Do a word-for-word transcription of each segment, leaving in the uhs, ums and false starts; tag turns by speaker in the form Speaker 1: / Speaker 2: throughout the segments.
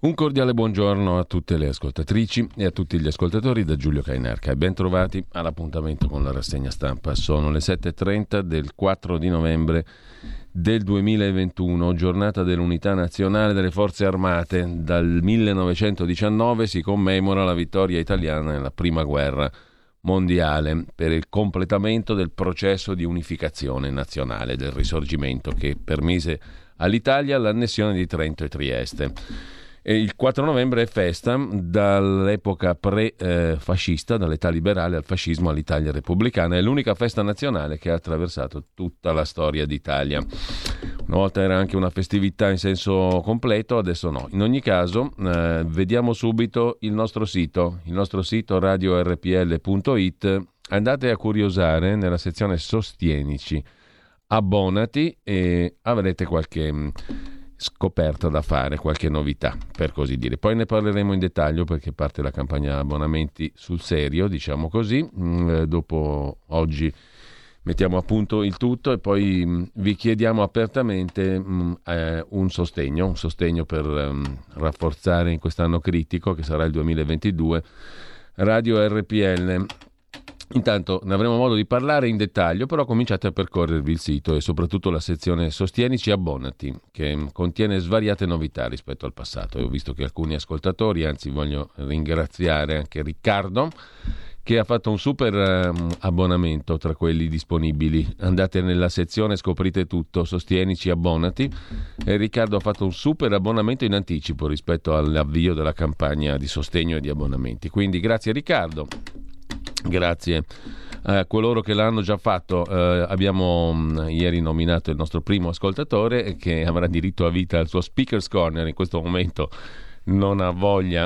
Speaker 1: Un cordiale buongiorno a tutte le ascoltatrici e a tutti gli ascoltatori da Giulio Cainarca e ben trovati all'appuntamento con la rassegna stampa. Sono le sette e trenta del quattro di novembre del duemilaventuno, giornata dell'Unità Nazionale delle Forze Armate. Dal millenovecentodiciannove si commemora la vittoria italiana nella Prima Guerra Mondiale per il completamento del processo di unificazione nazionale del Risorgimento che permise all'Italia l'annessione di Trento e Trieste. E il quattro novembre è festa dall'epoca pre-fascista, dall'età liberale al fascismo all'Italia repubblicana. È l'unica festa nazionale che ha attraversato tutta la storia d'Italia. Una volta era anche una festività in senso completo, adesso no. In ogni caso, eh, vediamo subito il nostro sito, il nostro sito radio r p l punto i t. Andate a curiosare nella sezione Sostienici, abbonati e avrete qualche scoperta da fare, qualche novità per così dire. Poi ne parleremo in dettaglio perché parte la campagna abbonamenti sul serio, diciamo così. Mm, dopo oggi mettiamo a punto il tutto e poi mh, vi chiediamo apertamente mh, eh, un sostegno, un sostegno per mh, rafforzare in quest'anno critico che sarà il duemilaventidue Radio R P L. Intanto ne avremo modo di parlare in dettaglio, però cominciate a percorrervi il sito e soprattutto la sezione Sostienici abbonati, che contiene svariate novità rispetto al passato. E ho visto che alcuni ascoltatori, anzi voglio ringraziare anche Riccardo, che ha fatto un super um, abbonamento tra quelli disponibili. Andate nella sezione, scoprite tutto, Sostienici abbonati, e Riccardo ha fatto un super abbonamento in anticipo rispetto all'avvio della campagna di sostegno e di abbonamenti. Quindi grazie Riccardo. Grazie a coloro che l'hanno già fatto. Eh, abbiamo mh, ieri nominato il nostro primo ascoltatore che avrà diritto a vita al suo Speaker's Corner. In questo momento non ha voglia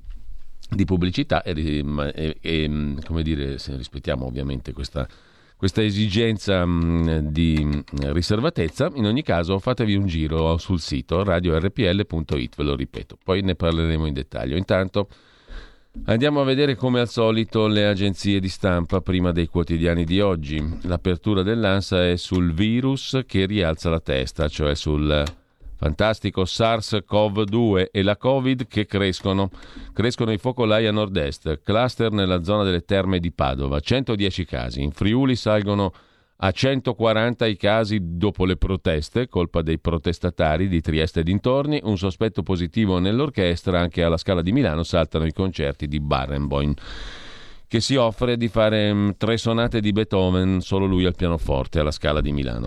Speaker 1: di pubblicità e, e, e come dire, se rispettiamo ovviamente questa, questa esigenza mh, di riservatezza. In ogni caso fatevi un giro sul sito radio r p l punto i t, ve lo ripeto, poi ne parleremo in dettaglio. Intanto andiamo a vedere come al solito le agenzie di stampa prima dei quotidiani di oggi. L'apertura dell'ANSA è sul virus che rialza la testa, cioè sul fantastico SARS-CoV due e la Covid che crescono. Crescono i focolai a nord-est, cluster nella zona delle Terme di Padova, centodieci casi. In Friuli salgono a centoquaranta i casi dopo le proteste, colpa dei protestatari di Trieste e dintorni. Un sospetto positivo nell'orchestra. Anche alla Scala di Milano saltano i concerti di Barenboim, che si offre di fare mh, tre sonate di Beethoven, solo lui al pianoforte, alla Scala di Milano.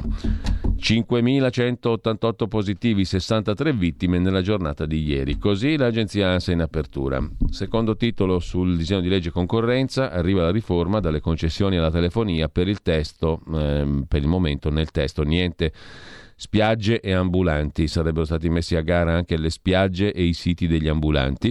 Speaker 1: cinquemilacentottantotto positivi, sessantatré vittime nella giornata di ieri. Così l'agenzia ANSA in apertura. Secondo titolo sul disegno di legge concorrenza, arriva la riforma dalle concessioni alla telefonia. Per il testo, ehm, per il momento nel testo niente spiagge e ambulanti, sarebbero stati messi a gara anche le spiagge e i siti degli ambulanti,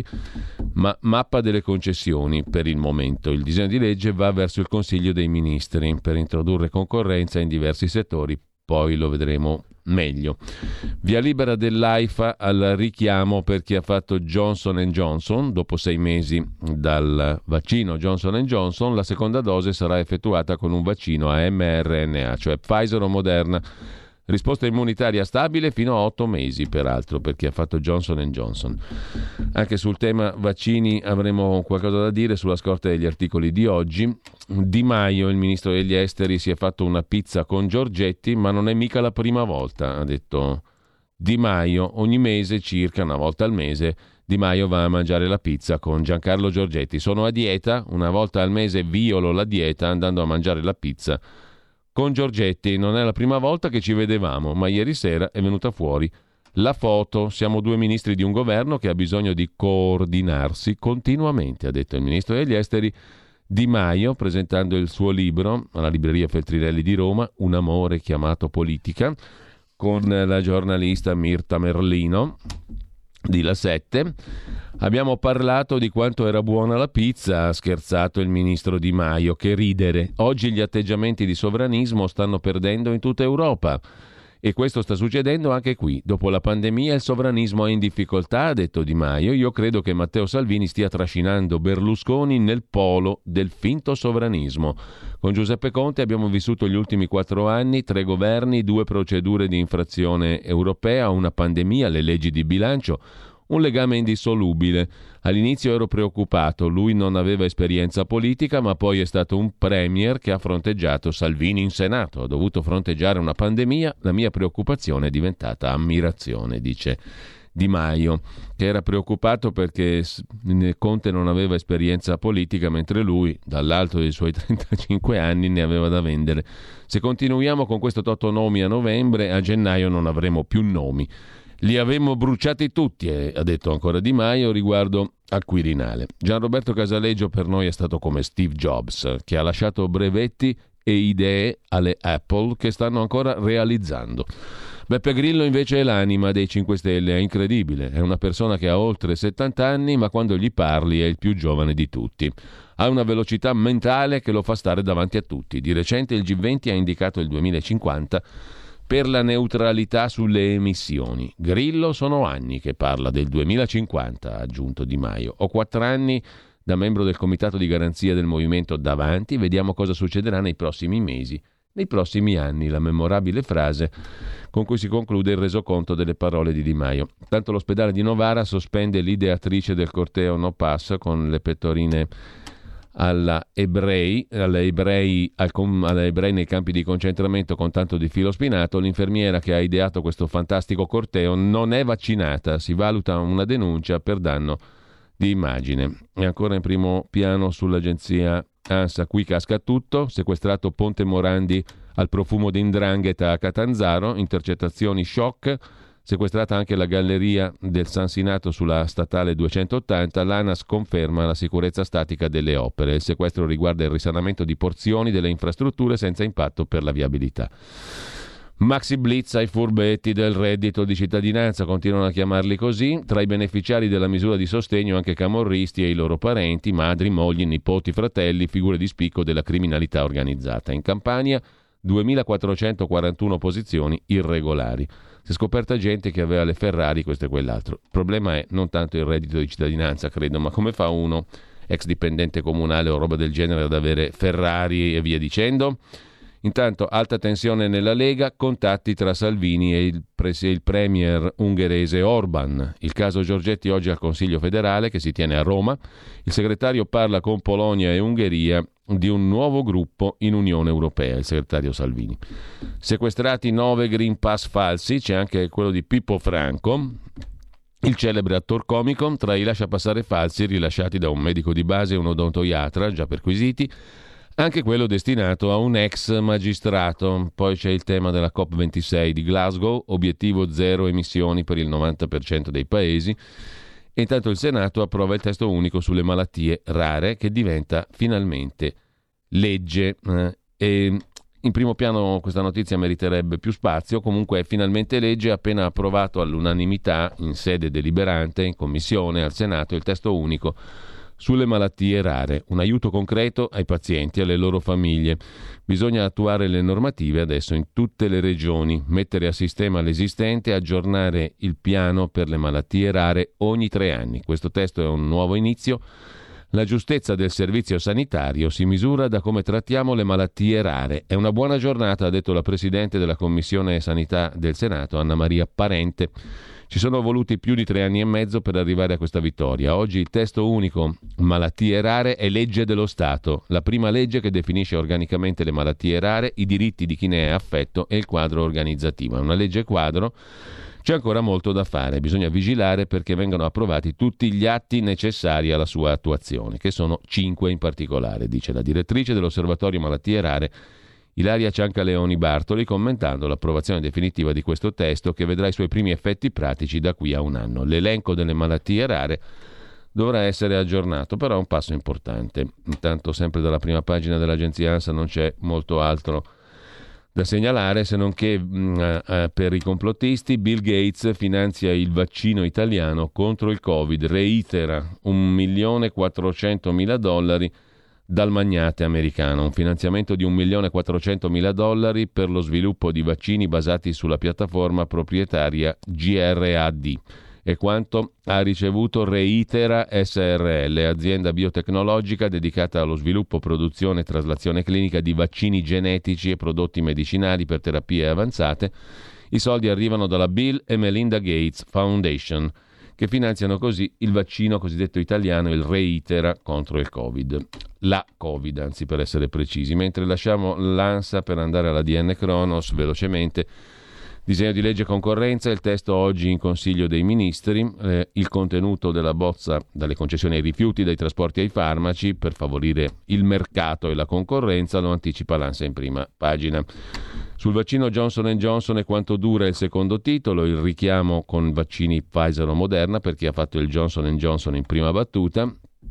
Speaker 1: ma mappa delle concessioni per il momento. Il disegno di legge va verso il Consiglio dei Ministri per introdurre concorrenza in diversi settori, poi lo vedremo meglio. Via libera dell'AIFA al richiamo per chi ha fatto Johnson and Johnson. Dopo sei mesi dal vaccino Johnson and Johnson, la seconda dose sarà effettuata con un vaccino a mRNA, cioè Pfizer o Moderna. Risposta immunitaria stabile fino a otto mesi, peraltro, per chi ha fatto Johnson and Johnson. Anche sul tema vaccini avremo qualcosa da dire sulla scorta degli articoli di oggi. Di Maio, il ministro degli esteri, si è fatto una pizza con Giorgetti, ma non è mica la prima volta, ha detto Di Maio. Ogni mese, circa una volta al mese, Di Maio va a mangiare la pizza con Giancarlo Giorgetti. Sono a dieta, una volta al mese violo la dieta andando a mangiare la pizza con Giorgetti. Non è la prima volta che ci vedevamo, ma ieri sera è venuta fuori la foto. Siamo due ministri di un governo che ha bisogno di coordinarsi continuamente, ha detto il ministro degli esteri Di Maio, presentando il suo libro alla libreria Feltrinelli di Roma, Un amore chiamato politica, con la giornalista Mirta Merlino di La sette. Abbiamo parlato di quanto era buona la pizza, ha scherzato il ministro Di Maio. Che ridere. Oggi gli atteggiamenti di sovranismo stanno perdendo in tutta Europa e questo sta succedendo anche qui. Dopo la pandemia il sovranismo è in difficoltà, ha detto Di Maio. Io credo che Matteo Salvini stia trascinando Berlusconi nel polo del finto sovranismo. Con Giuseppe Conte abbiamo vissuto gli ultimi quattro anni, tre governi, due procedure di infrazione europea, una pandemia, le leggi di bilancio, un legame indissolubile. All'inizio ero preoccupato, lui non aveva esperienza politica, ma poi è stato un premier che ha fronteggiato Salvini in Senato, ha dovuto fronteggiare una pandemia, la mia preoccupazione è diventata ammirazione, dice Di Maio, che era preoccupato perché Conte non aveva esperienza politica, mentre lui, dall'alto dei suoi trentacinque anni, ne aveva da vendere. Se continuiamo con questo toto nomi a novembre, a gennaio non avremo più nomi. Li avremmo bruciati tutti, eh, ha detto ancora Di Maio riguardo al Quirinale. Gianroberto Casaleggio per noi è stato come Steve Jobs, che ha lasciato brevetti e idee alle Apple che stanno ancora realizzando. Beppe Grillo invece è l'anima dei cinque Stelle, è incredibile, è una persona che ha oltre settanta anni, ma quando gli parli è il più giovane di tutti. Ha una velocità mentale che lo fa stare davanti a tutti. Di recente il G venti ha indicato il duemilacinquanta per la neutralità sulle emissioni. Grillo sono anni che parla del duemilacinquanta, ha aggiunto Di Maio. Ho quattro anni da membro del comitato di garanzia del movimento davanti, vediamo cosa succederà nei prossimi mesi, nei prossimi anni, la memorabile frase con cui si conclude il resoconto delle parole di Di Maio. Tanto l'ospedale di Novara sospende l'ideatrice del corteo No Pass con le pettorine alla ebrei, alla ebrei, al, alla ebrei nei campi di concentramento con tanto di filo spinato. L'infermiera che ha ideato questo fantastico corteo non è vaccinata, si valuta una denuncia per danno di immagine. E ancora in primo piano sull'agenzia ANSA, qui casca tutto, sequestrato Ponte Morandi al profumo di 'ndrangheta a Catanzaro, intercettazioni shock, sequestrata anche la galleria del San Sinato sulla statale duecentottanta, l'ANAS conferma la sicurezza statica delle opere, il sequestro riguarda il risanamento di porzioni delle infrastrutture senza impatto per la viabilità. Maxi Blitz ai furbetti del reddito di cittadinanza, continuano a chiamarli così, tra i beneficiari della misura di sostegno anche camorristi e i loro parenti, madri, mogli, nipoti, fratelli, figure di spicco della criminalità organizzata. In Campania duemilaquattrocentoquarantuno posizioni irregolari. Si è scoperta gente che aveva le Ferrari, questo e quell'altro. Il problema è non tanto il reddito di cittadinanza, credo, ma come fa uno, ex dipendente comunale o roba del genere, ad avere Ferrari e via dicendo? Intanto alta tensione nella Lega, contatti tra Salvini e il, pres- il premier ungherese Orban. Il caso Giorgetti oggi al Consiglio federale che si tiene a Roma. Il segretario parla con Polonia e Ungheria di un nuovo gruppo in Unione Europea, il segretario Salvini. Sequestrati nove Green Pass falsi, c'è anche quello di Pippo Franco, il celebre attor comico, tra i lasciapassare falsi rilasciati da un medico di base e un odontoiatra già perquisiti, anche quello destinato a un ex magistrato. Poi c'è il tema della COP ventisei di Glasgow, obiettivo zero emissioni per il novanta per cento dei paesi. E intanto il Senato approva il testo unico sulle malattie rare che diventa finalmente legge. Eh, e in primo piano questa notizia meriterebbe più spazio, comunque è finalmente legge, appena approvato all'unanimità in sede deliberante, in commissione, al Senato, il testo unico sulle malattie rare, un aiuto concreto ai pazienti e alle loro famiglie. Bisogna attuare le normative adesso in tutte le regioni, mettere a sistema l'esistente e aggiornare il piano per le malattie rare ogni tre anni. Questo testo è un nuovo inizio. La giustezza del servizio sanitario si misura da come trattiamo le malattie rare. È una buona giornata, ha detto la Presidente della Commissione Sanità del Senato, Anna Maria Parente. Ci sono voluti più di tre anni e mezzo per arrivare a questa vittoria. Oggi il testo unico malattie rare è legge dello Stato, la prima legge che definisce organicamente le malattie rare, i diritti di chi ne è affetto e il quadro organizzativo. È una legge quadro, c'è ancora molto da fare, bisogna vigilare perché vengano approvati tutti gli atti necessari alla sua attuazione, che sono cinque in particolare, dice la direttrice dell'Osservatorio Malattie Rare, Ilaria Ciancaleoni Bartoli, commentando l'approvazione definitiva di questo testo che vedrà i suoi primi effetti pratici da qui a un anno. L'elenco delle malattie rare dovrà essere aggiornato, però è un passo importante. Intanto, sempre dalla prima pagina dell'agenzia ANSA non c'è molto altro da segnalare, se non che mh, eh, per i complottisti Bill Gates finanzia il vaccino italiano contro il Covid, reitera un milione quattrocentomila dollari dal magnate americano, un finanziamento di un milione quattrocentomila dollari per lo sviluppo di vaccini basati sulla piattaforma proprietaria G R A D. E quanto ha ricevuto reitera S R L, azienda biotecnologica dedicata allo sviluppo, produzione e traslazione clinica di vaccini genetici e prodotti medicinali per terapie avanzate. I soldi arrivano dalla Bill e Melinda Gates Foundation, che finanziano così il vaccino cosiddetto italiano, il Reitera contro il Covid. La Covid, anzi, per essere precisi. Mentre lasciamo l'ANSA per andare alla D N Cronos velocemente. Disegno di legge concorrenza, il testo oggi in Consiglio dei Ministri, eh, il contenuto della bozza dalle concessioni ai rifiuti, dai trasporti ai farmaci per favorire il mercato e la concorrenza, lo anticipa l'ANSA in prima pagina. Sul vaccino Johnson and Johnson e quanto dura il secondo titolo, il richiamo con vaccini Pfizer o Moderna per chi ha fatto il Johnson and Johnson in prima battuta.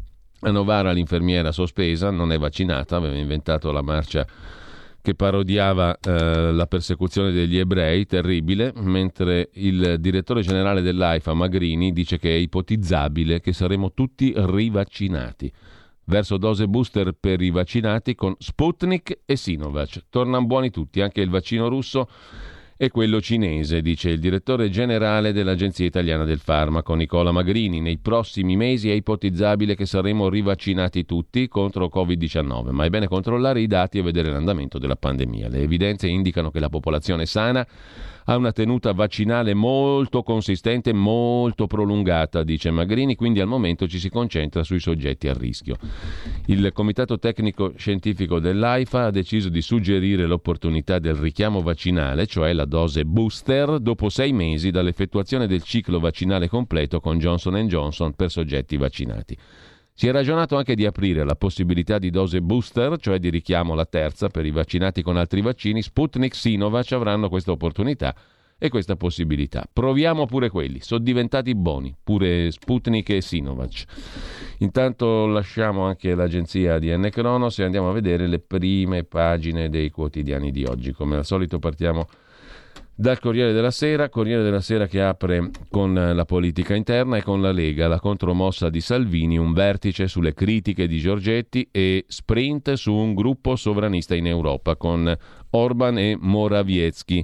Speaker 1: A Novara l'infermiera sospesa, non è vaccinata, aveva inventato la marcia che parodiava eh, la persecuzione degli ebrei, terribile, mentre il direttore generale dell'AIFA, Magrini, dice che è ipotizzabile che saremo tutti rivaccinati. Verso dose booster per i vaccinati con Sputnik e Sinovac. Tornano buoni tutti, anche il vaccino russo e quello cinese, dice il direttore generale dell'Agenzia Italiana del Farmaco, Nicola Magrini. Nei prossimi mesi è ipotizzabile che saremo rivaccinati tutti contro covid diciannove, ma è bene controllare i dati e vedere l'andamento della pandemia. Le evidenze indicano che la popolazione sana ha una tenuta vaccinale molto consistente, molto prolungata, dice Magrini, quindi al momento ci si concentra sui soggetti a rischio. Il Comitato Tecnico Scientifico dell'AIFA ha deciso di suggerire l'opportunità del richiamo vaccinale, cioè la dose booster, dopo sei mesi dall'effettuazione del ciclo vaccinale completo con Johnson and Johnson per soggetti vaccinati. Si è ragionato anche di aprire la possibilità di dose booster, cioè di richiamo la terza per i vaccinati con altri vaccini. Sputnik, Sinovac avranno questa opportunità e questa possibilità. Proviamo pure quelli, sono diventati buoni, pure Sputnik e Sinovac. Intanto lasciamo anche l'agenzia D N Cronos e andiamo a vedere le prime pagine dei quotidiani di oggi. Come al solito partiamo dal Corriere della Sera, Corriere della Sera che apre con la politica interna e con la Lega, la contromossa di Salvini, un vertice sulle critiche di Giorgetti e sprint su un gruppo sovranista in Europa con Orban e Morawiecki,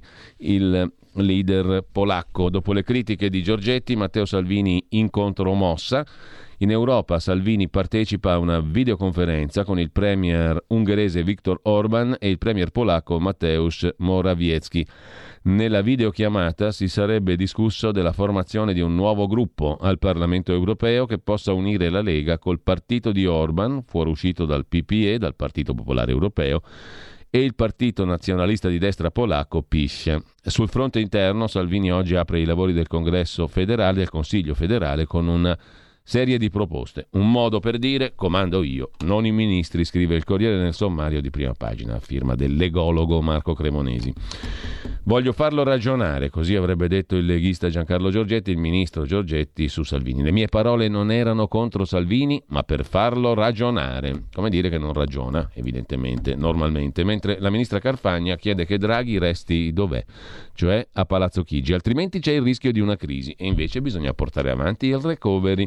Speaker 1: il leader polacco. Dopo le critiche di Giorgetti, Matteo Salvini in contromossa. In Europa Salvini partecipa a una videoconferenza con il premier ungherese Viktor Orban e il premier polacco Mateusz Morawiecki. Nella videochiamata si sarebbe discusso della formazione di un nuovo gruppo al Parlamento europeo che possa unire la Lega col partito di Orban, fuoriuscito dal P P E, dal Partito Popolare Europeo, e il partito nazionalista di destra polacco P I S Z. Sul fronte interno Salvini oggi apre i lavori del Congresso federale, del Consiglio federale, con una serie di proposte. Un modo per dire comando io, non i ministri, scrive il Corriere nel sommario di prima pagina, a firma del legologo Marco Cremonesi. Voglio farlo ragionare, così avrebbe detto il leghista Giancarlo Giorgetti, il ministro Giorgetti su Salvini. Le mie parole non erano contro Salvini, ma per farlo ragionare. Come dire che non ragiona, evidentemente, normalmente, mentre la ministra Carfagna chiede che Draghi resti dov'è, cioè a Palazzo Chigi, altrimenti c'è il rischio di una crisi e invece bisogna portare avanti il recovery.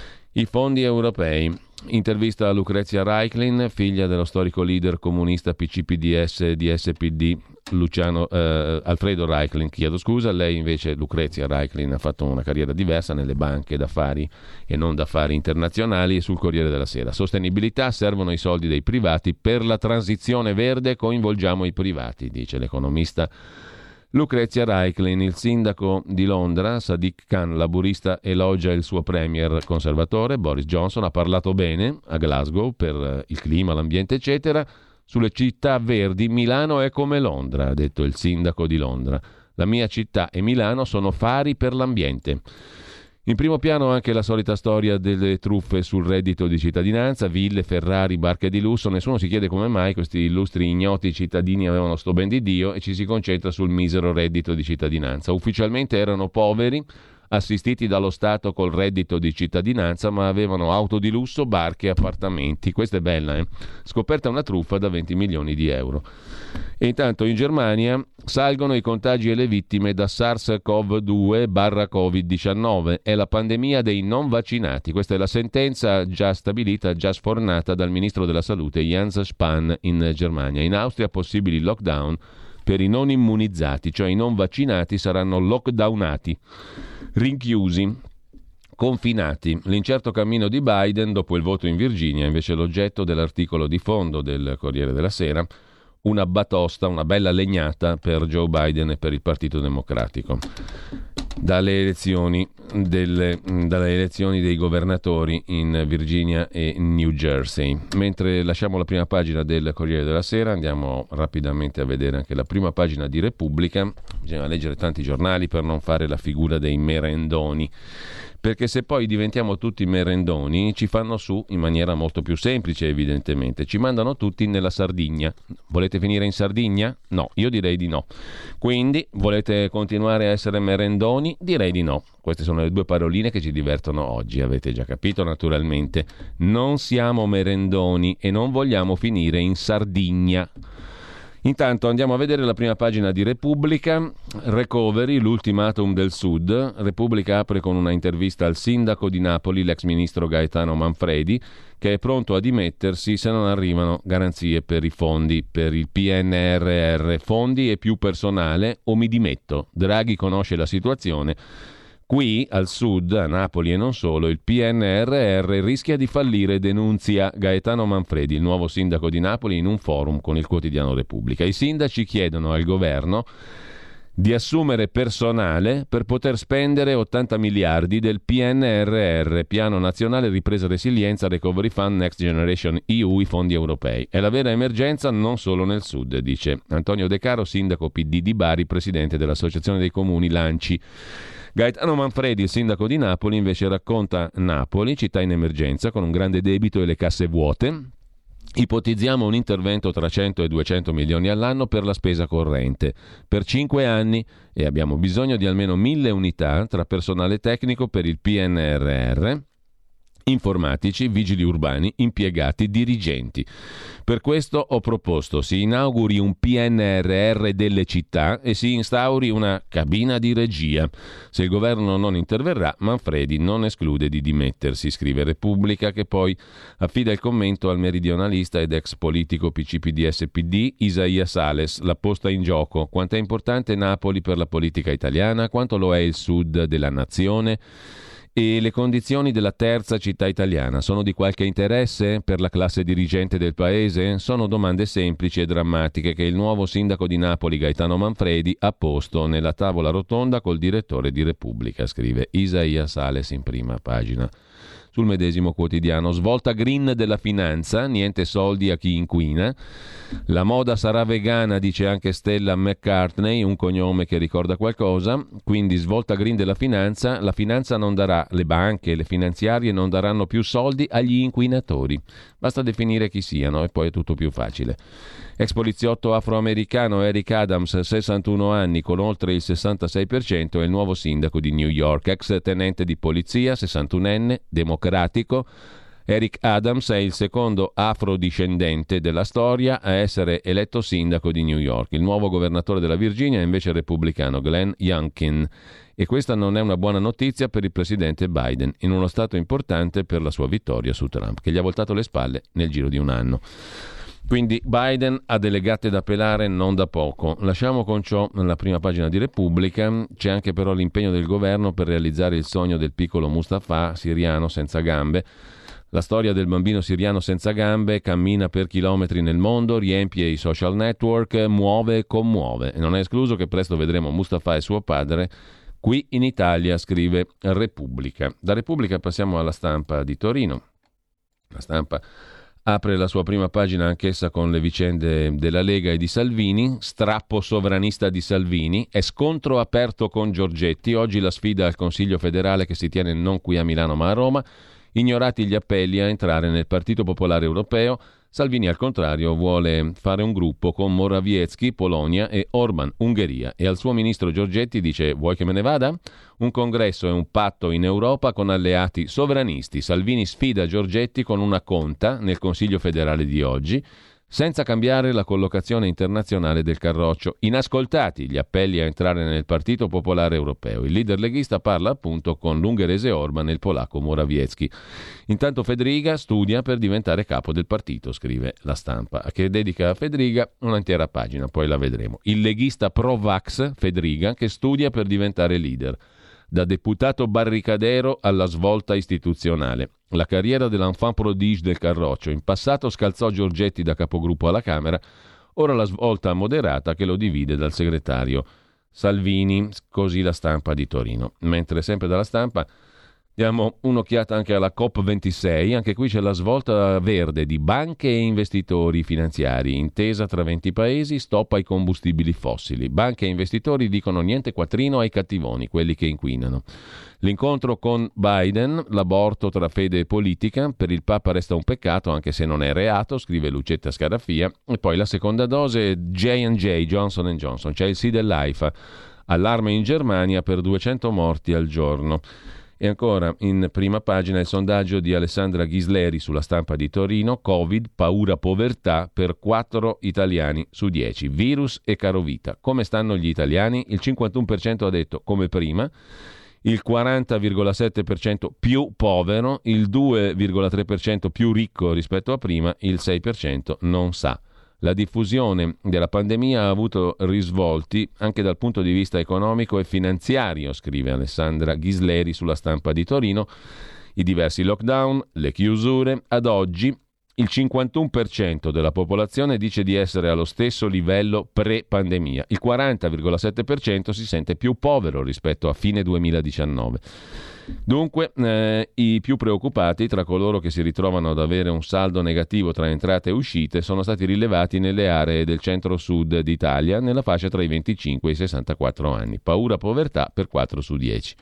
Speaker 1: I fondi europei. Intervista a Lucrezia Reichlin, figlia dello storico leader comunista P C P D S D S P D Luciano eh, Alfredo Reichlin, chiedo scusa. Lei invece, Lucrezia Reichlin, ha fatto una carriera diversa nelle banche d'affari e non d'affari internazionali. E sul Corriere della Sera, sostenibilità, servono i soldi dei privati per la transizione verde, coinvolgiamo i privati, dice l'economista Lucrezia Reichlin. Il sindaco di Londra, Sadiq Khan, laburista, elogia il suo premier conservatore Boris Johnson. Ha parlato bene a Glasgow per il clima, l'ambiente eccetera. Sulle città verdi Milano è come Londra, ha detto il sindaco di Londra. La mia città e Milano sono fari per l'ambiente. In primo piano anche la solita storia delle truffe sul reddito di cittadinanza, ville, Ferrari, barche di lusso. Nessuno si chiede come mai questi illustri ignoti cittadini avevano sto ben di Dio e ci si concentra sul misero reddito di cittadinanza. Ufficialmente erano poveri, assistiti dallo Stato col reddito di cittadinanza, ma avevano auto di lusso, barche e appartamenti. Questa è bella, eh? Scoperta una truffa da venti milioni di euro. E intanto in Germania salgono i contagi e le vittime da SARS-CoV due barra covid diciannove. È la pandemia dei non vaccinati. Questa è la sentenza già stabilita, già sfornata dal ministro della Salute Jens Spahn in Germania. In Austria possibili lockdown per i non immunizzati, cioè i non vaccinati saranno lockdownati, rinchiusi, confinati. L'incerto cammino di Biden dopo il voto in Virginia, invece l'oggetto dell'articolo di fondo del Corriere della Sera, una batosta, una bella legnata per Joe Biden e per il Partito Democratico. dalle elezioni, delle, dalle elezioni dei governatori in Virginia e New Jersey. Mentre lasciamo la prima pagina del Corriere della Sera, andiamo rapidamente a vedere anche la prima pagina di Repubblica. Bisogna leggere tanti giornali per non fare la figura dei merendoni, perché se poi diventiamo tutti merendoni ci fanno su in maniera molto più semplice, evidentemente. Ci mandano tutti nella Sardegna. Volete finire in Sardegna? No, io direi di no. Quindi, volete continuare a essere merendoni? Direi di no. Queste sono le due paroline che ci divertono oggi, avete già capito naturalmente. Non siamo merendoni e non vogliamo finire in Sardegna. Intanto andiamo a vedere la prima pagina di Repubblica. Recovery, l'ultimatum del Sud. Repubblica apre con una intervista al sindaco di Napoli, l'ex ministro Gaetano Manfredi, che è pronto a dimettersi se non arrivano garanzie per i fondi per il P N R R. Fondi e più personale o mi dimetto. Draghi conosce la situazione. Qui, al sud, a Napoli e non solo, il P N R R rischia di fallire, denunzia Gaetano Manfredi, il nuovo sindaco di Napoli, in un forum con il quotidiano Repubblica. I sindaci chiedono al governo di assumere personale per poter spendere ottanta miliardi del P N R R, Piano Nazionale Ripresa e Resilienza, Recovery Fund, Next Generation E U, i fondi europei. È la vera emergenza non solo nel sud, dice Antonio De Caro, sindaco P D di Bari, presidente dell'Associazione dei Comuni Lanci. Gaetano Manfredi, il sindaco di Napoli, invece racconta Napoli, città in emergenza, con un grande debito e le casse vuote. Ipotizziamo un intervento tra cento e duecento milioni all'anno per la spesa corrente, per cinque anni, e abbiamo bisogno di almeno mille unità tra personale tecnico per il P N R R, informatici, vigili urbani, impiegati, dirigenti. Per questo ho proposto si inauguri un P N R R delle città e si instauri una cabina di regia. Se il governo non interverrà, Manfredi non esclude di dimettersi, scrive Repubblica, che poi affida il commento al meridionalista ed ex politico P C P D S P D Isaia Sales. La posta in gioco: quanto è importante Napoli per la politica italiana, quanto lo è il sud della nazione? E le condizioni della terza città italiana sono di qualche interesse per la classe dirigente del paese? Sono domande semplici e drammatiche che il nuovo sindaco di Napoli, Gaetano Manfredi, ha posto nella tavola rotonda col direttore di Repubblica, scrive Isaia Sales in prima pagina. Sul medesimo quotidiano, svolta green della finanza, niente soldi a chi inquina. La moda sarà vegana, dice anche Stella McCartney, un cognome che ricorda qualcosa. Quindi svolta green della finanza, la finanza non darà, le banche, le finanziarie non daranno più soldi agli inquinatori. Basta definire chi siano e poi è tutto più facile. Ex poliziotto afroamericano Eric Adams, sessantuno anni, con oltre il sessantasei per cento, è il nuovo sindaco di New York. Ex tenente di polizia, sessantunenne, democratico. Eric Adams è il secondo afrodiscendente della storia a essere eletto sindaco di New York. Il nuovo governatore della Virginia è invece repubblicano Glenn Youngkin. E questa non è una buona notizia per il presidente Biden, in uno stato importante per la sua vittoria su Trump, che gli ha voltato le spalle nel giro di un anno. Quindi Biden ha delegate da pelare non da poco. Lasciamo con ciò la prima pagina di Repubblica. C'è anche però l'impegno del governo per realizzare il sogno del piccolo Mustafa, siriano senza gambe. La storia del bambino siriano senza gambe cammina per chilometri nel mondo, riempie i social network, muove e commuove. E non è escluso che presto vedremo Mustafa e suo padre qui in Italia, scrive Repubblica. Da Repubblica passiamo alla Stampa di Torino. La Stampa apre la sua prima pagina anch'essa con le vicende della Lega e di Salvini. Strappo sovranista di Salvini, è scontro aperto con Giorgetti. Oggi la sfida al Consiglio federale che si tiene non qui a Milano ma a Roma. Ignorati gli appelli a entrare nel Partito Popolare Europeo, Salvini al contrario vuole fare un gruppo con Morawiecki, Polonia, e Orban, Ungheria, e al suo ministro Giorgetti dice: vuoi che me ne vada? Un congresso e un patto in Europa con alleati sovranisti. Salvini sfida Giorgetti con una conta nel Consiglio federale di oggi, senza cambiare la collocazione internazionale del Carroccio. Inascoltati gli appelli a entrare nel Partito Popolare Europeo. Il leader leghista parla appunto con l'ungherese Orban e il polacco Morawiecki. Intanto Fedriga studia per diventare capo del partito, scrive La Stampa, che dedica a Fedriga un'intera pagina, poi la vedremo. Il leghista pro-vax Fedriga che studia per diventare leader. Da deputato barricadero alla svolta istituzionale. La carriera dell'enfant prodige del Carroccio. In passato scalzò Giorgetti da capogruppo alla Camera, ora la svolta moderata che lo divide dal segretario Salvini, così la Stampa di Torino. Mentre sempre dalla Stampa diamo un'occhiata anche alla COP ventisei, anche qui c'è la svolta verde di banche e investitori finanziari, intesa tra venti paesi, stop ai combustibili fossili. Banche e investitori dicono niente quattrino ai cattivoni, quelli che inquinano. L'incontro con Biden, l'aborto tra fede e politica, per il Papa resta un peccato anche se non è reato, scrive Lucetta Scarafia, e poi la seconda dose J and J, Johnson and Johnson, c'è il sì dell'AIFA, allarme in Germania per duecento morti al giorno. E ancora in prima pagina il sondaggio di Alessandra Ghisleri sulla Stampa di Torino, Covid, paura, povertà per quattro italiani su dieci, virus e carovita. Come stanno gli italiani? Il cinquantuno per cento ha detto come prima, il quaranta virgola sette per cento più povero, il due virgola tre per cento più ricco rispetto a prima, il sei per cento non sa. La diffusione della pandemia ha avuto risvolti anche dal punto di vista economico e finanziario, scrive Alessandra Ghisleri sulla Stampa di Torino. I diversi lockdown, le chiusure, ad oggi il cinquantuno per cento della popolazione dice di essere allo stesso livello pre-pandemia, il quaranta virgola sette per cento si sente più povero rispetto a fine duemiladiciannove. Dunque, eh, i più preoccupati tra coloro che si ritrovano ad avere un saldo negativo tra entrate e uscite sono stati rilevati nelle aree del centro-sud d'Italia, nella fascia tra i venticinque e i sessantaquattro anni. Paura, povertà per quattro su dieci.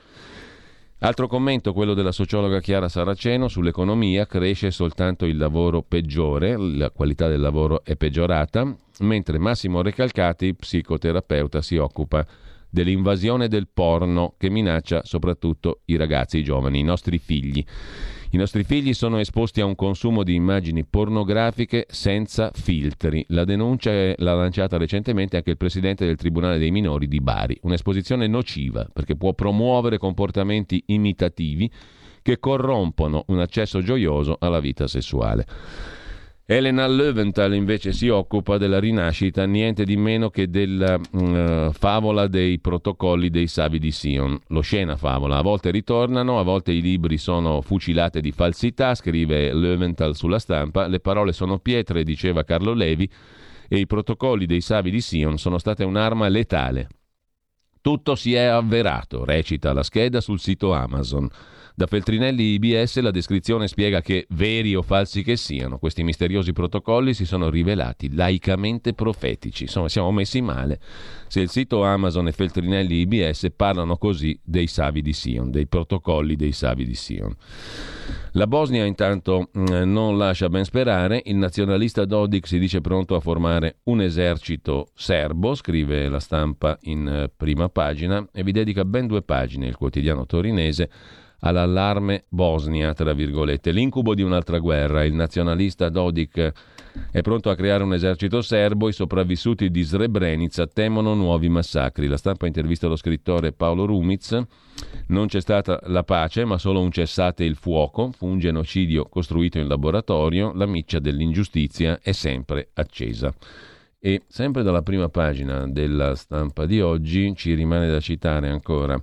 Speaker 1: Altro commento, quello della sociologa Chiara Saraceno sull'economia: cresce soltanto il lavoro peggiore, la qualità del lavoro è peggiorata, mentre Massimo Recalcati, psicoterapeuta, si occupa dell'invasione del porno che minaccia soprattutto i ragazzi, i giovani, i nostri figli. I nostri figli sono esposti a un consumo di immagini pornografiche senza filtri. La denuncia è, l'ha lanciata recentemente anche il presidente del Tribunale dei Minori di Bari. Un'esposizione nociva perché può promuovere comportamenti imitativi che corrompono un accesso gioioso alla vita sessuale. Elena Löwenthal invece si occupa della rinascita, niente di meno che della uh, favola dei protocolli dei Savi di Sion. Lo scena favola, a volte ritornano, a volte i libri sono fucilate di falsità, scrive Löwenthal sulla Stampa, le parole sono pietre, diceva Carlo Levi, e i protocolli dei Savi di Sion sono state un'arma letale. Tutto si è avverato, recita la scheda sul sito Amazon. Da Feltrinelli I B S la descrizione spiega che, veri o falsi che siano, questi misteriosi protocolli si sono rivelati laicamente profetici. Insomma, siamo messi male se il sito Amazon e Feltrinelli I B S parlano così dei Savi di Sion, dei protocolli dei Savi di Sion. La Bosnia intanto mh, non lascia ben sperare. Il nazionalista Dodik si dice pronto a formare un esercito serbo, scrive la Stampa in uh, prima pagina, e vi dedica ben due pagine il quotidiano torinese all'allarme Bosnia, tra virgolette, l'incubo di un'altra guerra. Il nazionalista Dodik è pronto a creare un esercito serbo, i sopravvissuti di Srebrenica temono nuovi massacri. La Stampa intervista lo scrittore Paolo Rumiz. Non c'è stata la pace, ma solo un cessate il fuoco, fu un genocidio costruito in laboratorio, la miccia dell'ingiustizia è sempre accesa. E sempre dalla prima pagina della Stampa di oggi ci rimane da citare ancora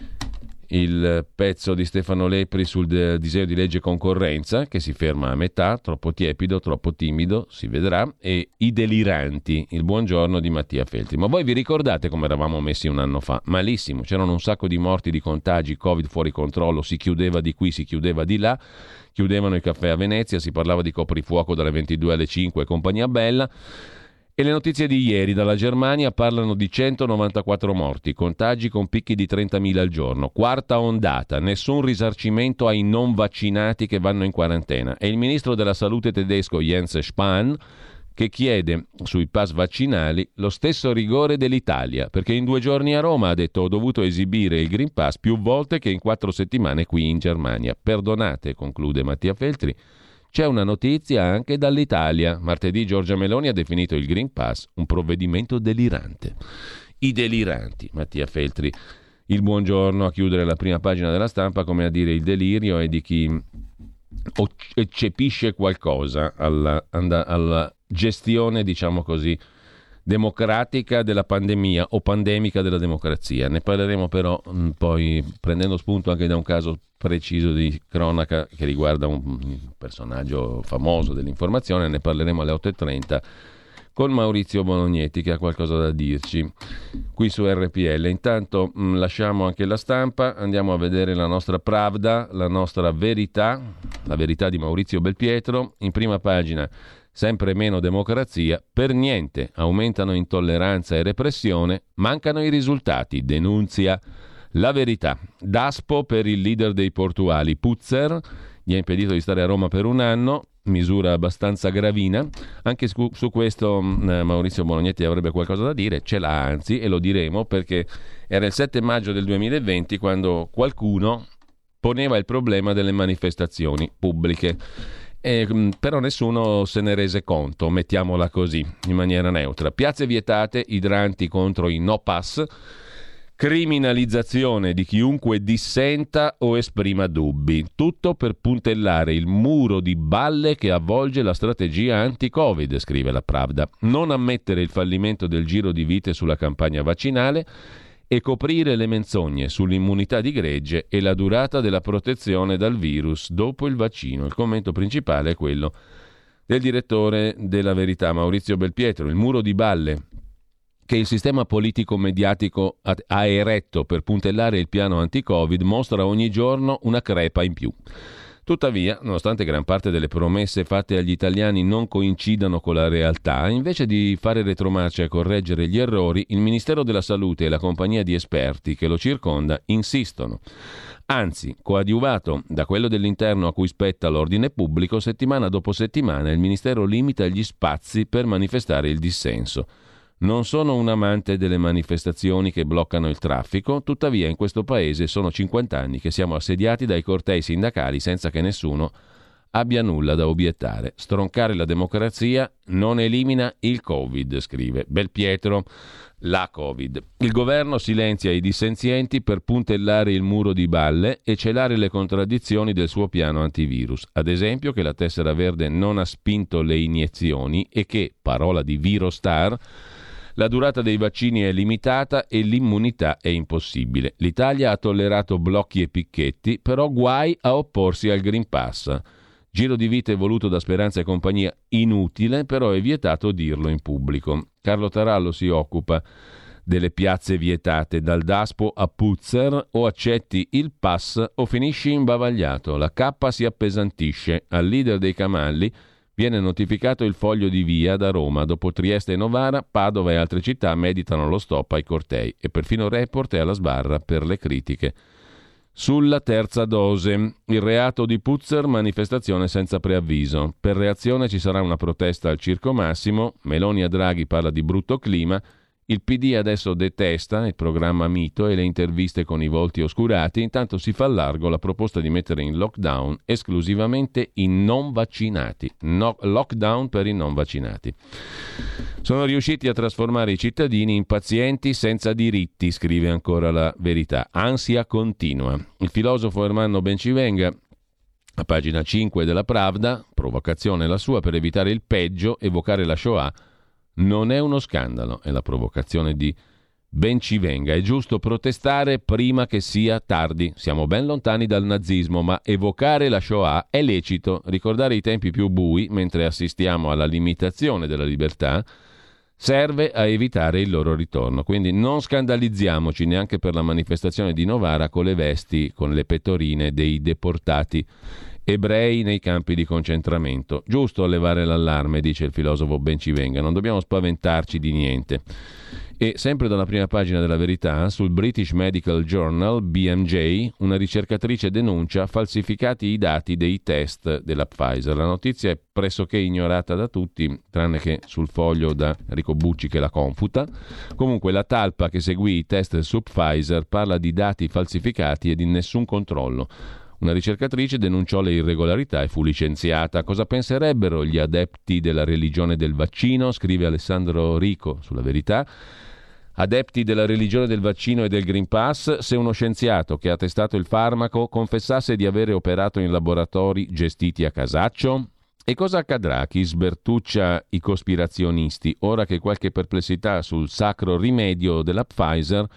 Speaker 1: il pezzo di Stefano Lepri sul de- disegno di legge concorrenza, che si ferma a metà, troppo tiepido, troppo timido, si vedrà, e i deliranti, il buongiorno di Mattia Feltri. Ma voi vi ricordate come eravamo messi un anno fa? Malissimo, c'erano un sacco di morti, di contagi, Covid fuori controllo, si chiudeva di qui, si chiudeva di là, chiudevano i caffè a Venezia, si parlava di coprifuoco dalle ventidue alle cinque e compagnia bella. E le notizie di ieri dalla Germania parlano di centonovantaquattro morti, contagi con picchi di trentamila al giorno, quarta ondata, nessun risarcimento ai non vaccinati che vanno in quarantena. E il ministro della salute tedesco Jens Spahn che chiede sui pass vaccinali lo stesso rigore dell'Italia, perché in due giorni a Roma, ha detto, ho dovuto esibire il Green Pass più volte che in quattro settimane qui in Germania. Perdonate, conclude Mattia Feltri. C'è una notizia anche dall'Italia. Martedì Giorgia Meloni ha definito il Green Pass un provvedimento delirante. I deliranti, Mattia Feltri. Il buongiorno a chiudere la prima pagina della Stampa, come a dire il delirio è di chi eccepisce qualcosa alla, alla gestione, diciamo così, democratica della pandemia o pandemica della democrazia. Ne parleremo però mh, poi prendendo spunto anche da un caso preciso di cronaca che riguarda un personaggio famoso dell'informazione. Ne parleremo alle otto e trenta con Maurizio Bolognetti che ha qualcosa da dirci qui su R P L. Intanto mh, lasciamo anche la Stampa, andiamo a vedere la nostra Pravda, la nostra Verità, la Verità di Maurizio Belpietro. In prima pagina: sempre meno democrazia, per niente aumentano intolleranza e repressione, mancano i risultati, denunzia La Verità. Daspo per il leader dei portuali, Puzzer, gli ha impedito di stare a Roma per un anno, misura abbastanza gravina. Anche su, su questo eh, Maurizio Bolognetti avrebbe qualcosa da dire, ce l'ha anzi, e lo diremo perché era il sette maggio del duemilaventi quando qualcuno poneva il problema delle manifestazioni pubbliche. Eh, però nessuno se ne rese conto, mettiamola così, in maniera neutra. Piazze vietate, idranti contro i no pass, criminalizzazione di chiunque dissenta o esprima dubbi. Tutto per puntellare il muro di balle che avvolge la strategia anti-Covid, scrive la Pravda. Non ammettere il fallimento del giro di vite sulla campagna vaccinale e coprire le menzogne sull'immunità di gregge e la durata della protezione dal virus dopo il vaccino. Il commento principale è quello del direttore della Verità, Maurizio Belpietro. Il muro di balle che il sistema politico-mediatico ha eretto per puntellare il piano anti-Covid mostra ogni giorno una crepa in più. Tuttavia, nonostante gran parte delle promesse fatte agli italiani non coincidano con la realtà, invece di fare retromarcia e correggere gli errori, il Ministero della Salute e la compagnia di esperti che lo circonda insistono. Anzi, coadiuvato da quello dell'Interno a cui spetta l'ordine pubblico, settimana dopo settimana il Ministero limita gli spazi per manifestare il dissenso. Non sono un amante delle manifestazioni che bloccano il traffico, tuttavia in questo paese sono cinquanta anni che siamo assediati dai cortei sindacali senza che nessuno abbia nulla da obiettare. Stroncare la democrazia non elimina il Covid, scrive Belpietro. La Covid. Il governo silenzia i dissenzienti per puntellare il muro di balle e celare le contraddizioni del suo piano antivirus. Ad esempio che la tessera verde non ha spinto le iniezioni e che, parola di Virostar, la durata dei vaccini è limitata e l'immunità è impossibile. L'Italia ha tollerato blocchi e picchetti, però guai a opporsi al Green Pass. Giro di vite voluto da Speranza e compagnia inutile, però è vietato dirlo in pubblico. Carlo Tarallo si occupa delle piazze vietate, dal Daspo a Puzzer: o accetti il pass o finisci imbavagliato. La cappa si appesantisce. Al leader dei Camalli viene notificato il foglio di via da Roma. Dopo Trieste e Novara, Padova e altre città meditano lo stop ai cortei e perfino Report è alla sbarra per le critiche. Sulla terza dose, il reato di Puzzer, manifestazione senza preavviso. Per reazione ci sarà una protesta al Circo Massimo. Meloni a Draghi parla di brutto clima. Il P D adesso detesta il programma Mito e le interviste con i volti oscurati. Intanto si fa largo la proposta di mettere in lockdown esclusivamente i non vaccinati. No, lockdown per i non vaccinati. Sono riusciti a trasformare i cittadini in pazienti senza diritti, scrive ancora la Verità. Ansia continua. Il filosofo Ermanno Bencivenga, a pagina cinque della Pravda, provocazione la sua per evitare il peggio, evocare la Shoah non è uno scandalo, è la provocazione di Bencivenga. È giusto protestare prima che sia tardi. Siamo ben lontani dal nazismo, ma evocare la Shoah è lecito. Ricordare i tempi più bui, mentre assistiamo alla limitazione della libertà, serve a evitare il loro ritorno. Quindi non scandalizziamoci neanche per la manifestazione di Novara con le vesti, con le pettorine dei deportati ebrei nei campi di concentramento. Giusto levare l'allarme, dice il filosofo Bencivenga, non dobbiamo spaventarci di niente. E sempre dalla prima pagina della Verità, sul British Medical Journal, B M J, una ricercatrice denuncia falsificati i dati dei test della Pfizer. La notizia è pressoché ignorata da tutti, tranne che sul foglio da Enrico Bucci che la confuta. Comunque la talpa che seguì i test su Pfizer parla di dati falsificati e di nessun controllo. Una ricercatrice denunciò le irregolarità e fu licenziata. Cosa penserebbero gli adepti della religione del vaccino? Scrive Alessandro Rico sulla Verità. Adepti della religione del vaccino e del Green Pass se uno scienziato che ha testato il farmaco confessasse di avere operato in laboratori gestiti a casaccio? E cosa accadrà a chi sbertuccia i cospirazionisti ora che qualche perplessità sul sacro rimedio della Pfizer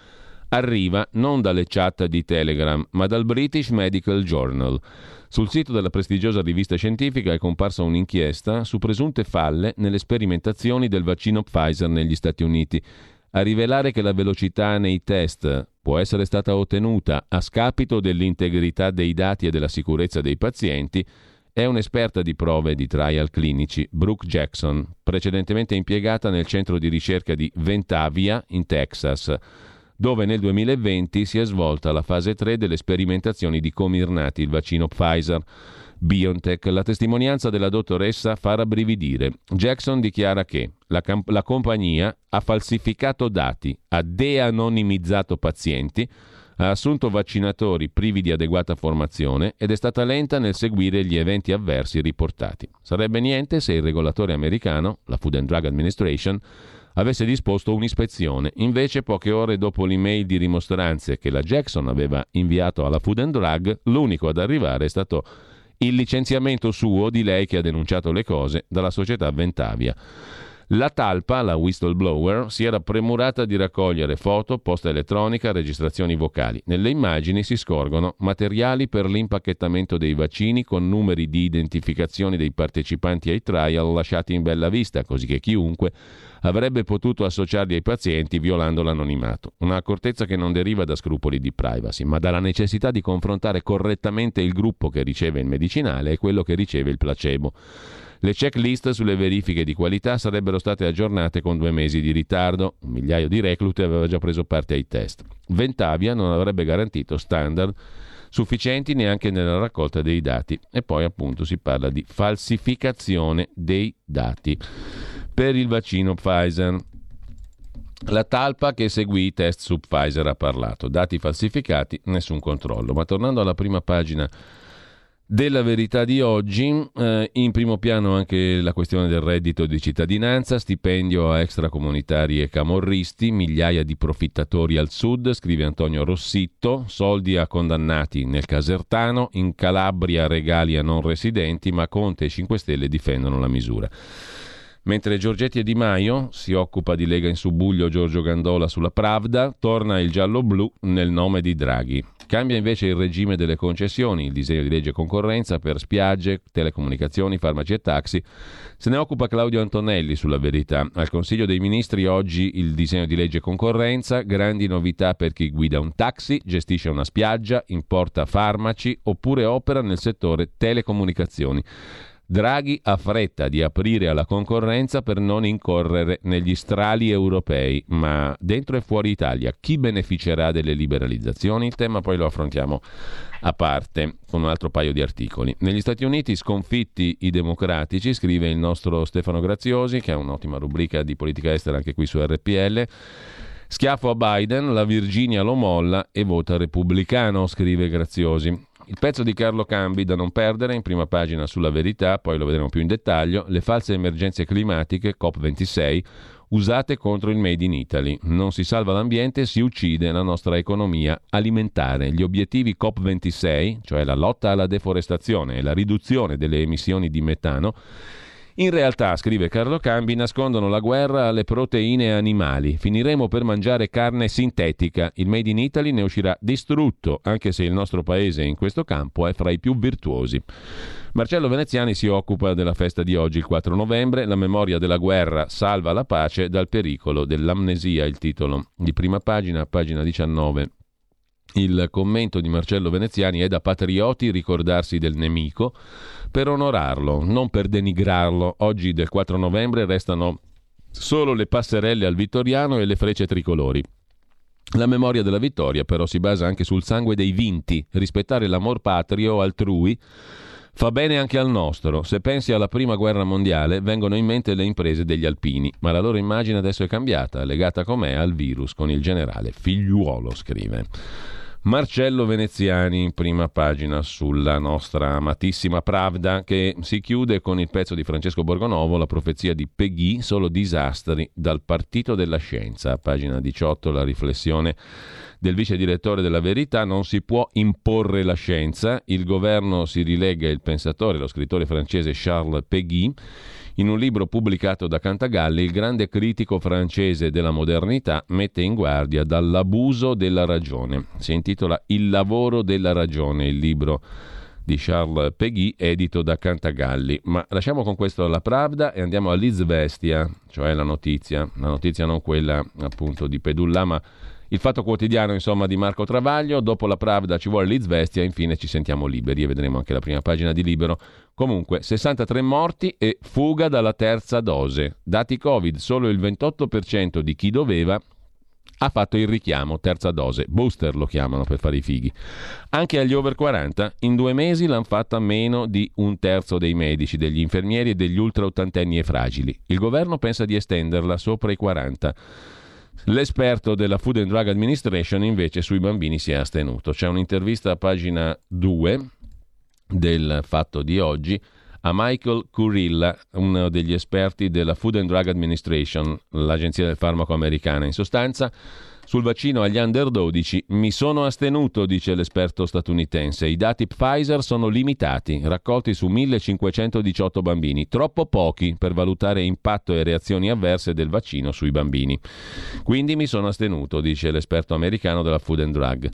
Speaker 1: arriva non dalle chat di Telegram, ma dal British Medical Journal. Sul sito della prestigiosa rivista scientifica è comparsa un'inchiesta su presunte falle nelle sperimentazioni del vaccino Pfizer negli Stati Uniti. A rivelare che la velocità nei test può essere stata ottenuta a scapito dell'integrità dei dati e della sicurezza dei pazienti è un'esperta di prove di trial clinici, Brooke Jackson, precedentemente impiegata nel centro di ricerca di Ventavia in Texas, dove nel duemilaventi si è svolta la fase tre delle sperimentazioni di Comirnaty, il vaccino Pfizer BioNTech. La testimonianza della dottoressa fa rabbrividire. Jackson dichiara che la, camp- la compagnia ha falsificato dati, ha de-anonimizzato pazienti, ha assunto vaccinatori privi di adeguata formazione ed è stata lenta nel seguire gli eventi avversi riportati. Sarebbe niente se il regolatore americano, la Food and Drug Administration, avesse disposto un'ispezione. Invece, poche ore dopo l'email di rimostranze che la Jackson aveva inviato alla Food and Drug, l'unico ad arrivare è stato il licenziamento suo di lei che ha denunciato le cose dalla società Ventavia. La talpa, la whistleblower, si era premurata di raccogliere foto, posta elettronica, registrazioni vocali. Nelle immagini si scorgono materiali per l'impacchettamento dei vaccini con numeri di identificazione dei partecipanti ai trial lasciati in bella vista, così che chiunque avrebbe potuto associarli ai pazienti violando l'anonimato. Un'accortezza che non deriva da scrupoli di privacy, ma dalla necessità di confrontare correttamente il gruppo che riceve il medicinale e quello che riceve il placebo. Le checklist sulle verifiche di qualità sarebbero state aggiornate con due mesi di ritardo. Un migliaio di reclute aveva già preso parte ai test. Ventavia non avrebbe garantito standard sufficienti neanche nella raccolta dei dati. E poi appunto si parla di falsificazione dei dati per il vaccino Pfizer. La talpa che seguì i test su Pfizer ha parlato. Dati falsificati, nessun controllo. Ma tornando alla prima pagina della Verità di oggi, eh, in primo piano anche la questione del reddito di cittadinanza, stipendio a extracomunitari e camorristi, migliaia di profittatori al sud, scrive Antonio Rossitto, soldi a condannati nel Casertano, in Calabria regali a non residenti, ma Conte e cinque Stelle difendono la misura. Mentre Giorgetti e Di Maio si occupa di Lega in subbuglio Giorgio Gandola sulla Pravda, torna il giallo-blu nel nome di Draghi. Cambia invece il regime delle concessioni, il disegno di legge concorrenza per spiagge, telecomunicazioni, farmaci e taxi. Se ne occupa Claudio Antonelli sulla Verità. Al Consiglio dei Ministri oggi il disegno di legge concorrenza, grandi novità per chi guida un taxi, gestisce una spiaggia, importa farmaci oppure opera nel settore telecomunicazioni. Draghi ha fretta di aprire alla concorrenza per non incorrere negli strali europei, ma dentro e fuori Italia chi beneficerà delle liberalizzazioni? Il tema poi lo affrontiamo a parte con un altro paio di articoli. Negli Stati Uniti sconfitti i democratici, scrive il nostro Stefano Graziosi, che ha un'ottima rubrica di politica estera anche qui su R P L. Schiaffo a Biden, la Virginia lo molla e vota repubblicano, scrive Graziosi. Il pezzo di Carlo Cambi da non perdere, in prima pagina sulla Verità, poi lo vedremo più in dettaglio, le false emergenze climatiche, COP ventisei, usate contro il Made in Italy. Non si salva l'ambiente, si uccide la nostra economia alimentare. Gli obiettivi COP ventisei, cioè la lotta alla deforestazione e la riduzione delle emissioni di metano, in realtà, scrive Carlo Cambi, nascondono la guerra alle proteine animali. Finiremo per mangiare carne sintetica. Il Made in Italy ne uscirà distrutto, anche se il nostro paese in questo campo è fra i più virtuosi. Marcello Veneziani si occupa della festa di oggi, il quattro novembre. La memoria della guerra salva la pace dal pericolo dell'amnesia, il titolo di prima pagina, pagina diciannove. Il commento di Marcello Veneziani è: da patrioti ricordarsi del nemico per onorarlo, non per denigrarlo. Oggi del quattro novembre restano solo le passerelle al Vittoriano e le frecce tricolori. La memoria della vittoria però si basa anche sul sangue dei vinti. Rispettare l'amor patrio altrui fa bene anche al nostro. Se pensi alla prima guerra mondiale vengono in mente le imprese degli alpini, ma la loro immagine adesso è cambiata, legata com'è al virus con il generale Figliuolo, scrive Marcello Veneziani in prima pagina sulla nostra amatissima Pravda, che si chiude con il pezzo di Francesco Borgonovo, la profezia di Peggy, solo disastri dal partito della scienza. A pagina diciotto la riflessione del vice direttore della Verità: non si può imporre la scienza, il governo si rilega il pensatore, lo scrittore francese Charles Péguy. In un libro pubblicato da Cantagalli, il grande critico francese della modernità mette in guardia dall'abuso della ragione. Si intitola Il lavoro della ragione, il libro di Charles Péguy, edito da Cantagalli. Ma lasciamo con questo la Pravda e andiamo all'Izvestia, cioè la notizia, la notizia non quella appunto di Pedulla, ma il Fatto Quotidiano, insomma, di Marco Travaglio. Dopo la Pravda ci vuole l'Izvestia, infine ci sentiamo liberi e vedremo anche la prima pagina di Libero. Comunque, sessantatré morti e fuga dalla terza dose. Dati Covid, solo il ventotto per cento di chi doveva ha fatto il richiamo, terza dose, booster lo chiamano per fare i fighi. Anche agli over quaranta, in due mesi l'hanno fatta meno di un terzo dei medici, degli infermieri e degli ultra ottantenni e fragili. Il governo pensa di estenderla sopra i quaranta. L'esperto della Food and Drug Administration invece sui bambini si è astenuto. C'è un'intervista a pagina due del Fatto di oggi a Michael Kurilla, uno degli esperti della Food and Drug Administration, l'agenzia del farmaco americana. In sostanza, sul vaccino agli under dodici mi sono astenuto, dice l'esperto statunitense. I dati Pfizer sono limitati, raccolti su millecinquecentodiciotto bambini, troppo pochi per valutare impatto e reazioni avverse del vaccino sui bambini. Quindi mi sono astenuto, dice l'esperto americano della Food and Drug.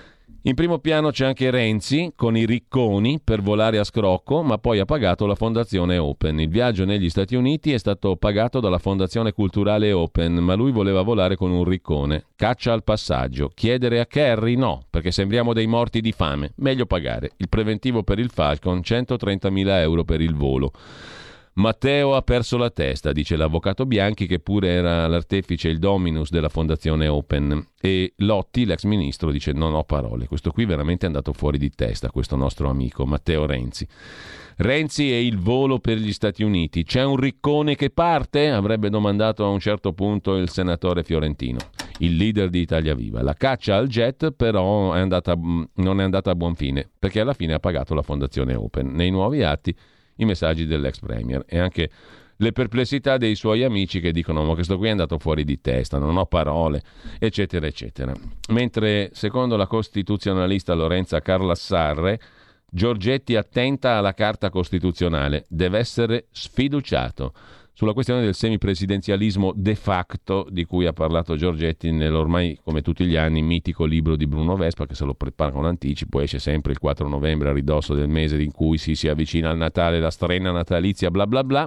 Speaker 1: In primo piano c'è anche Renzi con i ricconi per volare a scrocco, ma poi ha pagato la Fondazione Open. Il viaggio negli Stati Uniti è stato pagato dalla Fondazione Culturale Open, ma lui voleva volare con un riccone. Caccia al passaggio. Chiedere a Kerry? No, perché sembriamo dei morti di fame. Meglio pagare. Il preventivo per il Falcon, centotrentamila euro per il volo. Matteo ha perso la testa, dice l'avvocato Bianchi, che pure era l'artefice, il dominus della Fondazione Open. E Lotti, l'ex ministro, dice non ho parole. Questo qui veramente è andato fuori di testa, questo nostro amico Matteo Renzi. Renzi e il volo per gli Stati Uniti. C'è un riccone che parte? Avrebbe domandato a un certo punto il senatore Fiorentino, il leader di Italia Viva. La caccia al jet però è andata, non è andata a buon fine, perché alla fine ha pagato la Fondazione Open. Nei nuovi atti i messaggi dell'ex premier e anche le perplessità dei suoi amici che dicono ma questo qui è andato fuori di testa, non ho parole, eccetera eccetera. Mentre secondo la costituzionalista Lorenza Carlassarre, Giorgetti attenta alla Carta Costituzionale, deve essere sfiduciato. Sulla questione del semipresidenzialismo de facto di cui ha parlato Giorgetti nell'ormai, come tutti gli anni, mitico libro di Bruno Vespa, che se lo prepara con anticipo, esce sempre il quattro novembre a ridosso del mese in cui si si avvicina al Natale, la strenna natalizia, bla bla bla.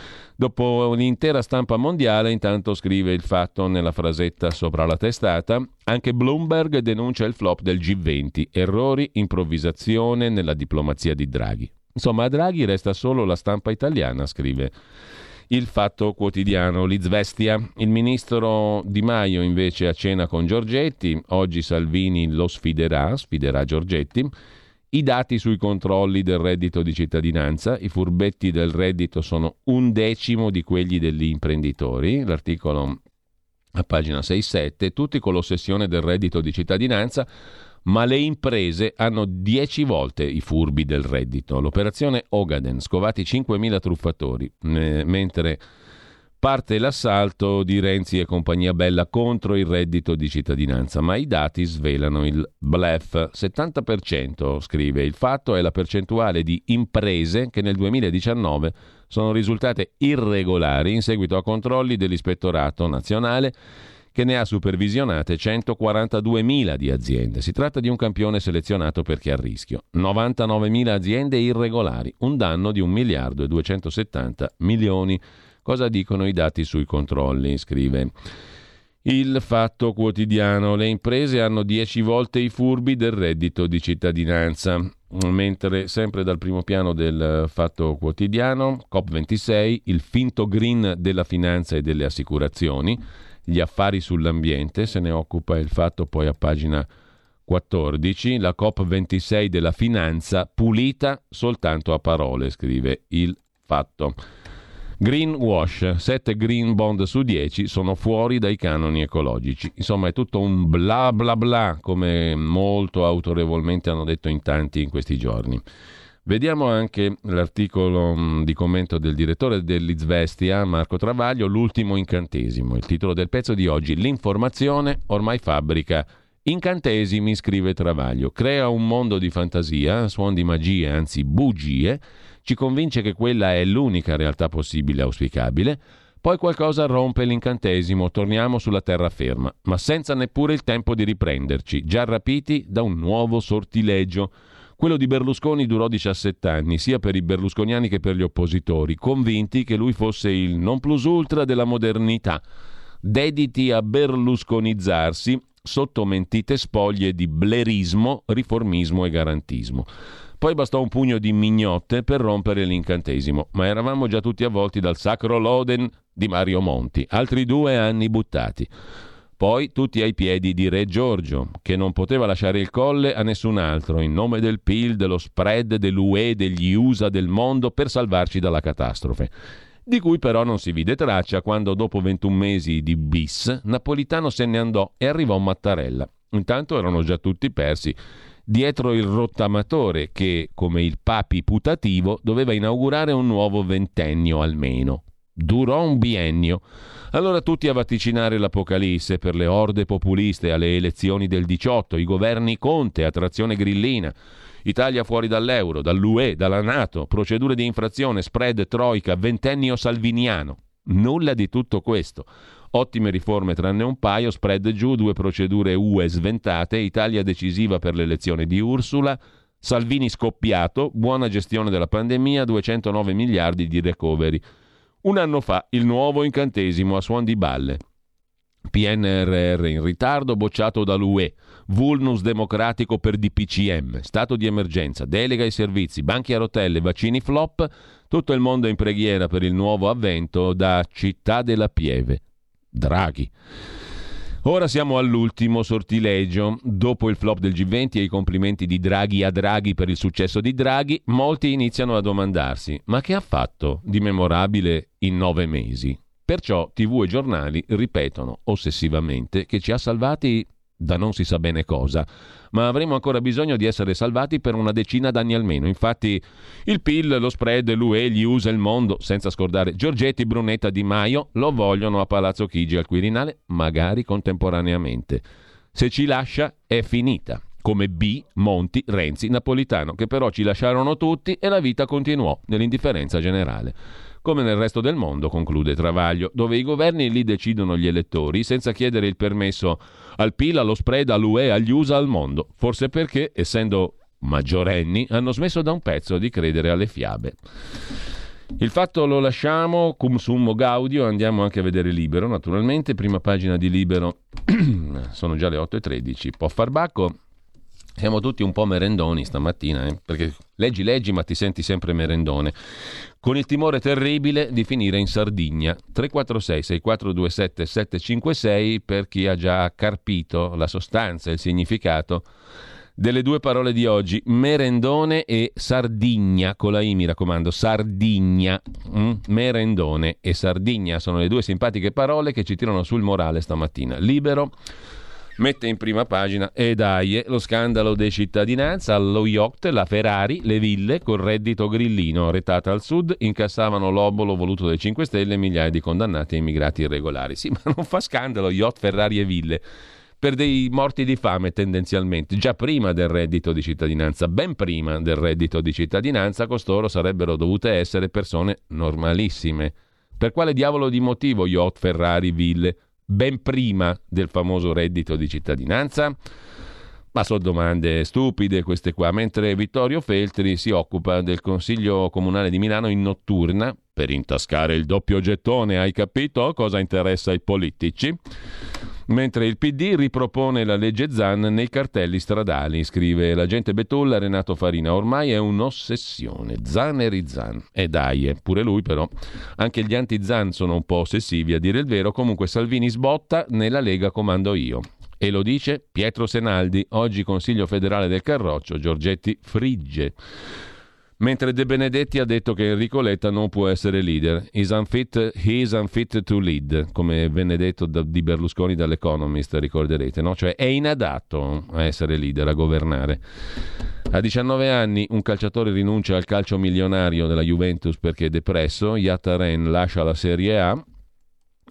Speaker 1: Dopo un'intera stampa mondiale, intanto scrive il Fatto nella frasetta sopra la testata, anche Bloomberg denuncia il flop del G venti, errori, improvvisazione nella diplomazia di Draghi. Insomma, a Draghi resta solo la stampa italiana, scrive il Fatto Quotidiano. L'Izvestia, il ministro Di Maio invece a cena con Giorgetti, oggi Salvini lo sfiderà, sfiderà Giorgetti. I dati sui controlli del reddito di cittadinanza, i furbetti del reddito sono un decimo di quelli degli imprenditori, l'articolo a pagina sei sette, tutti con l'ossessione del reddito di cittadinanza, ma le imprese hanno dieci volte i furbi del reddito. L'operazione Ogaden, scovati cinquemila truffatori, eh, mentre parte l'assalto di Renzi e compagnia bella contro il reddito di cittadinanza, ma i dati svelano il bluff. settanta per cento, scrive il Fatto, è la percentuale di imprese che nel duemiladiciannove sono risultate irregolari in seguito a controlli dell'Ispettorato Nazionale, che ne ha supervisionate centoquarantaduemila di aziende. Si tratta di un campione selezionato perché a rischio. novantanovemila aziende irregolari, un danno di un miliardo e duecentosettanta milioni. Cosa dicono i dati sui controlli? Scrive il Fatto Quotidiano. Le imprese hanno dieci volte i furbi del reddito di cittadinanza. Mentre sempre dal primo piano del Fatto Quotidiano, COP ventisei, il finto green della finanza e delle assicurazioni, gli affari sull'ambiente, se ne occupa il Fatto poi a pagina quattordici, la COP ventisei della finanza pulita soltanto a parole, scrive il Fatto. Greenwash, sette green bond su dieci sono fuori dai canoni ecologici. Insomma, è tutto un bla bla bla, come molto autorevolmente hanno detto in tanti in questi giorni. Vediamo anche l'articolo di commento del direttore dell'Izvestia, Marco Travaglio, l'ultimo incantesimo. Il titolo del pezzo di oggi: l'informazione ormai fabbrica Incantesimi, scrive Travaglio, crea un mondo di fantasia, suon di magie, anzi bugie, ci convince che quella è l'unica realtà possibile e auspicabile, poi qualcosa rompe l'incantesimo, torniamo sulla terraferma, ma senza neppure il tempo di riprenderci, già rapiti da un nuovo sortilegio. Quello di Berlusconi durò diciassette anni, sia per i berlusconiani che per gli oppositori, convinti che lui fosse il non plus ultra della modernità, dediti a berlusconizzarsi sotto mentite spoglie di blerismo, riformismo e garantismo. Poi bastò un pugno di mignotte per rompere l'incantesimo, ma eravamo già tutti avvolti dal sacro loden di Mario Monti, altri due anni buttati. Poi tutti ai piedi di Re Giorgio, che non poteva lasciare il colle a nessun altro, in nome del P I L, dello spread, dell'U E, degli U S A, del mondo, per salvarci dalla catastrofe. Di cui però non si vide traccia quando, dopo ventuno mesi di bis, Napolitano se ne andò e arrivò Mattarella. Intanto erano già tutti persi dietro il rottamatore che, come il papi putativo, doveva inaugurare un nuovo ventennio almeno. Durò un biennio. Allora tutti a vaticinare l'apocalisse per le orde populiste alle elezioni del diciotto, i governi Conte a trazione grillina, Italia fuori dall'euro, dall'U E, dalla NATO, procedure di infrazione, spread, troica, ventennio salviniano. Nulla di tutto questo. Ottime riforme tranne un paio, spread giù, due procedure U E sventate, Italia decisiva per l'elezione di Ursula, Salvini scoppiato, buona gestione della pandemia, duecentonove miliardi di recovery. Un anno fa il nuovo incantesimo a suon di balle. P N R R in ritardo, bocciato dall'U E, vulnus democratico per D P C M, stato di emergenza, delega ai servizi, banchi a rotelle, vaccini flop, tutto il mondo in preghiera per il nuovo avvento da Città della Pieve. Draghi. Ora siamo all'ultimo sortilegio. Dopo il flop del G venti e i complimenti di Draghi a Draghi per il successo di Draghi, molti iniziano a domandarsi: ma che ha fatto di memorabile in nove mesi? Perciò tivù e giornali ripetono ossessivamente che ci ha salvati da non si sa bene cosa, ma avremo ancora bisogno di essere salvati per una decina d'anni almeno. Infatti il P I L, lo spread, l'U E, gli U S A, il mondo, senza scordare Giorgetti, Brunetta, Di Maio, lo vogliono a Palazzo Chigi al Quirinale, magari contemporaneamente. Se ci lascia è finita, come B, Monti, Renzi, Napolitano, che però ci lasciarono tutti e la vita continuò nell'indifferenza generale. Come nel resto del mondo, conclude Travaglio, dove i governi lì decidono gli elettori senza chiedere il permesso al P I L, allo spread, all'U E, agli U S A, al mondo. Forse perché, essendo maggiorenni, hanno smesso da un pezzo di credere alle fiabe. Il fatto lo lasciamo, cum summo gaudio, andiamo anche a vedere Libero, naturalmente. Prima pagina di Libero, sono già le otto e tredici, po' farbacco. Siamo tutti un po' merendoni stamattina, eh? Perché leggi, leggi, ma ti senti sempre merendone. Con il timore terribile di finire in Sardegna. tre quattro sei sei quattro due sette sette cinque sei per chi ha già carpito la sostanza e il significato delle due parole di oggi, merendone e Sardigna, con la I mi raccomando, Sardigna. Mm? Merendone e Sardigna sono le due simpatiche parole che ci tirano sul morale stamattina. Libero mette in prima pagina e dai, lo scandalo di cittadinanza, allo yacht, la Ferrari, le ville col reddito grillino, retata al sud, incassavano l'obolo voluto dai cinque Stelle e migliaia di condannati e immigrati irregolari. Sì, ma non fa scandalo yacht, Ferrari e ville per dei morti di fame tendenzialmente, già prima del reddito di cittadinanza, ben prima del reddito di cittadinanza, costoro sarebbero dovute essere persone normalissime. Per quale diavolo di motivo yacht, Ferrari, ville? Ben prima del famoso reddito di cittadinanza? Ma sono domande stupide queste qua, mentre Vittorio Feltri si occupa del Consiglio Comunale di Milano in notturna per intascare il doppio gettone, hai capito cosa interessa ai politici? Mentre il P D ripropone la legge Zan nei cartelli stradali, scrive l'agente Betulla Renato Farina, ormai è un'ossessione, Zan e Rizan. E dai, pure lui però, anche gli anti-Zan sono un po' ossessivi a dire il vero, comunque Salvini sbotta, nella Lega comando io. E lo dice Pietro Senaldi, oggi Consiglio federale del Carroccio, Giorgetti frigge. Mentre De Benedetti ha detto che Enrico Letta non può essere leader. He's unfit, he is unfit to lead, come venne detto da, di Berlusconi dall'Economist, ricorderete, no? Cioè è inadatto a essere leader, a governare. A diciannove anni un calciatore rinuncia al calcio milionario della Juventus perché è depresso, Iataren lascia la Serie A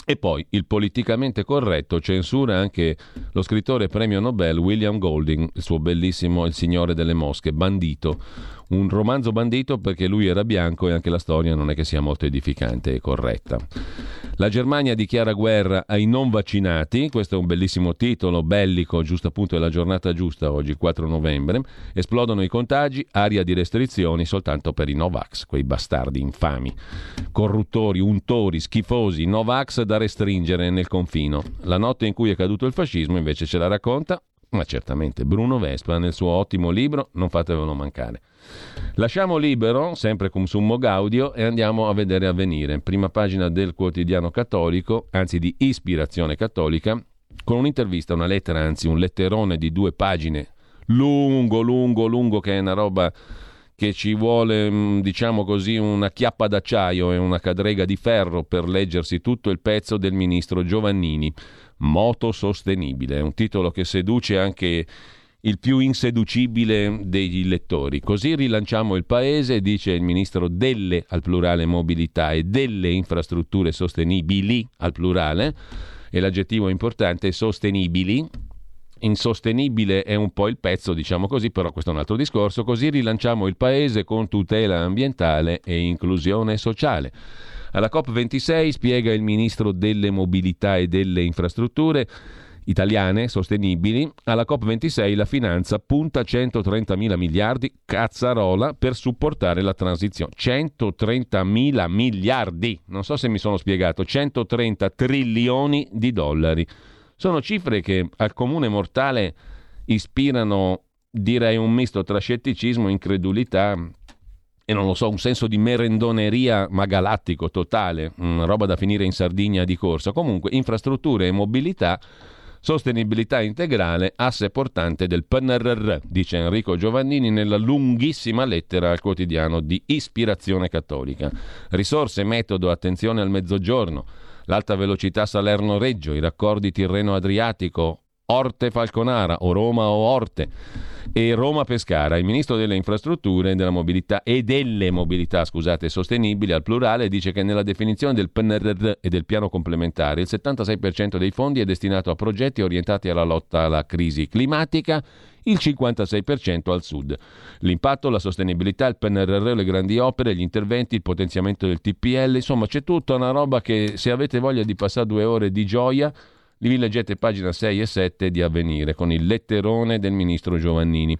Speaker 1: E poi il politicamente corretto censura anche lo scrittore premio Nobel William Golding, il suo bellissimo Il Signore delle Mosche, Bandito. Un romanzo bandito perché lui era bianco e anche la storia non è che sia molto edificante e corretta. La Germania dichiara guerra ai non vaccinati, questo è un bellissimo titolo, bellico, giusto appunto è la giornata giusta oggi, quattro novembre. Esplodono i contagi, aria di restrizioni soltanto per i Novax, quei bastardi infami, corruttori, untori, schifosi, Novax da restringere nel confino. La notte in cui è caduto il fascismo invece ce la racconta, ma certamente Bruno Vespa nel suo ottimo libro, non fatevelo mancare. Lasciamo libero, sempre cum summo gaudio, e andiamo a vedere Avvenire, prima pagina del quotidiano cattolico, anzi di ispirazione cattolica, con un'intervista, una lettera, anzi un letterone di due pagine, lungo, lungo, lungo, che è una roba che ci vuole, diciamo così, una chiappa d'acciaio e una cadrega di ferro per leggersi tutto il pezzo del ministro Giovannini. Moto sostenibile, è un titolo che seduce anche il più inseducibile degli lettori. Così rilanciamo il paese, dice il ministro delle, al plurale, mobilità e delle infrastrutture sostenibili, al plurale, e l'aggettivo importante è sostenibili. Insostenibile è un po' il pezzo, diciamo così, però questo è un altro discorso. Così rilanciamo il paese con tutela ambientale e inclusione sociale. Alla COP ventisei, spiega il ministro delle mobilità e delle infrastrutture italiane sostenibili, alla COP ventisei la finanza punta centotrentamila miliardi, cazzarola, per supportare la transizione. centotrentamila miliardi, non so se mi sono spiegato, centotrenta trilioni di dollari. Sono cifre che al comune mortale ispirano, direi, un misto tra scetticismo, incredulità e non lo so, un senso di merendoneria ma galattico totale, una roba da finire in Sardegna di corsa. Comunque, infrastrutture e mobilità, sostenibilità integrale, asse portante del P N R R, dice Enrico Giovannini nella lunghissima lettera al quotidiano di ispirazione cattolica. Risorse, metodo, attenzione al mezzogiorno, l'alta velocità Salerno-Reggio, i raccordi Tirreno-Adriatico, Orte-Falconara o Roma o Orte e Roma-Pescara. Il ministro delle infrastrutture e della mobilità e delle mobilità, scusate, sostenibili al plurale, dice che nella definizione del P N R R e del piano complementare il settantasei per cento dei fondi è destinato a progetti orientati alla lotta alla crisi climatica, il cinquantasei per cento al sud. L'impatto, la sostenibilità, il P N R R, le grandi opere, gli interventi, il potenziamento del T P L, insomma c'è tutta una roba che, se avete voglia di passare due ore di gioia, vi leggete pagina sei e sette di Avvenire con il letterone del ministro Giovannini.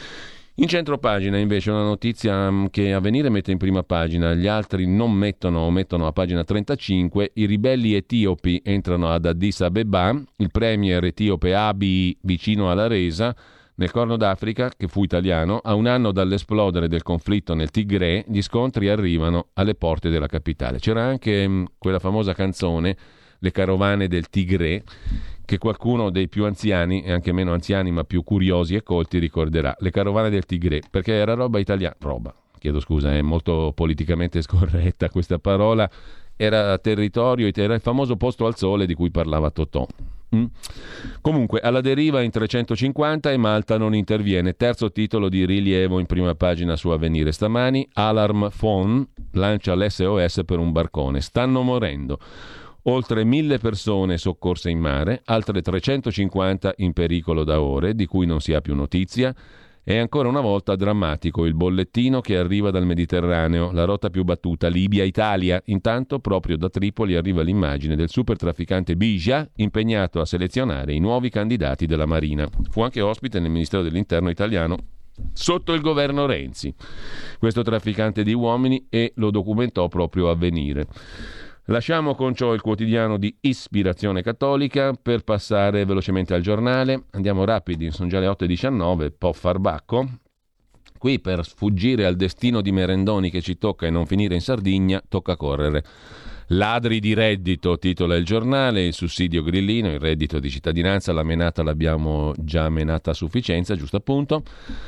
Speaker 1: In centropagina invece una notizia che Avvenire mette in prima pagina, gli altri non mettono o mettono a pagina trentacinque. I ribelli etiopi entrano ad Addis Abeba, il premier etiope Abiy vicino alla resa nel Corno d'Africa, che fu italiano. A un anno dall'esplodere del conflitto nel Tigre, gli scontri arrivano alle porte della capitale. C'era anche mh, quella famosa canzone Le carovane del Tigre, che qualcuno dei più anziani, e anche meno anziani ma più curiosi e colti, ricorderà. Le carovane del Tigre, perché era roba italiana, roba, chiedo scusa, è molto politicamente scorretta questa parola, era territorio, era il famoso posto al sole di cui parlava Totò. Mm. Comunque, alla deriva in trecentocinquanta e Malta non interviene. Terzo titolo di rilievo in prima pagina su Avvenire stamani. Alarm Phone lancia l'S O S per un barcone. Stanno morendo. Oltre mille persone soccorse in mare, altre trecentocinquanta in pericolo da ore, di cui non si ha più notizia. E ancora una volta drammatico il bollettino che arriva dal Mediterraneo, la rotta più battuta, Libia-Italia. Intanto, proprio da Tripoli arriva l'immagine del supertrafficante Bija, impegnato a selezionare i nuovi candidati della Marina. Fu anche ospite nel Ministero dell'Interno italiano sotto il governo Renzi, questo trafficante di uomini, e lo documentò proprio Avvenire. Lasciamo con ciò il quotidiano di ispirazione cattolica per passare velocemente al giornale. Andiamo rapidi, sono già le otto e diciannove, po' farbacco. Qui, per sfuggire al destino di merendoni che ci tocca e non finire in Sardegna, tocca correre. Ladri di reddito, titola il giornale, il sussidio grillino, il reddito di cittadinanza, la menata l'abbiamo già menata a sufficienza, giusto appunto.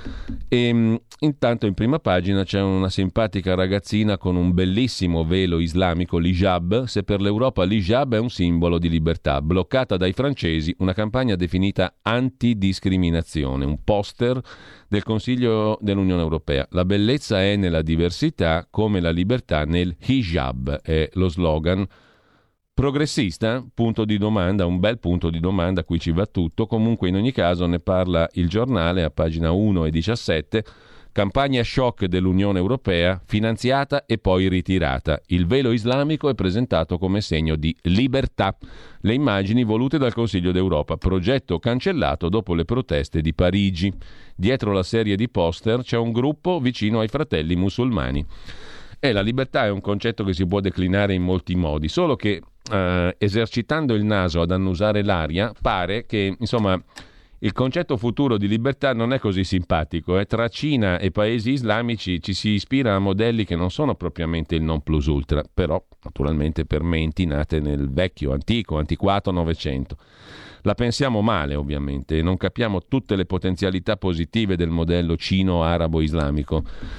Speaker 1: E intanto in prima pagina c'è una simpatica ragazzina con un bellissimo velo islamico, l'hijab. Se per l'Europa l'hijab è un simbolo di libertà, bloccata dai francesi una campagna definita antidiscriminazione, un poster del Consiglio dell'Unione Europea. La bellezza è nella diversità come la libertà nel hijab, è lo slogan Progressista? Punto di domanda, un bel punto di domanda, qui ci va tutto. Comunque in ogni caso ne parla il giornale a pagina uno e diciassette. Campagna shock dell'Unione Europea, finanziata e poi ritirata. Il velo islamico è presentato come segno di libertà. Le immagini volute dal Consiglio d'Europa. Progetto cancellato dopo le proteste di Parigi. Dietro la serie di poster c'è un gruppo vicino ai fratelli musulmani. E la libertà è un concetto che si può declinare in molti modi, solo che eh, esercitando il naso ad annusare l'aria pare che, insomma, il concetto futuro di libertà non è così simpatico. Eh. Tra Cina e paesi islamici ci si ispira a modelli che non sono propriamente il non plus ultra, però naturalmente per menti nate nel vecchio, antico, antiquato Novecento. La pensiamo male, ovviamente, e non capiamo tutte le potenzialità positive del modello cino-arabo-islamico.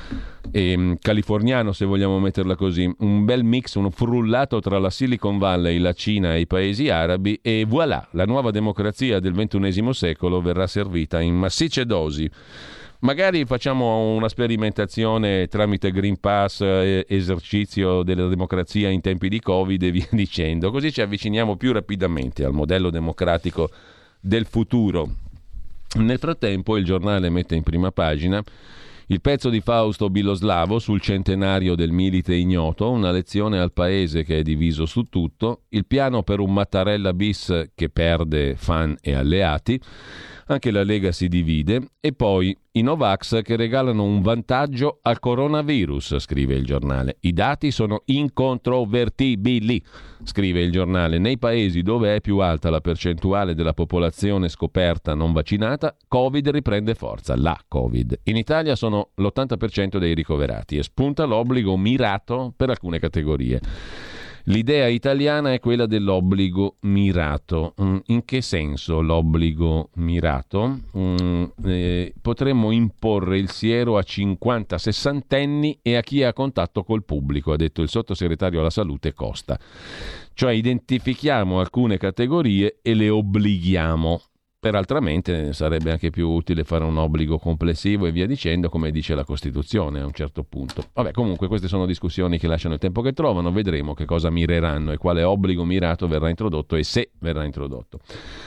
Speaker 1: E, californiano, se vogliamo metterla così, un bel mix, uno frullato tra la Silicon Valley, la Cina e i paesi arabi, e voilà, la nuova democrazia del ventunesimo secolo verrà servita in massicce dosi. Magari facciamo una sperimentazione tramite Green Pass, eh, esercizio della democrazia in tempi di Covid e via dicendo, così ci avviciniamo più rapidamente al modello democratico del futuro. Nel frattempo il giornale mette in prima pagina il pezzo di Fausto Biloslavo sul centenario del Milite Ignoto, una lezione al paese che è diviso su tutto, il piano per un Mattarella bis che perde fan e alleati, anche la Lega si divide, e poi i Novax che regalano un vantaggio al coronavirus, scrive il giornale. I dati sono incontrovertibili, scrive il giornale. Nei paesi dove è più alta la percentuale della popolazione scoperta non vaccinata, Covid riprende forza, la Covid. In Italia sono l'ottanta per cento dei ricoverati e spunta l'obbligo mirato per alcune categorie. L'idea italiana è quella dell'obbligo mirato. In che senso l'obbligo mirato? Mm, eh, potremmo imporre il siero a cinquanta sessantenni e a chi è a contatto col pubblico, ha detto il sottosegretario alla salute Costa. Cioè identifichiamo alcune categorie e le obblighiamo. Peraltramente sarebbe anche più utile fare un obbligo complessivo e via dicendo, come dice la Costituzione a un certo punto. Vabbè, comunque queste sono discussioni che lasciano il tempo che trovano, vedremo che cosa mireranno e quale obbligo mirato verrà introdotto e se verrà introdotto.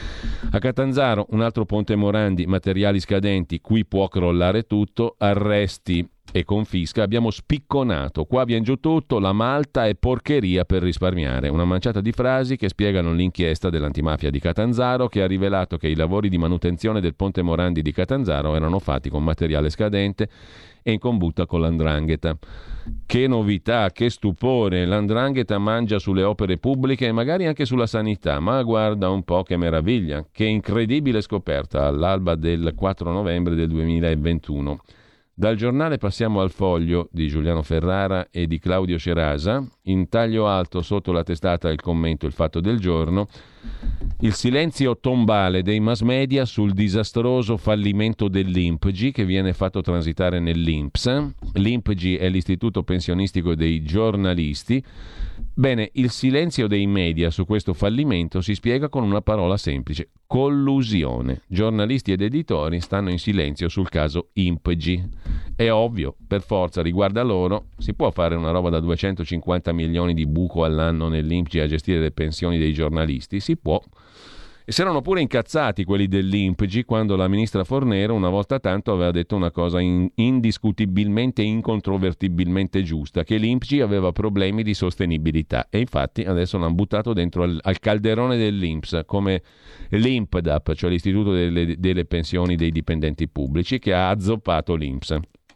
Speaker 1: A Catanzaro, un altro ponte Morandi, materiali scadenti, qui può crollare tutto, arresti e confisca, abbiamo spicconato, qua viene giù tutto, la malta è porcheria per risparmiare. Una manciata di frasi che spiegano l'inchiesta dell'antimafia di Catanzaro, che ha rivelato che i lavori di manutenzione del ponte Morandi di Catanzaro erano fatti con materiale scadente e in combutta con l'Andrangheta. Che novità, che stupore, l'Andrangheta mangia sulle opere pubbliche e magari anche sulla sanità, ma guarda un po' che meraviglia, che incredibile scoperta all'alba del quattro novembre del duemilaventuno. Dal giornale passiamo al Foglio di Giuliano Ferrara e di Claudio Cerasa. In taglio alto sotto la testata il commento Il Fatto del Giorno. Il silenzio tombale dei mass media sul disastroso fallimento dell'I N P G che viene fatto transitare nell'I N P S. L'I N P G è l'Istituto Pensionistico dei Giornalisti. Bene, il silenzio dei media su questo fallimento si spiega con una parola semplice: collusione. Giornalisti ed editori stanno in silenzio sul caso I N P G. È ovvio, per forza riguarda loro. Si può fare una roba da duecentocinquanta milioni di buco all'anno nell'I N P G a gestire le pensioni dei giornalisti? Si può. E si erano pure incazzati quelli dell'I N P G quando la ministra Fornero una volta tanto aveva detto una cosa in, indiscutibilmente e incontrovertibilmente giusta, che l'I N P G aveva problemi di sostenibilità, e infatti adesso l'hanno buttato dentro al, al calderone dell'I N P S come l'I N P D A P, cioè l'Istituto delle, delle Pensioni dei Dipendenti Pubblici, che ha azzoppato l'I N P S.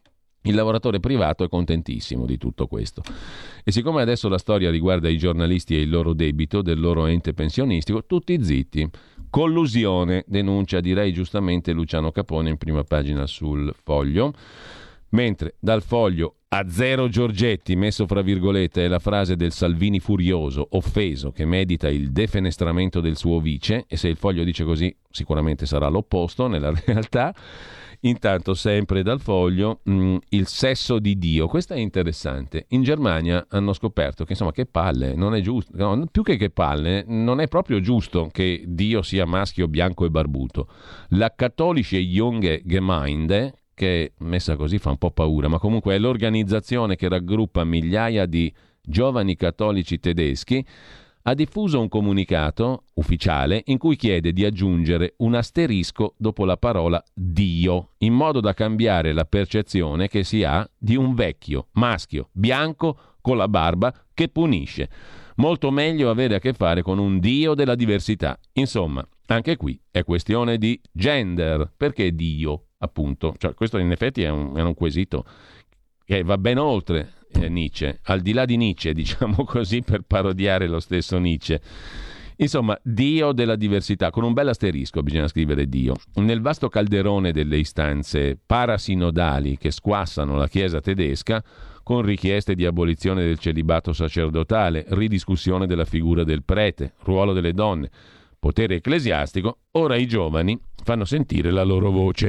Speaker 1: Il lavoratore privato è contentissimo di tutto questo. E siccome adesso la storia riguarda i giornalisti e il loro debito del loro ente pensionistico, tutti zitti. Collusione, denuncia direi giustamente Luciano Capone in prima pagina sul Foglio. Mentre dal Foglio a zero Giorgetti, messo fra virgolette, è la frase del Salvini furioso, offeso, che medita il defenestramento del suo vice, e se il Foglio dice così sicuramente sarà l'opposto nella realtà. Intanto, sempre dal Foglio, mh, il sesso di Dio. Questa è interessante. In Germania hanno scoperto che, insomma, che palle, non è giusto, no, più che che palle, non è proprio giusto che Dio sia maschio, bianco e barbuto. La Katholische Junge Gemeinde, che messa così fa un po' paura, ma comunque è l'organizzazione che raggruppa migliaia di giovani cattolici tedeschi, ha diffuso un comunicato ufficiale in cui chiede di aggiungere un asterisco dopo la parola Dio, in modo da cambiare la percezione che si ha di un vecchio, maschio, bianco, con la barba, che punisce. Molto meglio avere a che fare con un Dio della diversità. Insomma, anche qui è questione di gender. Perché Dio, appunto? Cioè, questo in effetti è un, è un quesito che va ben oltre eh, Nietzsche, al di là di Nietzsche, diciamo così, per parodiare lo stesso Nietzsche. Insomma, Dio della diversità, con un bel asterisco bisogna scrivere Dio. Nel vasto calderone delle istanze parasinodali che squassano la Chiesa tedesca, con richieste di abolizione del celibato sacerdotale, ridiscussione della figura del prete, ruolo delle donne, potere ecclesiastico, ora i giovani fanno sentire la loro voce.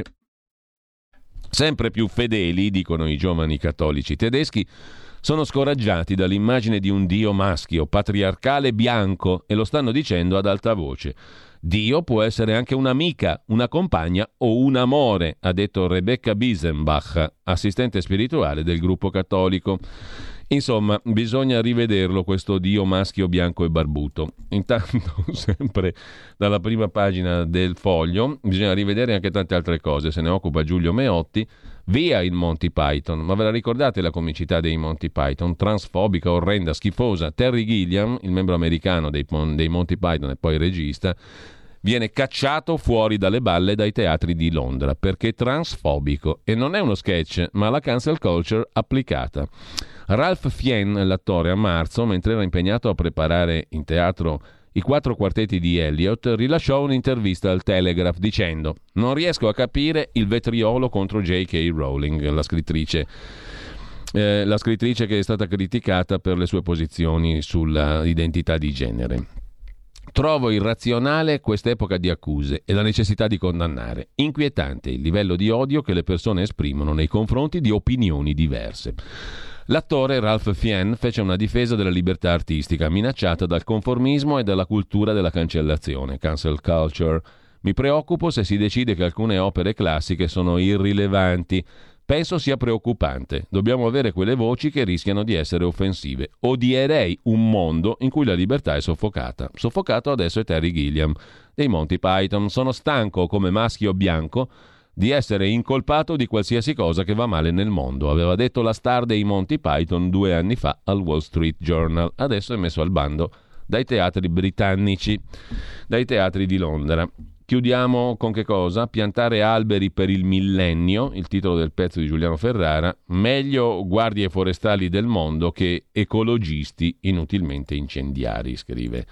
Speaker 1: Sempre più fedeli, dicono i giovani cattolici tedeschi, sono scoraggiati dall'immagine di un Dio maschio, patriarcale, bianco, e lo stanno dicendo ad alta voce. Dio può essere anche un'amica, una compagna o un amore, ha detto Rebecca Biesenbach, assistente spirituale del gruppo cattolico. Insomma, bisogna rivederlo questo Dio maschio, bianco e barbuto. Intanto, sempre dalla prima pagina del Foglio, bisogna rivedere anche tante altre cose. Se ne occupa Giulio Meotti. Via il Monty Python. Ma ve la ricordate la comicità dei Monty Python? Transfobica, orrenda, schifosa. Terry Gilliam, il membro americano dei, dei Monty Python e poi regista, viene cacciato fuori dalle balle dai teatri di Londra perché transfobico. E non è uno sketch, ma la cancel culture applicata. Ralph Fiennes, l'attore, a marzo, mentre era impegnato a preparare in teatro i quattro quartetti di Eliot, rilasciò un'intervista al Telegraph dicendo: non riesco a capire il vetriolo contro J K. Rowling, la scrittrice, eh, la scrittrice che è stata criticata per le sue posizioni sulla identità di genere. Trovo irrazionale quest'epoca di accuse e la necessità di condannare. Inquietante il livello di odio che le persone esprimono nei confronti di opinioni diverse. L'attore Ralph Fiennes fece una difesa della libertà artistica minacciata dal conformismo e dalla cultura della cancellazione, cancel culture. Mi preoccupo se si decide che alcune opere classiche sono irrilevanti. Penso sia preoccupante. Dobbiamo avere quelle voci che rischiano di essere offensive. Odierei un mondo in cui la libertà è soffocata. Soffocato adesso è Terry Gilliam dei Monty Python. Sono stanco come maschio bianco di essere incolpato di qualsiasi cosa che va male nel mondo, aveva detto la star dei Monty Python due anni fa al Wall Street Journal. Adesso è messo al bando dai teatri britannici, dai teatri di Londra. Chiudiamo con che cosa? Piantare alberi per il millennio, il titolo del pezzo di Giuliano Ferrara. Meglio guardie forestali del mondo che ecologisti inutilmente incendiari, scrive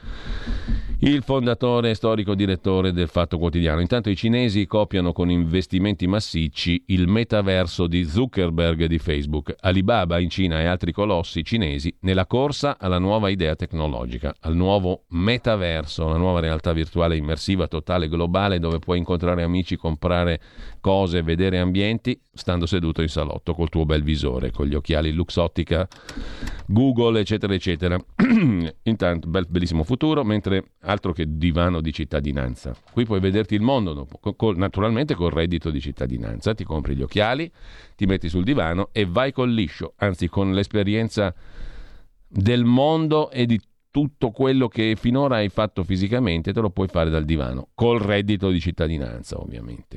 Speaker 1: il fondatore e storico direttore del Fatto Quotidiano. Intanto i cinesi copiano con investimenti massicci il metaverso di Zuckerberg di Facebook. Alibaba in Cina e altri colossi cinesi nella corsa alla nuova idea tecnologica, al nuovo metaverso, una nuova realtà virtuale immersiva, totale, globale, dove puoi incontrare amici, comprare cose, vedere ambienti, stando seduto in salotto col tuo bel visore, con gli occhiali Luxottica, Google, eccetera, eccetera. Intanto, bel, bellissimo futuro, mentre altro che divano di cittadinanza. Qui puoi vederti il mondo dopo, con, con, naturalmente col reddito di cittadinanza. Ti compri gli occhiali, ti metti sul divano e vai col liscio, anzi con l'esperienza del mondo e di tutto quello che finora hai fatto fisicamente te lo puoi fare dal divano, col reddito di cittadinanza ovviamente.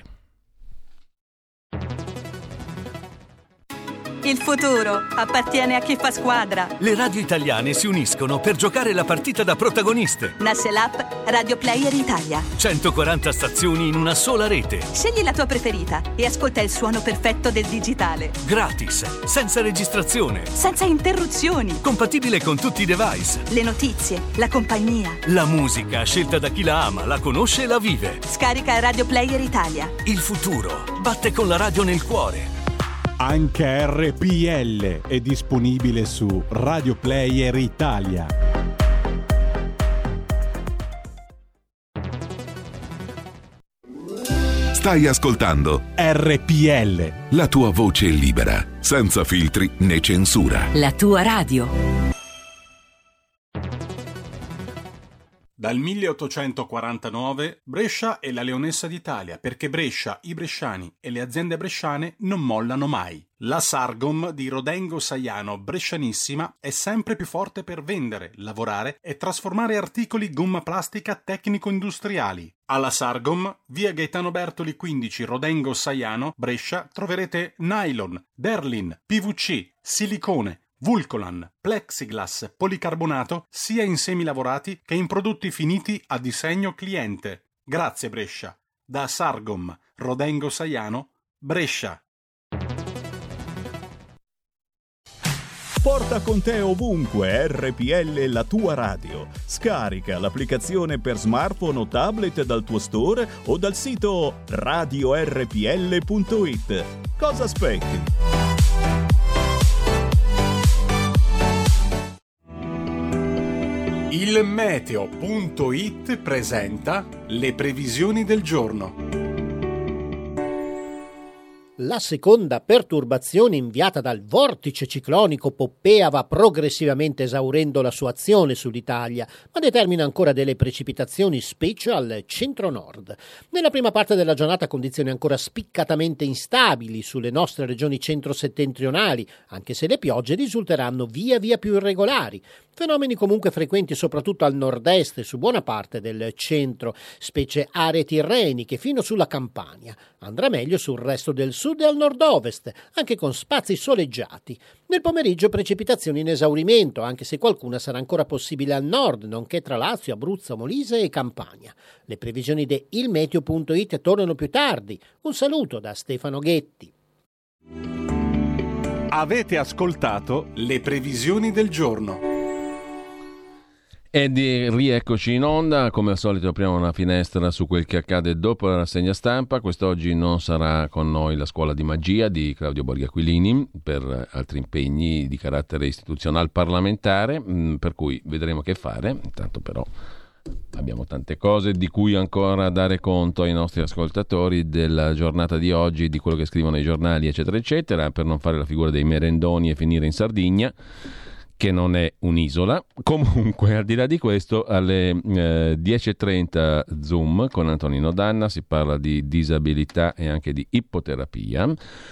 Speaker 2: Il futuro appartiene a chi fa squadra.
Speaker 3: Le radio italiane si uniscono per giocare la partita da protagoniste.
Speaker 2: Nasce l'app Radio Player Italia.
Speaker 3: centoquaranta stazioni in una sola rete.
Speaker 2: Scegli la tua preferita e ascolta il suono perfetto del digitale.
Speaker 3: Gratis, senza registrazione.
Speaker 2: Senza interruzioni.
Speaker 3: Compatibile con tutti i device.
Speaker 2: Le notizie, la compagnia.
Speaker 3: La musica, scelta da chi la ama, la conosce e la vive.
Speaker 2: Scarica Radio Player Italia.
Speaker 3: Il futuro batte con la radio nel cuore.
Speaker 4: Anche R P L è disponibile su Radio Player Italia.
Speaker 5: Stai ascoltando
Speaker 4: R P L,
Speaker 5: la tua voce libera, senza filtri né censura.
Speaker 2: La tua radio.
Speaker 4: Dal milleottocentoquarantanove Brescia è la leonessa d'Italia, perché Brescia, i bresciani e le aziende bresciane non mollano mai. La Sargom di Rodengo Saiano Brescianissima è sempre più forte per vendere, lavorare e trasformare articoli gomma plastica tecnico-industriali. Alla Sargom, via Gaetano Bertoli quindici, Rodengo Saiano, Brescia, troverete nylon, Berlin, P V C, silicone, Vulcolan, plexiglass, policarbonato, sia in semi lavorati che in prodotti finiti a disegno cliente. Grazie Brescia. Da Sargom, Rodengo Saiano, Brescia.
Speaker 6: Porta con te ovunque R P L, la tua radio. Scarica l'applicazione per smartphone o tablet dal tuo store o dal sito radio erre pi elle punto it. Cosa aspetti?
Speaker 4: Il meteo punto it presenta le previsioni del giorno.
Speaker 7: La seconda perturbazione inviata dal vortice ciclonico Poppea va progressivamente esaurendo la sua azione sull'Italia, ma determina ancora delle precipitazioni specie al centro-nord. Nella prima parte della giornata condizioni ancora spiccatamente instabili sulle nostre regioni centro-settentrionali, anche se le piogge risulteranno via via più irregolari. Fenomeni comunque frequenti soprattutto al nord-est e su buona parte del centro, specie aree tirreniche fino sulla Campania. Andrà meglio sul resto del sud e al nord-ovest, anche con spazi soleggiati. Nel pomeriggio precipitazioni in esaurimento, anche se qualcuna sarà ancora possibile al nord, nonché tra Lazio, Abruzzo, Molise e Campania. Le previsioni di ilmeteo punto it tornano più tardi. Un saluto da Stefano Ghetti.
Speaker 4: Avete ascoltato le previsioni del giorno.
Speaker 1: E di rieccoci in onda, come al solito apriamo una finestra su quel che accade dopo la rassegna stampa. Quest'oggi non sarà con noi la scuola di magia di Claudio Borghi Aquilini per altri impegni di carattere istituzionale parlamentare, per cui vedremo che fare. Intanto però abbiamo tante cose di cui ancora dare conto ai nostri ascoltatori della giornata di oggi, di quello che scrivono i giornali eccetera eccetera, per non fare la figura dei merendoni e finire in Sardegna, che non è un'isola. Comunque, al di là di questo, alle eh, dieci e trenta Zoom con Antonino Danna si parla di disabilità e anche di ippoterapia,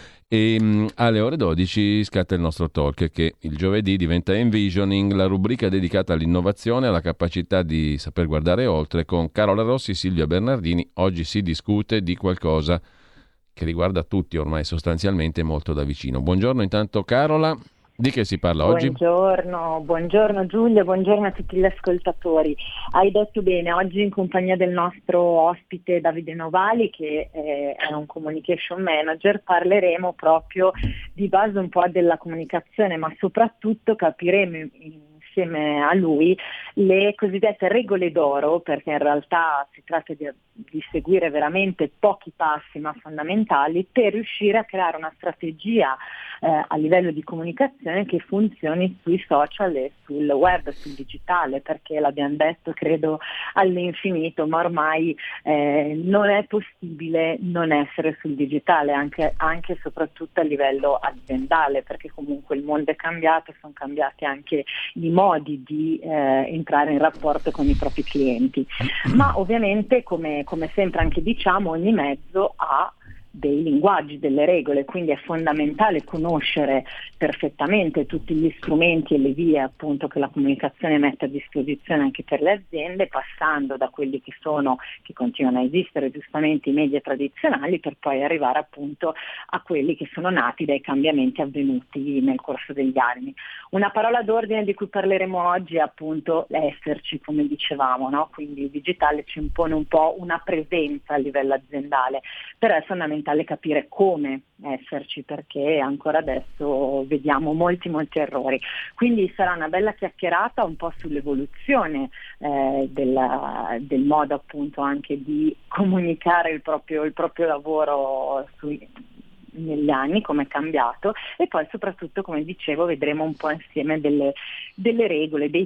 Speaker 1: e mh, alle ore dodici scatta il nostro talk, che il giovedì diventa Envisioning, la rubrica dedicata all'innovazione e alla capacità di saper guardare oltre, con Carola Rossi e Silvia Bernardini. Oggi si discute di qualcosa che riguarda tutti ormai sostanzialmente molto da vicino. Buongiorno intanto Carola. Di che si parla oggi?
Speaker 8: Buongiorno, buongiorno Giulio, buongiorno a tutti gli ascoltatori. Hai detto bene, oggi in compagnia del nostro ospite Davide Novali, che è un communication manager, parleremo proprio di base un po' della comunicazione, ma soprattutto capiremo insieme a lui le cosiddette regole d'oro, perché in realtà si tratta di, di seguire veramente pochi passi ma fondamentali per riuscire a creare una strategia eh, a livello di comunicazione che funzioni sui social e sul web, sul digitale, perché l'abbiamo detto credo all'infinito, ma ormai eh, non è possibile non essere sul digitale, anche, anche e soprattutto a livello aziendale, perché comunque il mondo è cambiato, sono cambiati anche i modi di eh, entrare in rapporto con i propri clienti. Ma ovviamente, come, come sempre anche diciamo, ogni mezzo ha dei linguaggi, delle regole, quindi è fondamentale conoscere perfettamente tutti gli strumenti e le vie appunto che la comunicazione mette a disposizione anche per le aziende, passando da quelli che sono, che continuano a esistere giustamente, i media tradizionali, per poi arrivare appunto a quelli che sono nati dai cambiamenti avvenuti nel corso degli anni. Una parola d'ordine di cui parleremo oggi è appunto l'esserci, come dicevamo, no? Quindi il digitale ci impone un po' una presenza a livello aziendale, però è fondamentale capire come esserci, perché ancora adesso vediamo molti molti errori. Quindi sarà una bella chiacchierata un po' sull'evoluzione eh, della, del modo appunto anche di comunicare il proprio, il proprio lavoro sui negli anni, come è cambiato, e poi soprattutto, come dicevo, vedremo un po' insieme delle, delle regole, dei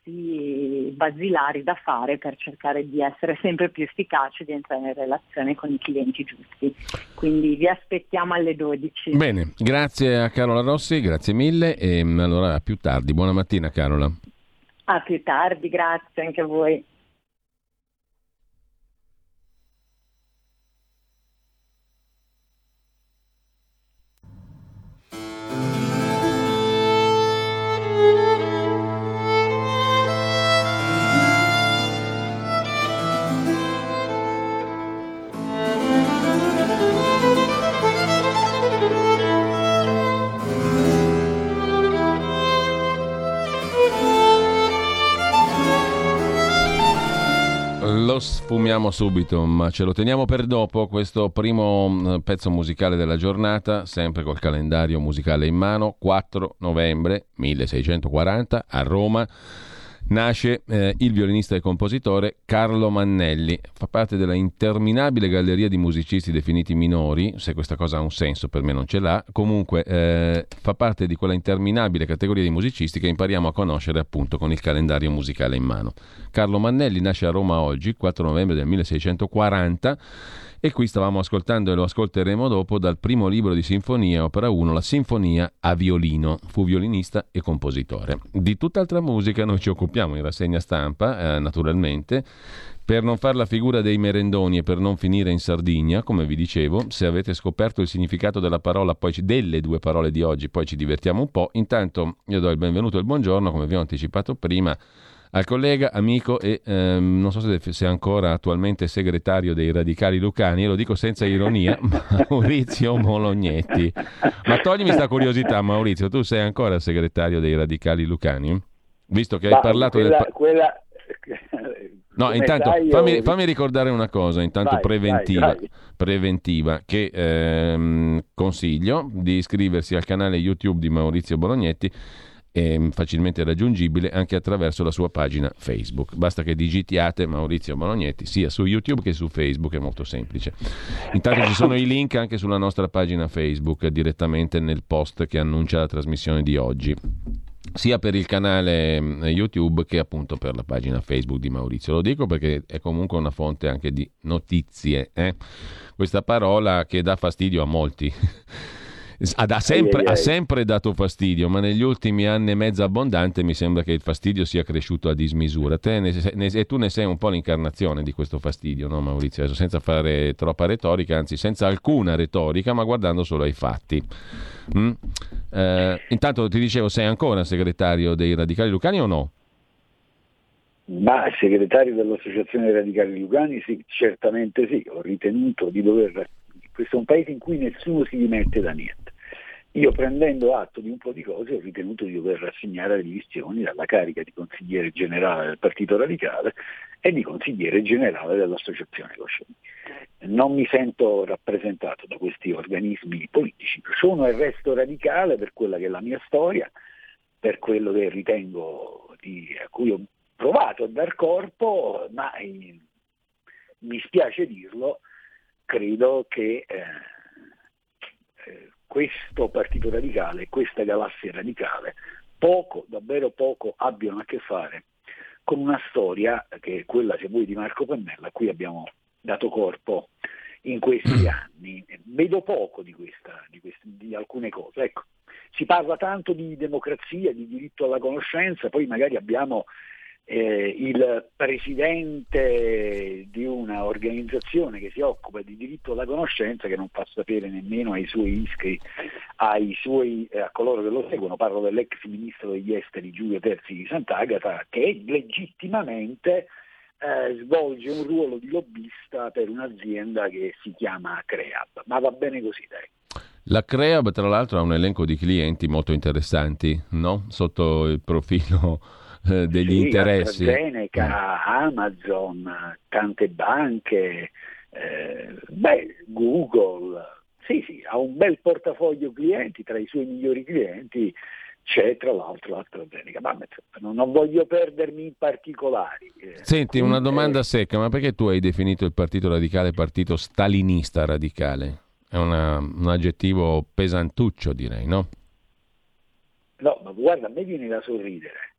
Speaker 8: passi basilari da fare per cercare di essere sempre più efficaci, di entrare in relazione con i clienti giusti. Quindi vi aspettiamo alle dodici.
Speaker 1: Bene, grazie a Carola Rossi, grazie mille, e allora a più tardi. Buona mattina Carola.
Speaker 8: A più tardi, grazie anche a voi.
Speaker 1: sfumiamo subito, ma ce lo teniamo per dopo, questo primo pezzo musicale della giornata, sempre col calendario musicale in mano. Quattro novembre milleseicentoquaranta a Roma nasce eh, il violinista e compositore Carlo Mannelli. Fa parte della interminabile galleria di musicisti definiti minori, se questa cosa ha un senso, per me non ce l'ha. Comunque eh, fa parte di quella interminabile categoria di musicisti che impariamo a conoscere appunto con il calendario musicale in mano. Carlo Mannelli nasce a Roma oggi, quattro novembre del milleseicentoquaranta, e qui stavamo ascoltando, e lo ascolteremo dopo, dal primo libro di sinfonia, opera uno, la Sinfonia a violino. Fu violinista e compositore. Di tutt'altra musica noi ci occupiamo in rassegna stampa, eh, naturalmente, per non far la figura dei merendoni e per non finire in Sardegna, come vi dicevo. Se avete scoperto il significato della parola, poi ci, delle due parole di oggi, poi ci divertiamo un po'. Intanto io do il benvenuto e il buongiorno, come vi ho anticipato prima, al collega, amico e ehm, non so se è ancora attualmente segretario dei Radicali Lucani, e lo dico senza ironia, Maurizio Bolognetti. Ma toglimi sta curiosità, Maurizio, tu sei ancora segretario dei Radicali Lucani? Visto che hai Ma parlato
Speaker 9: quella,
Speaker 1: del...
Speaker 9: Quella...
Speaker 1: No, intanto fammi, fammi ricordare una cosa, intanto vai, preventiva, vai, vai. preventiva, che ehm, consiglio di iscriversi al canale YouTube di Maurizio Bolognetti, è facilmente raggiungibile anche attraverso la sua pagina Facebook. Basta che digitiate Maurizio Bolognetti sia su YouTube che su Facebook, è molto semplice. Intanto ci sono i link anche sulla nostra pagina Facebook, direttamente nel post che annuncia la trasmissione di oggi, sia per il canale YouTube che appunto per la pagina Facebook di Maurizio. Lo dico perché è comunque una fonte anche di notizie, eh? Questa parola che dà fastidio a molti. Ha sempre, ha sempre dato fastidio, ma negli ultimi anni e mezzo abbondante mi sembra che il fastidio sia cresciuto a dismisura. Te ne, ne, e tu ne sei un po' l'incarnazione di questo fastidio, no Maurizio? Adesso senza fare troppa retorica, anzi senza alcuna retorica, ma guardando solo ai fatti. Mm? Eh, intanto ti dicevo, sei ancora segretario dei Radicali Lucani o no?
Speaker 9: Ma segretario dell'Associazione Radicali Lucani sì, certamente sì. Ho ritenuto di dover... Questo è un paese in cui nessuno si dimette da niente. Io, prendendo atto di un po' di cose, ho ritenuto di dover rassegnare le dimissioni dalla carica di consigliere generale del Partito Radicale e di consigliere generale dell'Associazione Coscioni. Non mi sento rappresentato da questi organismi politici. Sono e resto radicale per quella che è la mia storia, per quello che ritengo di, a cui ho provato a dar corpo, ma eh, mi spiace dirlo, credo che eh, eh, questo partito radicale, questa galassia radicale, poco, davvero poco, abbiano a che fare con una storia che è quella, se vuoi, di Marco Pannella, a cui abbiamo dato corpo in questi anni. Vedo poco di, questa, di, questa, di alcune cose. Ecco, si parla tanto di democrazia, di diritto alla conoscenza, poi magari abbiamo Eh, il presidente di una organizzazione che si occupa di diritto alla conoscenza che non fa sapere nemmeno ai suoi iscritti, ai suoi, eh, a coloro che lo seguono, parlo dell'ex ministro degli esteri Giulio Terzi di Sant'Agata, che legittimamente eh, svolge un ruolo di lobbista per un'azienda che si chiama Creab, ma va bene così, dai.
Speaker 1: La Creab, tra l'altro, ha un elenco di clienti molto interessanti, no? Sotto il profilo degli sì, interessi.
Speaker 9: AstraZeneca, mm. Amazon, tante banche, eh, beh, Google, sì sì, ha un bel portafoglio clienti, tra i suoi migliori clienti c'è tra l'altro l'AstraZeneca, ma non, non voglio perdermi in particolari.
Speaker 1: Senti, una domanda secca, ma perché tu hai definito il Partito Radicale partito stalinista radicale? È una, un aggettivo pesantuccio, direi, no?
Speaker 9: No, ma guarda, a me viene da sorridere.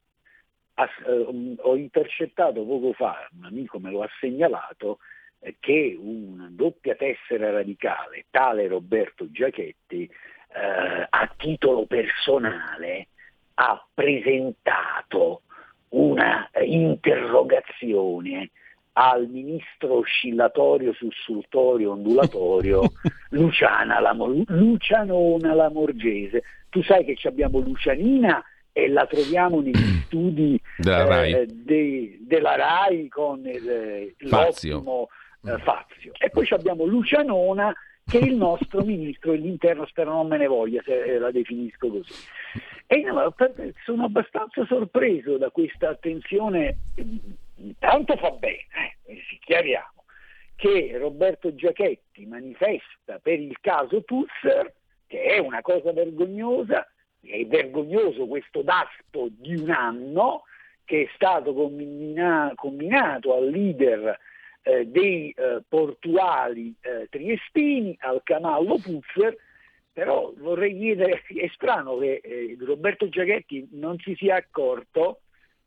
Speaker 9: Ho intercettato poco fa, un amico me lo ha segnalato, eh, che una doppia tessera radicale, tale Roberto Giachetti, eh, a titolo personale ha presentato una interrogazione al ministro oscillatorio, sussultorio, ondulatorio Luciana Lamor- Lucianona Lamorgese. Tu sai che abbiamo Lucianina e la troviamo negli studi
Speaker 1: della Rai,
Speaker 9: eh, de, della Rai con il, l'ottimo eh, Fazio. E poi abbiamo Lucianona, che è il nostro ministro dell'interno, spero non me ne voglia se la definisco così. E no, sono abbastanza sorpreso da questa attenzione Intanto fa bene, eh, si chiariamo, che Roberto Giachetti manifesta per il caso Puzzer, che è una cosa vergognosa, è vergognoso questo daspo di un anno che è stato combina- combinato al leader eh, dei eh, portuali eh, triestini, al camallo Puzzer. Però vorrei dire, è strano che eh, Roberto Giachetti non si sia accorto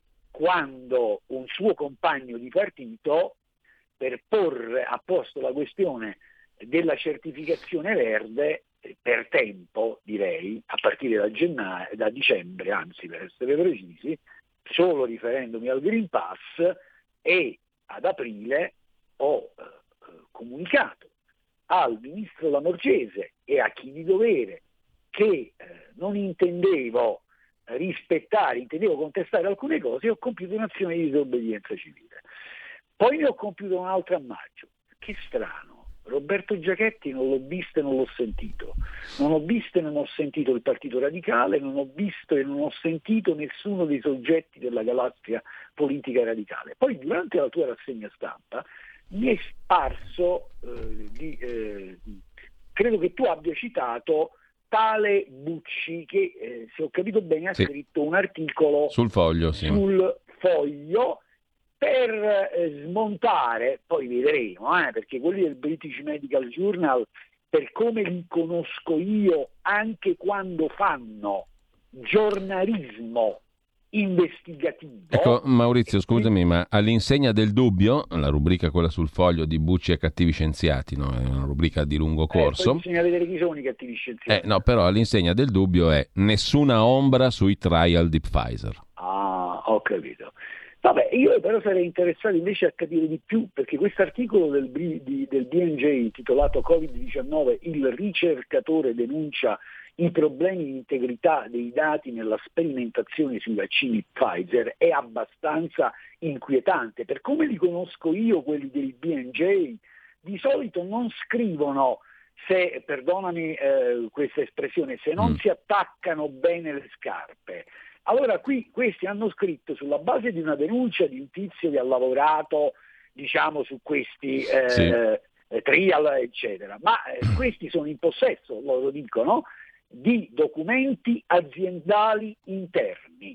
Speaker 9: quando un suo compagno di partito, per porre a posto la questione della certificazione verde, per tempo direi, a partire da gennaio, da dicembre anzi per essere precisi, solo riferendomi al Green Pass, e ad aprile ho eh, comunicato al ministro Lamorgese e a chi di dovere che eh, non intendevo rispettare, intendevo contestare alcune cose, e ho compiuto un'azione di disobbedienza civile. Poi ne ho compiuto un'altra a maggio. Che strano, Roberto Giachetti non l'ho visto e non l'ho sentito, non ho visto e non ho sentito il Partito Radicale, non ho visto e non ho sentito nessuno dei soggetti della galassia politica radicale. Poi durante la tua rassegna stampa mi è sparso, eh, di, eh, credo che tu abbia citato tale Bucci che, eh, se ho capito bene, ha sì. scritto un articolo
Speaker 1: sul Foglio, sì.
Speaker 9: sul Foglio per eh, smontare, poi vedremo, eh, perché quelli del British Medical Journal, per come li conosco io, anche quando fanno giornalismo investigativo.
Speaker 1: Ecco, Maurizio, scusami, ma all'insegna del dubbio, la rubrica quella sul Foglio di Bucci e cattivi scienziati, no? È una rubrica di lungo corso.
Speaker 9: Eh, poi bisogna vedere chi sono i cattivi scienziati.
Speaker 1: Eh, no, però all'insegna del dubbio è nessuna ombra sui trial di Pfizer.
Speaker 9: Ah, ho capito. Vabbè, io però sarei interessato invece a capire di più, perché questo articolo del, di, del B and J titolato covid diciannove, il ricercatore denuncia i problemi di integrità dei dati nella sperimentazione sui vaccini Pfizer, è abbastanza inquietante. Per come li conosco io, quelli del B and J, di solito non scrivono, se, perdonami eh, questa espressione, se non mm. si attaccano bene le scarpe. Allora qui questi hanno scritto sulla base di una denuncia di un tizio che ha lavorato, diciamo, su questi eh,
Speaker 1: sì.
Speaker 9: eh, trial, eccetera, ma eh, questi sono in possesso, loro dicono, di documenti aziendali interni,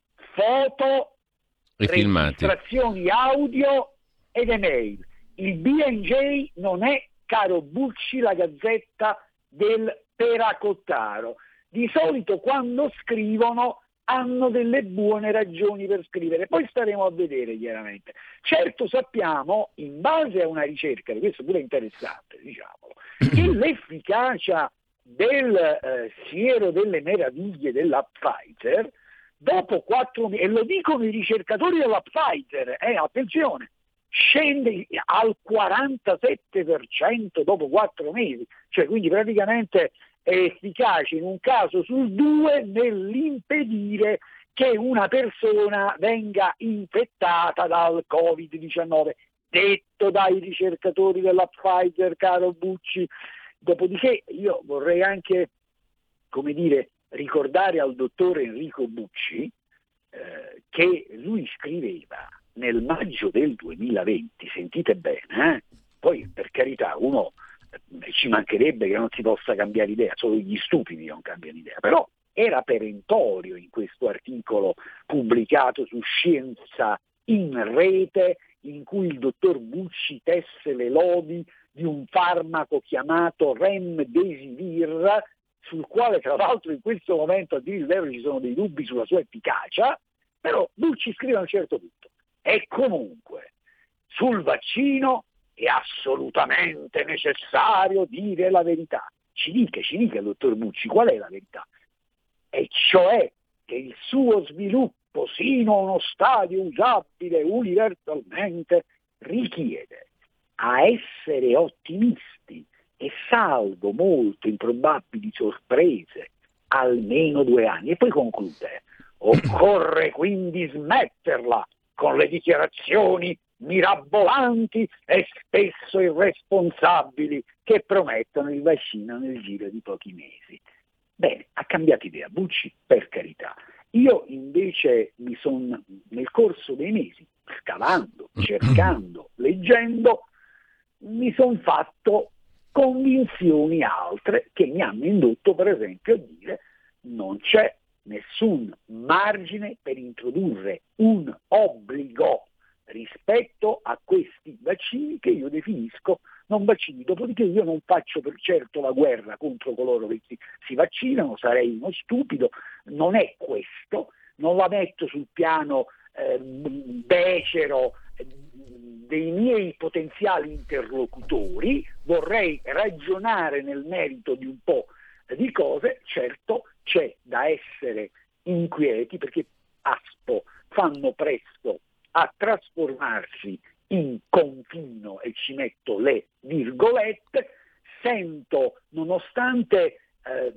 Speaker 9: foto,
Speaker 1: e
Speaker 9: registrazioni filmati, audio ed email. Il B and J non è, caro Bucci, la gazzetta del Peracottaro. Di solito quando scrivono hanno delle buone ragioni per scrivere, poi staremo a vedere chiaramente. Certo sappiamo, in base a una ricerca, e questo pure è interessante, diciamolo, che l'efficacia del eh, siero delle meraviglie della Pfizer, dopo quattro mesi, e lo dicono i ricercatori della Pfizer, eh, attenzione, scende al quarantasette per cento dopo quattro mesi, cioè quindi praticamente è efficace in un caso su due nell'impedire che una persona venga infettata dal covid diciannove, detto dai ricercatori della Pfizer, caro Bucci. Dopodiché io vorrei anche, come dire, ricordare al dottore Enrico Bucci eh, che lui scriveva nel maggio del duemilaventi, sentite bene, eh? Poi per carità uno eh, ci mancherebbe che non si possa cambiare idea, solo gli stupidi non cambiano idea, però era perentorio in questo articolo pubblicato su Scienza in Rete, in cui il dottor Bucci tesse le lodi di un farmaco chiamato Remdesivir, sul quale tra l'altro in questo momento a dire il vero ci sono dei dubbi sulla sua efficacia, però Bucci scrive a un certo punto: e comunque sul vaccino è assolutamente necessario dire la verità. Ci dica, ci dica, dottor Bucci, qual è la verità? E cioè che il suo sviluppo sino a uno stadio usabile universalmente richiede, a essere ottimisti e salvo molto improbabili sorprese, almeno due anni. E poi conclude: occorre quindi smetterla con le dichiarazioni mirabolanti e spesso irresponsabili che promettono il vaccino nel giro di pochi mesi. Bene, ha cambiato idea Bucci, per carità. Io invece mi son, nel corso dei mesi, scavando, cercando, leggendo, mi sono fatto convinzioni altre che mi hanno indotto per esempio a dire non c'è nessun margine per introdurre un obbligo rispetto a questi vaccini che io definisco non vaccini. Dopodiché io non faccio per certo la guerra contro coloro che si, si vaccinano, sarei uno stupido, non è questo, non la metto sul piano eh, becero eh, dei miei potenziali interlocutori, vorrei ragionare nel merito di un po' di cose. Certo c'è da essere inquieti perché Aspo fanno presto a trasformarsi in confino, e ci metto le virgolette. Sento, nonostante eh,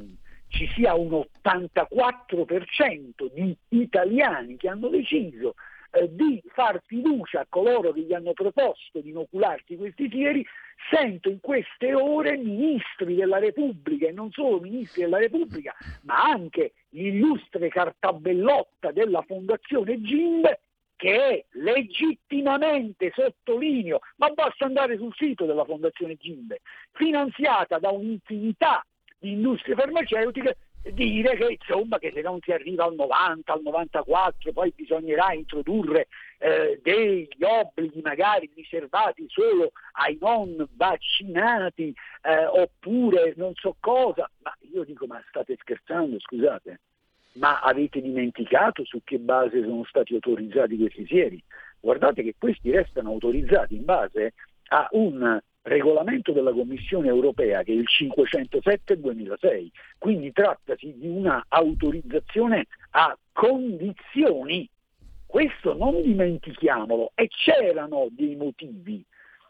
Speaker 9: ci sia un ottantaquattro per cento di italiani che hanno deciso eh, di far fiducia a coloro che gli hanno proposto di inocularsi questi sieri, sento in queste ore ministri della Repubblica, e non solo ministri della Repubblica, ma anche l'illustre cartabellotta della Fondazione Gimbe, che è legittimamente, sottolineo, ma basta andare sul sito della Fondazione Gimbe, finanziata da un'infinità di industrie farmaceutiche, dire che insomma che se non si arriva al novanta, al novantaquattro, poi bisognerà introdurre eh, degli obblighi magari riservati solo ai non vaccinati, eh, oppure non so cosa. Ma io dico, ma state scherzando, scusate? Ma avete dimenticato su che base sono stati autorizzati questi sieri? Guardate che questi restano autorizzati in base a un regolamento della Commissione europea che è il cinquecentosette duemilasei, quindi trattasi di una autorizzazione a condizioni. Questo non dimentichiamolo, e c'erano dei motivi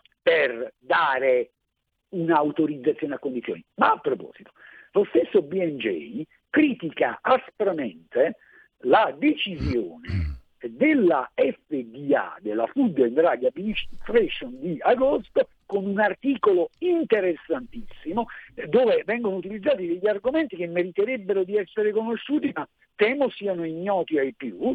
Speaker 9: per dare un'autorizzazione a condizioni. Ma a proposito, lo stesso B and J critica aspramente la decisione della F D A, della Food and Drug Administration, di agosto, con un articolo interessantissimo dove vengono utilizzati degli argomenti che meriterebbero di essere conosciuti, ma temo siano ignoti ai più,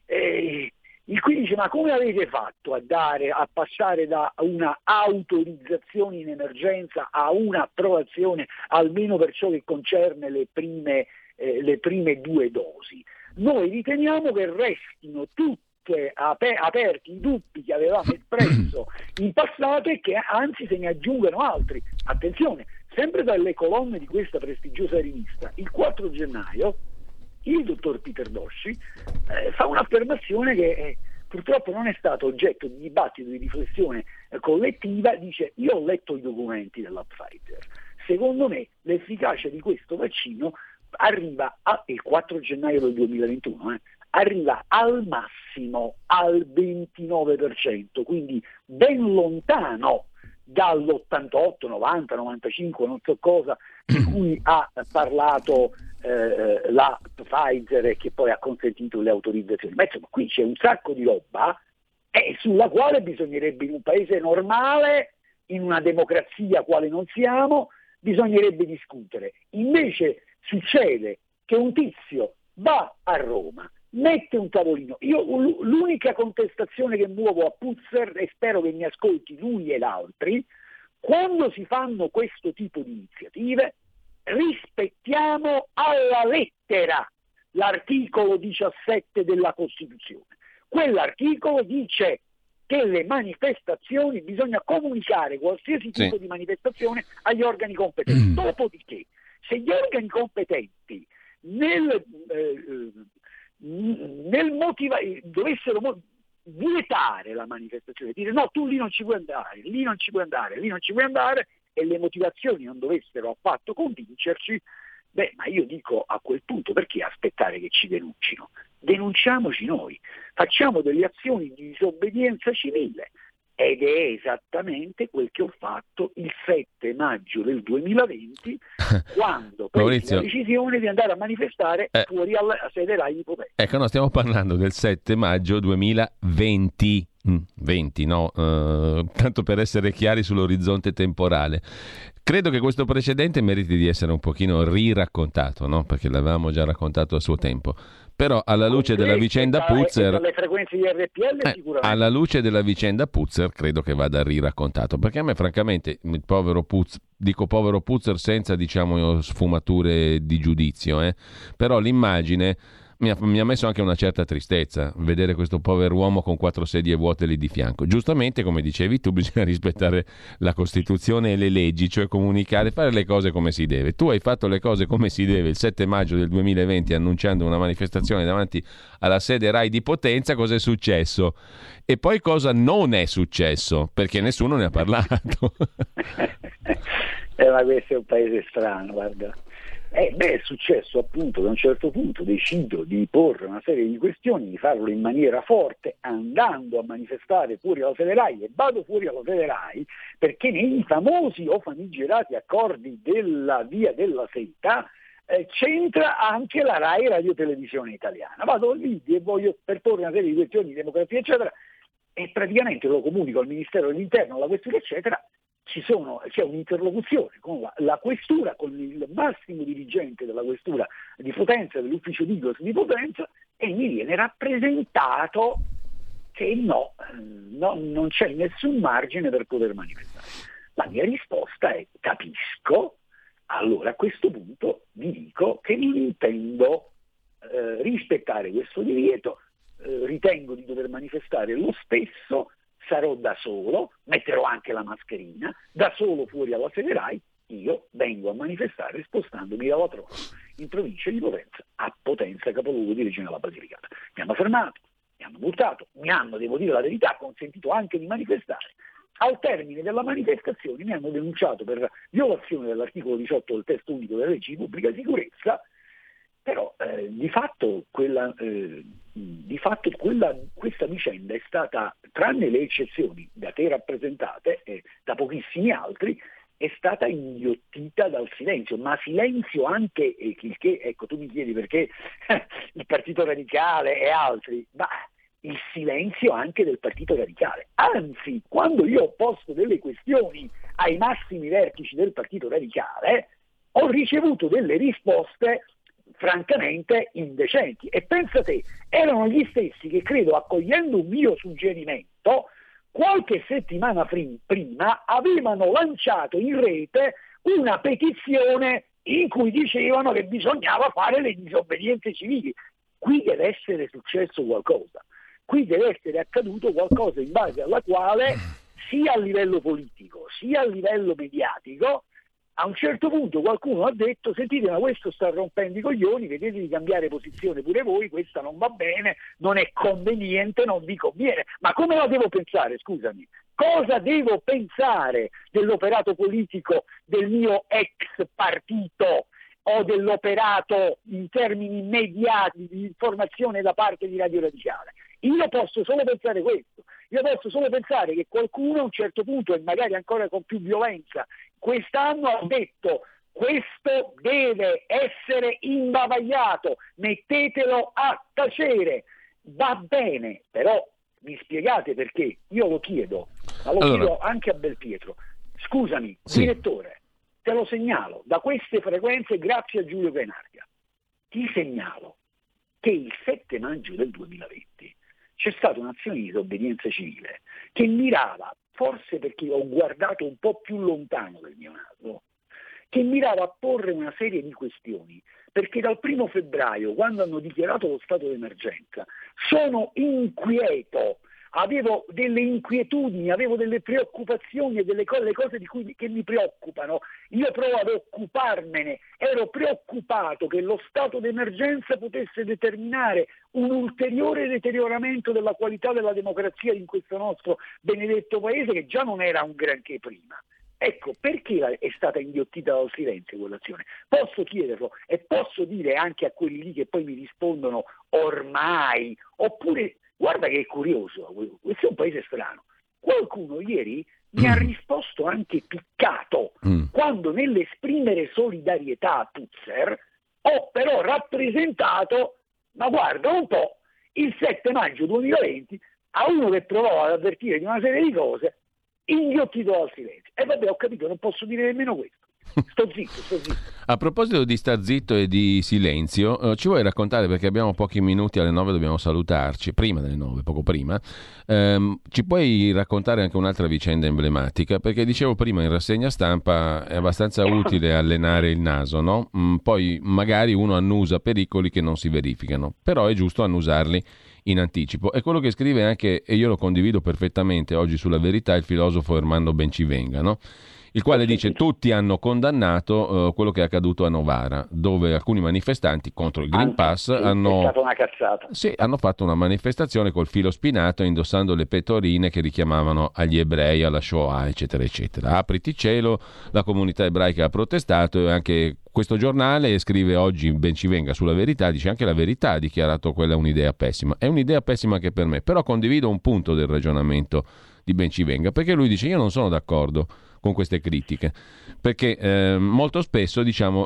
Speaker 9: eh, il cui dice: ma come avete fatto a dare, a passare da una autorizzazione in emergenza a un'approvazione, almeno per ciò che concerne le prime Eh, le prime due dosi? Noi riteniamo che restino tutte aper- aperti i dubbi che avevamo espresso in passato e che anzi se ne aggiungano altri. Attenzione, sempre dalle colonne di questa prestigiosa rivista, il quattro gennaio il dottor Peter Dosci eh, fa un'affermazione che eh, purtroppo non è stato oggetto di dibattito, di riflessione eh, collettiva. Dice: io ho letto i documenti della Pfizer, secondo me l'efficacia di questo vaccino arriva a, il quattro gennaio del duemilaventuno, eh, arriva al massimo al ventinove per cento, quindi ben lontano dall'ottantotto, novanta, novantacinque, non so cosa, di cui ha parlato eh, la Pfizer e che poi ha consentito le autorizzazioni. Ma insomma, qui c'è un sacco di roba eh, sulla quale bisognerebbe, in un paese normale, in una democrazia quale non siamo, bisognerebbe discutere. Invece succede che un tizio va a Roma, mette un tavolino. Io l'unica contestazione che muovo a Puzzer, e spero che mi ascolti lui ed altri, quando si fanno questo tipo di iniziative rispettiamo alla lettera l'articolo diciassette della Costituzione. Quell'articolo dice che le manifestazioni, bisogna comunicare qualsiasi tipo sì. di manifestazione agli organi competenti. Mm. Dopodiché, se gli organi competenti nel, eh, nel motiva- dovessero mo- vietare la manifestazione, dire no, tu lì non ci puoi andare, lì non ci puoi andare, lì non ci puoi andare, e le motivazioni non dovessero affatto convincerci, beh, ma io dico, a quel punto perché aspettare che ci denuncino? Denunciamoci noi, facciamo delle azioni di disobbedienza civile. Ed è esattamente quel che ho fatto il sette maggio del duemilaventi, quando presi la decisione di andare a manifestare eh. fuori alla sede Rai di Popè.
Speaker 1: Ecco, no, stiamo parlando del sette maggio duemilaventi. Mm, venti, no? Uh, tanto per essere chiari sull'orizzonte temporale. Credo che questo precedente meriti di essere un pochino riraccontato, no? Perché l'avevamo già raccontato a suo tempo. Però alla luce della vicenda Puzzer,
Speaker 9: le frequenze di R P L
Speaker 1: eh,
Speaker 9: sicuramente.
Speaker 1: alla luce della vicenda Puzzer credo che vada riraccontato, perché a me francamente il povero Puzzer, dico povero Puzzer senza diciamo sfumature di giudizio, eh? Però l'immagine mi ha, mi ha messo anche una certa tristezza vedere questo povero uomo con quattro sedie vuote lì di fianco. Giustamente, come dicevi tu, bisogna rispettare la Costituzione e le leggi, cioè comunicare, fare le cose come si deve. Tu hai fatto le cose come si deve il sette maggio del duemilaventi annunciando una manifestazione davanti alla sede Rai di Potenza. Cos'è successo? E poi cosa non è successo? Perché nessuno ne ha parlato.
Speaker 9: eh, ma questo è un paese strano, guarda. Eh, beh, è successo appunto che a un certo punto decido di porre una serie di questioni, di farlo in maniera forte, andando a manifestare fuori alla sede Rai, e vado fuori alla sede Rai perché nei famosi o famigerati accordi della Via della Seta eh, c'entra anche la Rai Radio Televisione Italiana. Vado lì e voglio per porre una serie di questioni di democrazia eccetera, e praticamente lo comunico al Ministero dell'Interno, alla questura eccetera. Ci sono, c'è un'interlocuzione con la, la questura, con il massimo dirigente della questura di Potenza, dell'ufficio Digos di Potenza, e mi viene rappresentato che no, no, non c'è nessun margine per poter manifestare. La mia risposta è: capisco, allora a questo punto vi dico che non intendo eh, rispettare questo divieto, eh, ritengo di dover manifestare lo stesso. Sarò da solo, metterò anche la mascherina, da solo fuori alla sede Rai, io vengo a manifestare spostandomi da Latrono, in provincia di Potenza, a Potenza, capoluogo di Regione della Basilicata. Mi hanno fermato, mi hanno multato, mi hanno, devo dire la verità, consentito anche di manifestare. Al termine della manifestazione mi hanno denunciato per violazione dell'articolo diciotto del testo unico delle leggi di pubblica sicurezza. Però eh, di fatto, quella, eh, di fatto quella, questa vicenda è stata, tranne le eccezioni da te rappresentate e da pochissimi altri, è stata inghiottita dal silenzio, ma silenzio anche, eh, il che, ecco, tu mi chiedi perché eh, il Partito Radicale e altri, ma il silenzio anche del Partito Radicale. Anzi, quando io ho posto delle questioni ai massimi vertici del Partito Radicale, ho ricevuto delle risposte francamente indecenti, e pensa te, erano gli stessi che, credo, accogliendo un mio suggerimento, qualche settimana prima avevano lanciato in rete una petizione in cui dicevano che bisognava fare le disobbedienze civili. Qui deve essere successo qualcosa, qui deve essere accaduto qualcosa in base alla quale, sia a livello politico sia a livello mediatico, a un certo punto qualcuno ha detto: sentite, ma questo sta rompendo i coglioni, vedete di cambiare posizione pure voi, questa non va bene, non è conveniente, non vi conviene. Ma come la devo pensare, scusami? Cosa devo pensare dell'operato politico del mio ex partito o dell'operato in termini immediati di informazione da parte di Radio Radicale? Io posso solo pensare questo, io posso solo pensare che qualcuno a un certo punto, e magari ancora con più violenza, quest'anno ha detto: questo deve essere imbavagliato, mettetelo a tacere. Va bene, però mi spiegate perché? Io lo chiedo, ma lo
Speaker 1: allora...
Speaker 9: chiedo anche a Belpietro. Scusami,
Speaker 1: sì.
Speaker 9: Direttore, te lo segnalo, da queste frequenze, grazie a Giulio Cainarca, ti segnalo che il sette maggio del duemilaventi c'è stata un'azione di disobbedienza civile che mirava, forse perché ho guardato un po' più lontano del mio naso, che mirava a porre una serie di questioni, perché dal primo febbraio, quando hanno dichiarato lo stato d'emergenza, sono inquieto, avevo delle inquietudini, avevo delle preoccupazioni e delle cose, le cose di cui, che mi preoccupano. Io provo ad occuparmene, ero preoccupato che lo stato d'emergenza potesse determinare un ulteriore deterioramento della qualità della democrazia in questo nostro benedetto paese, che già non era un granché prima. Ecco, perché è stata inghiottita dal silenzio quell'azione? Posso chiederlo e posso dire anche a quelli lì che poi mi rispondono ormai, oppure guarda che è curioso, questo è un paese strano. Qualcuno ieri mi ha risposto anche piccato, mm. quando nell'esprimere solidarietà a Puzzer ho però rappresentato, ma guarda un po', il sette maggio duemilaventi a uno che provò ad avvertire di una serie di cose, inghiottito dal silenzio. E vabbè, ho capito, non posso dire nemmeno questo. Sto zitto, sto zitto.
Speaker 1: A proposito di star zitto e di silenzio, eh, ci vuoi raccontare, perché abbiamo pochi minuti, alle nove dobbiamo salutarci, prima delle nove, poco prima, ehm, ci puoi raccontare anche un'altra vicenda emblematica, perché dicevo prima in rassegna stampa è abbastanza utile allenare il naso, no? Mm, poi magari uno annusa pericoli che non si verificano, però è giusto annusarli in anticipo. È quello che scrive anche, e io lo condivido perfettamente oggi sulla Verità, il filosofo Ermanno Bencivenga, no? Il quale dice: tutti hanno condannato uh, quello che è accaduto a Novara, dove alcuni manifestanti contro il Green Pass
Speaker 9: Anzi,
Speaker 1: hanno,
Speaker 9: è stata una cazzata.
Speaker 1: Sì, hanno fatto una manifestazione col filo spinato, indossando le pettorine che richiamavano agli ebrei, alla Shoah, eccetera, eccetera. Apriti cielo, la comunità ebraica ha protestato, e anche questo giornale scrive oggi, Bencivenga, sulla Verità, dice: anche la Verità ha dichiarato quella un'idea pessima. È un'idea pessima anche per me, però condivido un punto del ragionamento di Bencivenga, perché lui dice: io non sono d'accordo con queste critiche, perché eh, molto spesso diciamo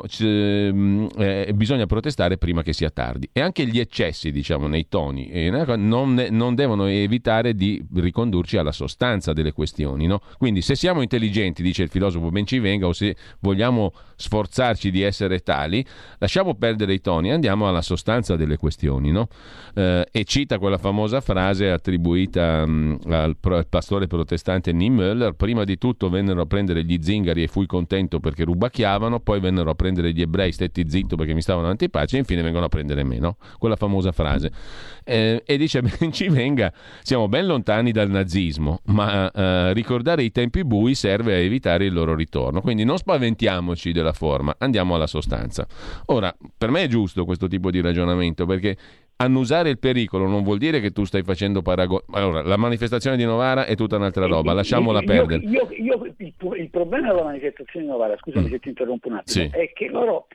Speaker 1: eh, bisogna protestare prima che sia tardi, e anche gli eccessi, diciamo, nei toni eh, non, non devono evitare di ricondurci alla sostanza delle questioni, no? Quindi se siamo intelligenti, dice il filosofo Bencivenga, o se vogliamo sforzarci di essere tali, lasciamo perdere i toni e andiamo alla sostanza delle questioni, no? Eh, e cita quella famosa frase attribuita mh, al, al pastore protestante Niemöller: prima di tutto vennero a prendere gli zingari e fui contento perché rubacchiavano, poi vennero a prendere gli ebrei, stetti zitto perché mi stavano antipatici, e infine vengono a prendere me, no? Quella famosa frase. Eh, e dice Bencivenga: siamo ben lontani dal nazismo, ma eh, ricordare i tempi bui serve a evitare il loro ritorno, quindi non spaventiamoci della forma, andiamo alla sostanza. Ora, per me è giusto questo tipo di ragionamento, perché annusare il pericolo non vuol dire che tu stai facendo paragoni. Allora, la manifestazione di Novara è tutta un'altra roba, lasciamola
Speaker 9: io,
Speaker 1: perdere.
Speaker 9: Io, io, il, il problema della manifestazione di Novara, scusami mm. se ti interrompo un attimo, sì. È che loro,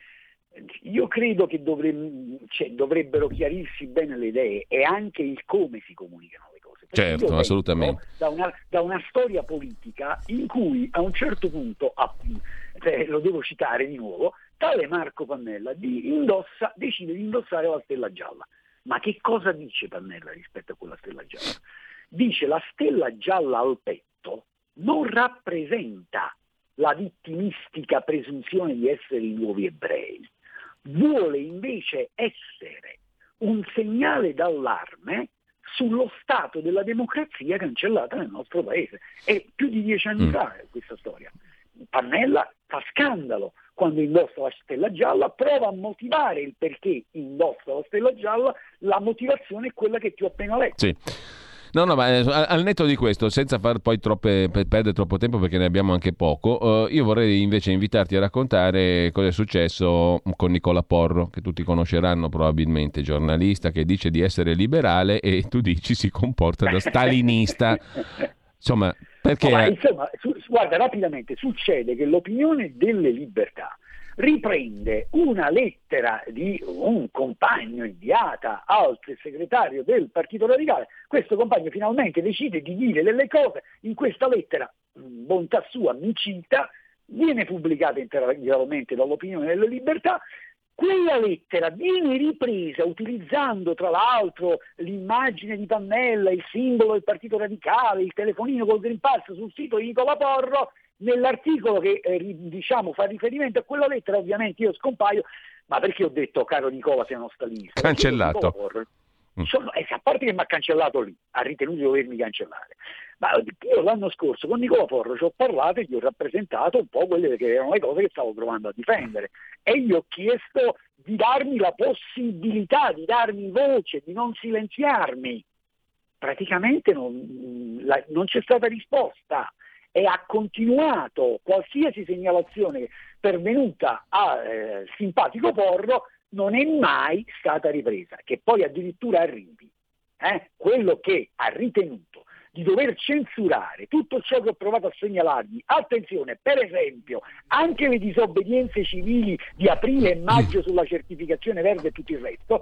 Speaker 9: io credo che dovre, cioè, dovrebbero chiarirsi bene le idee e anche il come si comunicano le cose. Perché
Speaker 1: certo, assolutamente.
Speaker 9: Da una, da una storia politica in cui a un certo punto, ah, eh, lo devo citare di nuovo, tale Marco Pannella di indossa, decide di indossare la stella gialla. Ma che cosa dice Pannella rispetto a quella stella gialla? Dice: la stella gialla al petto non rappresenta la vittimistica presunzione di essere i nuovi ebrei, vuole invece essere un segnale d'allarme sullo stato della democrazia cancellata nel nostro paese. È più di dieci anni mm. fa questa storia. Pannella fa scandalo quando indossa la stella gialla, prova a motivare il perché indossa la stella gialla, la motivazione è quella che ti ho appena letto.
Speaker 1: Sì. No, no, ma al netto di questo, senza far poi troppe, perdere troppo tempo perché ne abbiamo anche poco, eh, io vorrei invece invitarti a raccontare cosa è successo con Nicola Porro, che tutti conosceranno probabilmente, giornalista che dice di essere liberale e tu dici si comporta da stalinista. Insomma, perché...
Speaker 9: No, ma insomma, su, guarda, rapidamente, succede che l'opinione delle libertà riprende una lettera di un compagno inviata al segretario del Partito Radicale. Questo compagno finalmente decide di dire delle cose, in questa lettera, bontà sua, mi cita, viene pubblicata integralmente dall'opinione delle libertà. Quella lettera viene ripresa utilizzando tra l'altro l'immagine di Pannella, il simbolo del Partito Radicale, il telefonino col Green Pass sul sito di Nicola Porro, nell'articolo che eh, diciamo fa riferimento a quella lettera. Ovviamente io scompaio, ma perché ho detto caro Nicola sei uno stalinista?
Speaker 1: Cancellato.
Speaker 9: Porro, sono, eh, a parte che mi ha cancellato lì, ha ritenuto di dovermi cancellare, ma io l'anno scorso con Nicola Porro ci ho parlato e gli ho rappresentato un po' quelle che erano le cose che stavo provando a difendere e gli ho chiesto di darmi la possibilità, di darmi voce, di non silenziarmi. Praticamente non, la, non c'è stata risposta e ha continuato qualsiasi segnalazione pervenuta a eh, simpatico Porro non è mai stata ripresa, che poi addirittura arrivi eh, quello che ha ritenuto di dover censurare tutto ciò che ho provato a segnalargli. Attenzione, per esempio, anche le disobbedienze civili di aprile e maggio sulla certificazione verde e tutto il resto,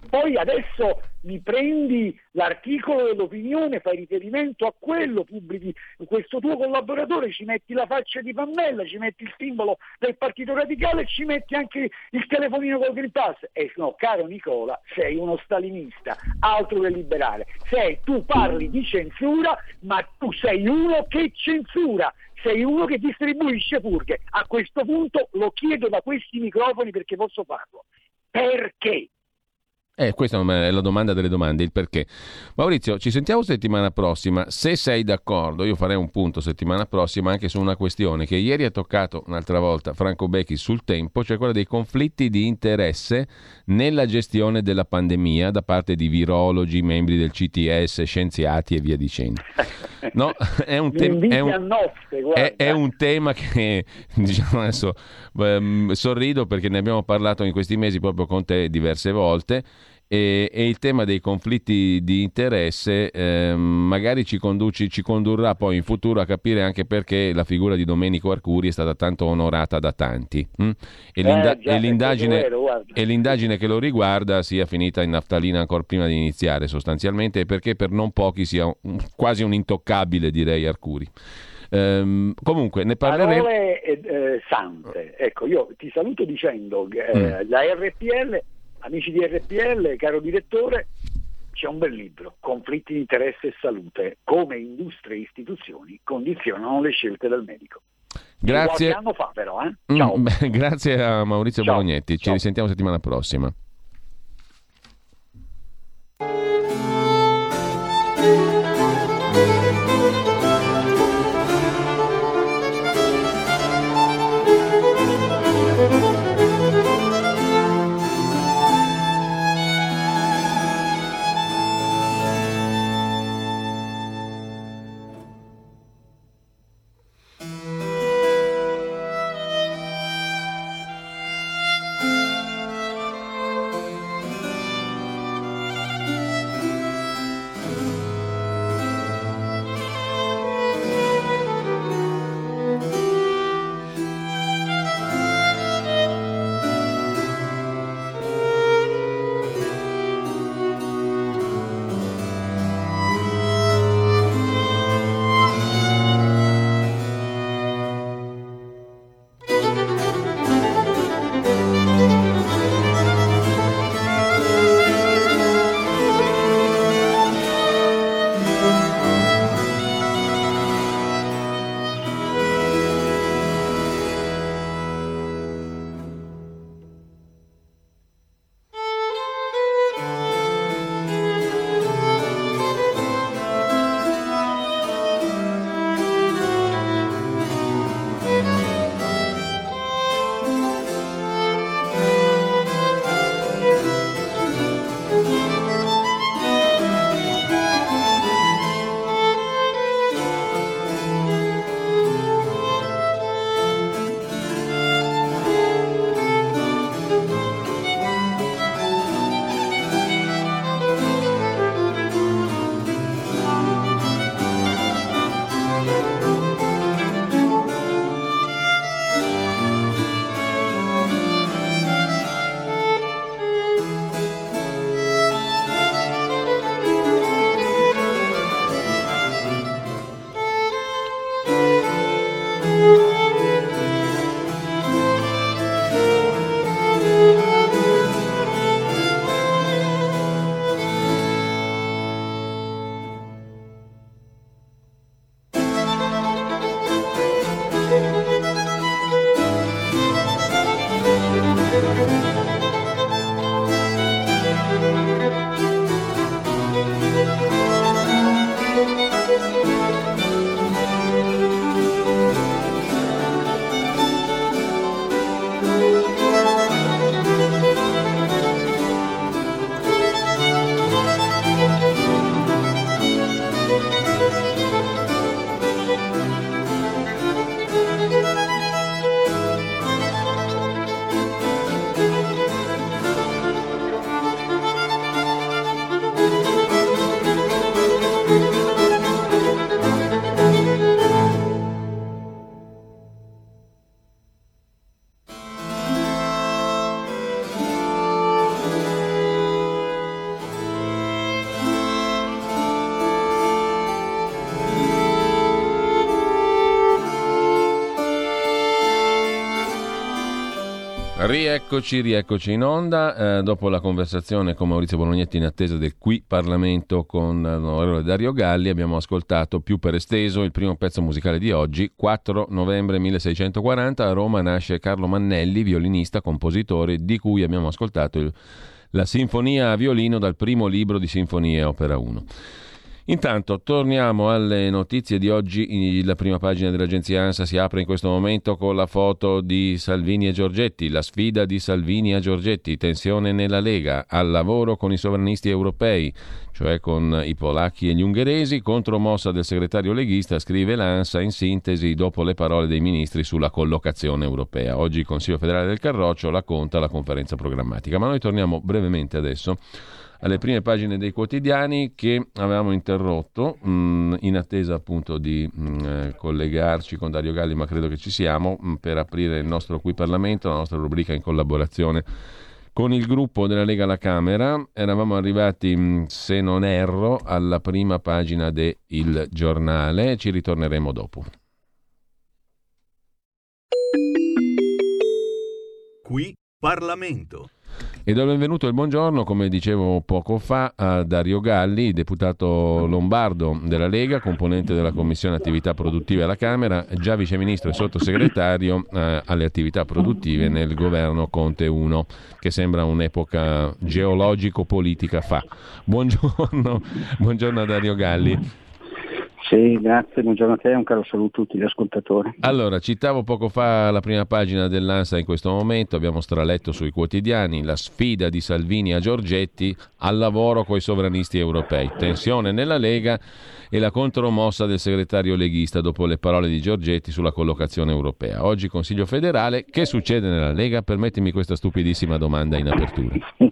Speaker 9: Poi adesso mi prendi l'articolo dell'opinione, fai riferimento a quello, pubblichi questo tuo collaboratore, ci metti la faccia di Pannella, ci metti il simbolo del Partito Radicale e ci metti anche il telefonino col Green Pass. E no, caro Nicola, sei uno stalinista, altro che liberale. Sei, tu parli di censura, ma tu sei uno che censura. Sei uno che distribuisce purghe. A questo punto lo chiedo da questi microfoni perché posso farlo. Perché?
Speaker 1: Eh, questa è la domanda delle domande, il perché. Maurizio, ci sentiamo settimana prossima. Se sei d'accordo, io farei un punto settimana prossima anche su una questione che ieri ha toccato un'altra volta Franco Becchi sul Tempo, cioè quella dei conflitti di interesse nella gestione della pandemia da parte di virologi, membri del C T S, scienziati e via dicendo. No, è un, te- è un, è, è un tema che, diciamo adesso, ehm, sorrido perché ne abbiamo parlato in questi mesi proprio con te diverse volte. E, e il tema dei conflitti di interesse eh, magari ci, conduci, ci condurrà poi in futuro a capire anche perché la figura di Domenico Arcuri è stata tanto onorata da tanti hm? e, l'inda- eh, già, e, l'indagine, vero, e l'indagine che lo riguarda sia finita in naftalina ancora prima di iniziare sostanzialmente, perché per non pochi sia un, quasi un intoccabile, direi, Arcuri. Um, comunque ne parleremo.
Speaker 9: Parole eh, sante. Ecco, io ti saluto dicendo che eh, mm. la R P L, amici di R P L, caro direttore, c'è un bel libro, Conflitti di interesse e salute, come industrie e istituzioni condizionano le scelte del medico.
Speaker 1: Grazie.
Speaker 9: Qualche anno fa però, eh? Ciao.
Speaker 1: Mm, grazie a Maurizio
Speaker 9: Ciao.
Speaker 1: Bolognetti, ci
Speaker 9: Ciao.
Speaker 1: risentiamo settimana prossima. Rieccoci, rieccoci in onda. Eh, dopo la conversazione con Maurizio Bolognetti in attesa del Qui Parlamento con l'onorevole Dario Galli, abbiamo ascoltato più per esteso il primo pezzo musicale di oggi. Quattro novembre milleseicentoquaranta a Roma nasce Carlo Mannelli, violinista, compositore, di cui abbiamo ascoltato il, la sinfonia a violino dal primo libro di Sinfonie Opera uno. Intanto torniamo alle notizie di oggi. La prima pagina dell'agenzia ANSA si apre in questo momento con la foto di Salvini e Giorgetti, la sfida di Salvini a Giorgetti, tensione nella Lega, al lavoro con i sovranisti europei, cioè con i polacchi e gli ungheresi, contromossa del segretario leghista, scrive l'ANSA in sintesi dopo le parole dei ministri sulla collocazione europea. Oggi il Consiglio federale del Carroccio la conta la conferenza programmatica, ma noi torniamo brevemente adesso alle prime pagine dei quotidiani che avevamo interrotto mh, in attesa appunto di mh, collegarci con Dario Galli, ma credo che ci siamo, mh, per aprire il nostro Qui Parlamento, la nostra rubrica in collaborazione con il gruppo della Lega alla Camera. Eravamo arrivati, mh, se non erro, alla prima pagina de Il Giornale, ci ritorneremo dopo.
Speaker 3: Qui Parlamento.
Speaker 1: E do il benvenuto e il buongiorno, come dicevo poco fa, a Dario Galli, deputato lombardo della Lega, componente della Commissione Attività Produttive alla Camera, già viceministro e sottosegretario eh, alle attività produttive nel governo Conte uno, che sembra un'epoca geologico-politica fa. Buongiorno, buongiorno a Dario Galli.
Speaker 10: Sì, grazie, buongiorno a te e un caro saluto a tutti gli ascoltatori.
Speaker 1: Allora, citavo poco fa la prima pagina dell'ANSA in questo momento, abbiamo straletto sui quotidiani la sfida di Salvini a Giorgetti al lavoro coi sovranisti europei, tensione nella Lega e la contromossa del segretario leghista dopo le parole di Giorgetti sulla collocazione europea. Oggi Consiglio federale, che succede nella Lega? Permettimi questa stupidissima domanda in apertura.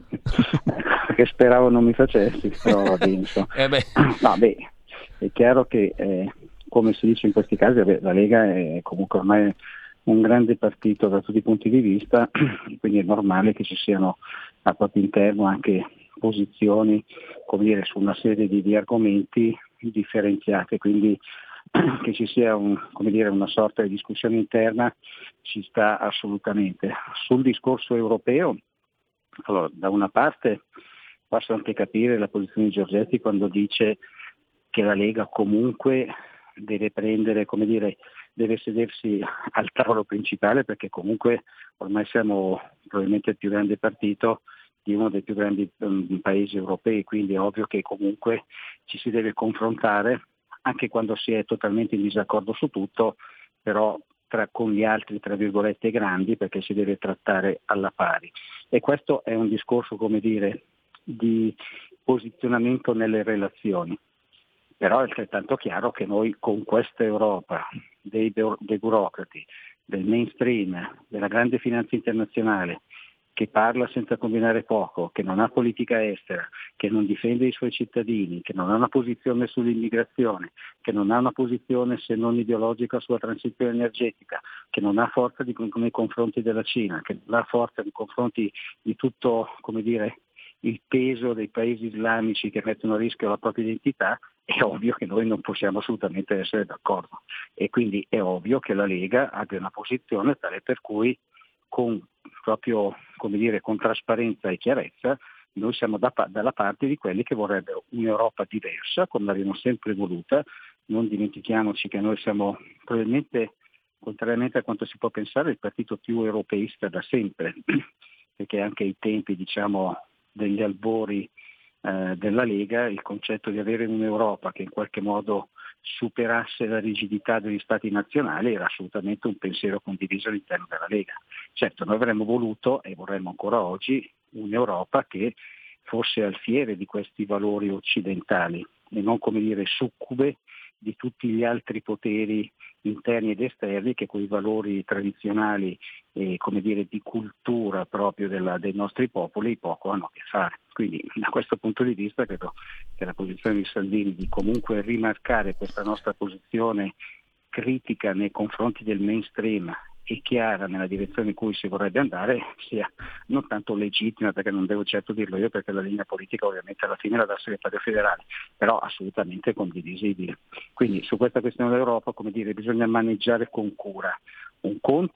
Speaker 10: Che speravo non mi facessi, però va bene.
Speaker 1: eh beh.
Speaker 10: No, beh. È chiaro che, eh, come si dice in questi casi, la Lega è comunque ormai un grande partito da tutti i punti di vista, quindi è normale che ci siano al proprio interno anche posizioni, come dire, su una serie di, di argomenti differenziate, quindi che ci sia un, come dire, una sorta di discussione interna ci sta assolutamente. Sul discorso europeo, allora, da una parte posso anche capire la posizione di Giorgetti quando dice che la Lega comunque deve prendere, come dire, deve sedersi al tavolo principale, perché comunque ormai siamo probabilmente il più grande partito di uno dei più grandi um, paesi europei, quindi è ovvio che comunque ci si deve confrontare, anche quando si è totalmente in disaccordo su tutto, però tra, con gli altri, tra virgolette, grandi, perché si deve trattare alla pari. E questo è un discorso, come dire, di posizionamento nelle relazioni. Però è altrettanto chiaro che noi con questa Europa dei, dei burocrati, del mainstream, della grande finanza internazionale, che parla senza combinare poco, che non ha politica estera, che non difende i suoi cittadini, che non ha una posizione sull'immigrazione, che non ha una posizione se non ideologica sulla transizione energetica, che non ha forza di, nei confronti della Cina, che non ha forza nei confronti di tutto, come dire, il peso dei paesi islamici che mettono a rischio la propria identità, è ovvio che noi non possiamo assolutamente essere d'accordo. E quindi è ovvio che la Lega abbia una posizione tale per cui con proprio, come dire, con trasparenza e chiarezza noi siamo da, dalla parte di quelli che vorrebbero un'Europa diversa, come l'abbiamo sempre voluta. Non dimentichiamoci che noi siamo probabilmente, contrariamente a quanto si può pensare, il partito più europeista da sempre, perché anche ai tempi, diciamo, degli albori eh, della Lega, il concetto di avere un'Europa che in qualche modo superasse la rigidità degli stati nazionali era assolutamente un pensiero condiviso all'interno della Lega. Certo, noi avremmo voluto e vorremmo ancora oggi un'Europa che fosse alfiere di questi valori occidentali e non, come dire, succube di tutti gli altri poteri interni ed esterni che quei valori tradizionali e, come dire, di cultura proprio della, dei nostri popoli poco hanno a che fare. Quindi da questo punto di vista credo che la posizione di Salvini di comunque rimarcare questa nostra posizione critica nei confronti del mainstream e chiara nella direzione in cui si vorrebbe andare sia non tanto legittima, perché non devo certo dirlo io, perché la linea politica ovviamente alla fine la dà il segretario federale, però assolutamente condivisibile. Quindi su questa questione dell'Europa, come dire, bisogna maneggiare con cura. Un conto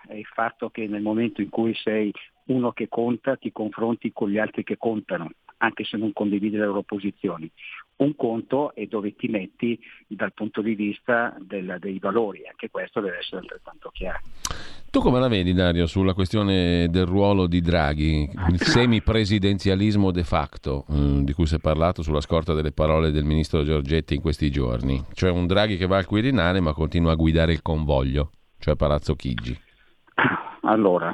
Speaker 10: è il fatto che nel momento in cui sei uno che conta ti confronti con gli altri che contano, anche se non condividi le loro posizioni. Un conto è dove ti metti dal punto di vista del, dei valori, anche questo deve essere altrettanto chiaro.
Speaker 1: Tu come la vedi, Dario, sulla questione del ruolo di Draghi, il semipresidenzialismo de facto, eh, di cui si è parlato sulla scorta delle parole del ministro Giorgetti in questi giorni? Cioè un Draghi che va al Quirinale ma continua a guidare il convoglio, cioè Palazzo Chigi.
Speaker 10: Allora,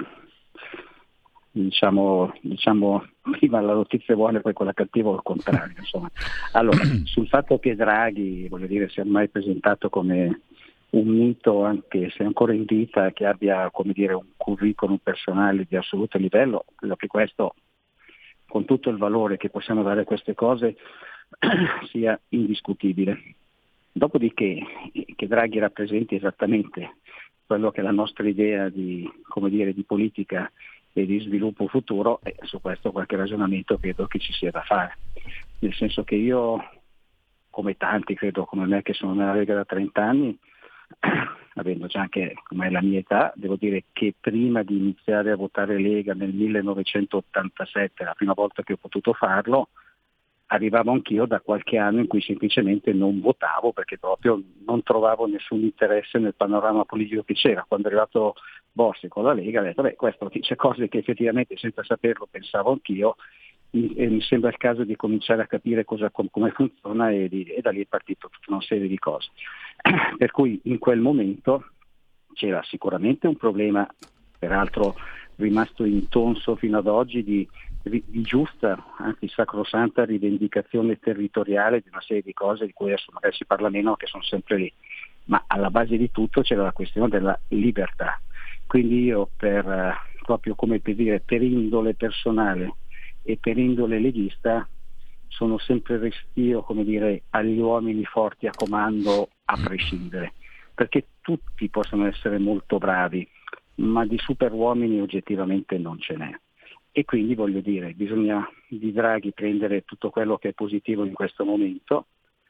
Speaker 10: diciamo, diciamo prima la notizia buona e poi quella cattiva o il contrario, insomma. Allora, sul fatto che Draghi, voglio dire, sia mai presentato come un mito, anche se ancora in vita, che abbia, come dire, un curriculum personale di assoluto livello, credo che questo, con tutto il valore che possiamo dare a queste cose, sia indiscutibile. Dopodiché che Draghi rappresenti esattamente quello che è la nostra idea di, come dire, di politica e di sviluppo futuro, e su questo qualche ragionamento credo che ci sia da fare. Nel senso che io, come tanti, credo come me che sono nella Lega da trenta anni, avendo già anche come la mia età, devo dire che prima di iniziare a votare Lega nel millenovecentottantasette, la prima volta che ho potuto farlo, arrivavo anch'io da qualche anno in cui semplicemente non votavo perché proprio non trovavo nessun interesse nel panorama politico che c'era. Quando è arrivato Bossi con la Lega, ho detto, beh, questo dice cose che effettivamente senza saperlo pensavo anch'io, e mi sembra il caso di cominciare a capire cosa, come funziona, e, di, e da lì è partito tutta una serie di cose. Per cui in quel momento c'era sicuramente un problema, peraltro rimasto intonso fino ad oggi, di, di giusta, anzi sacrosanta rivendicazione territoriale di una serie di cose di cui adesso magari si parla meno, che sono sempre lì, ma alla base di tutto c'era la questione della libertà. Quindi io, per proprio come per dire, per indole personale e per indole leghista, sono sempre restio, come dire, agli uomini forti a comando a prescindere, perché tutti possono essere molto bravi, ma di superuomini oggettivamente non ce n'è. E quindi voglio dire, bisogna di Draghi prendere tutto quello che è positivo in questo momento.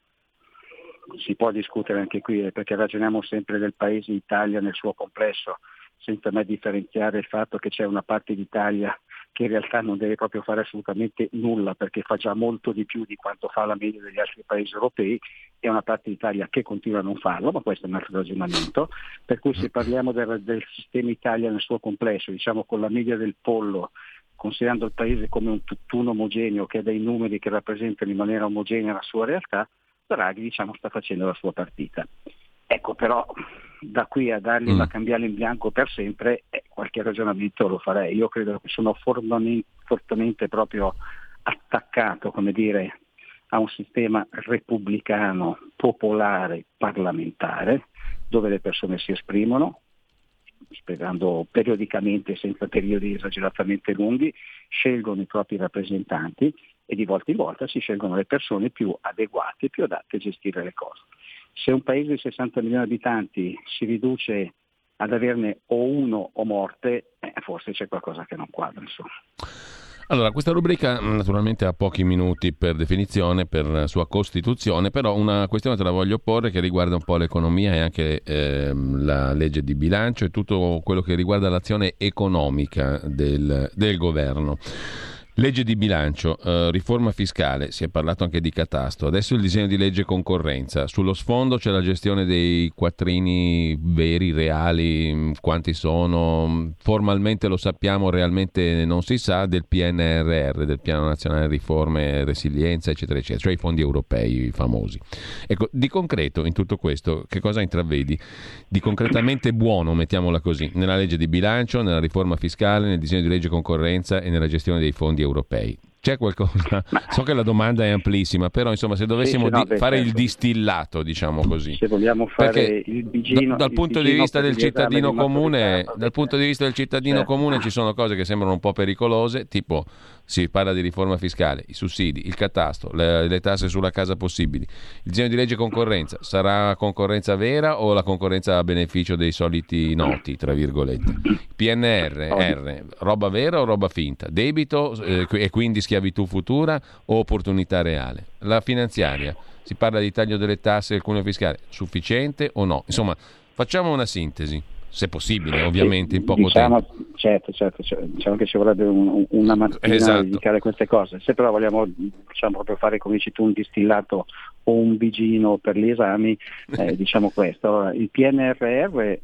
Speaker 10: Si può discutere anche qui, perché ragioniamo sempre del paese Italia nel suo complesso, senza mai differenziare il fatto che c'è una parte d'Italia che in realtà non deve proprio fare assolutamente nulla, perché fa già molto di più di quanto fa la media degli altri paesi europei, e una parte d'Italia che continua a non farlo, ma questo è un altro ragionamento. Per cui se parliamo del, del sistema Italia nel suo complesso, diciamo con la media del pollo, considerando il paese come un tutt'uno omogeneo che ha dei numeri che rappresentano in maniera omogenea la sua realtà, Draghi, diciamo, sta facendo la sua partita. Ecco, però da qui a dargli mm. la cambiale in bianco per sempre, eh, qualche ragionamento lo farei. Io credo che sono fortemente, fortemente proprio attaccato, come dire, a un sistema repubblicano, popolare, parlamentare, dove le persone si esprimono, spiegando periodicamente, senza periodi esageratamente lunghi, scelgono i propri rappresentanti e di volta in volta si scelgono le persone più adeguate, più adatte a gestire le cose. Se un paese di sessanta milioni di abitanti si riduce ad averne o uno o morte, eh, forse c'è qualcosa che non quadra, insomma.
Speaker 1: Allora, questa rubrica naturalmente ha pochi minuti per definizione, per sua costituzione, però una questione te la voglio porre che riguarda un po' l'economia e anche ehm, la legge di bilancio e tutto quello che riguarda l'azione economica del, del governo. Legge di bilancio, eh, riforma fiscale, si è parlato anche di catasto, adesso il disegno di legge concorrenza, sullo sfondo c'è la gestione dei quattrini veri, reali, quanti sono, formalmente lo sappiamo, realmente non si sa, del P N R R, del Piano Nazionale Riforme e Resilienza, eccetera, eccetera, cioè i fondi europei famosi. Ecco, di concreto in tutto questo, che cosa intravedi? Di concretamente buono, mettiamola così, nella legge di bilancio, nella riforma fiscale, nel disegno di legge concorrenza e nella gestione dei fondi europei. C'è qualcosa? So che la domanda è amplissima, però insomma se dovessimo sì, sì, no, di, fare certo. il distillato, diciamo così.
Speaker 10: Se vogliamo fare
Speaker 1: Perché
Speaker 10: il bigino,
Speaker 1: da, dal
Speaker 10: il
Speaker 1: punto
Speaker 10: bigino
Speaker 1: di vista del cittadino
Speaker 10: di
Speaker 1: comune, dal punto di vista del cittadino
Speaker 10: certo.
Speaker 1: comune ci sono cose che sembrano un po' pericolose, tipo si parla di riforma fiscale, i sussidi, il catasto, le, le tasse sulla casa possibili. Il disegno di legge concorrenza sarà concorrenza vera o la concorrenza a beneficio dei soliti noti, tra virgolette? P N R R, roba vera o roba finta? Debito eh, e quindi schiavitù futura o opportunità reale? La finanziaria, si parla di taglio delle tasse e del cuneo fiscale, sufficiente o no? Insomma, facciamo una sintesi. se possibile, ovviamente, in poco
Speaker 10: diciamo,
Speaker 1: tempo.
Speaker 10: Certo, certo, diciamo che ci vorrebbe un, una mattina
Speaker 1: esatto.
Speaker 10: a dedicare a queste cose. Se però vogliamo, diciamo, proprio fare, come dici tu, un distillato o un bigino per gli esami, eh, diciamo questo. Allora, il P N R R,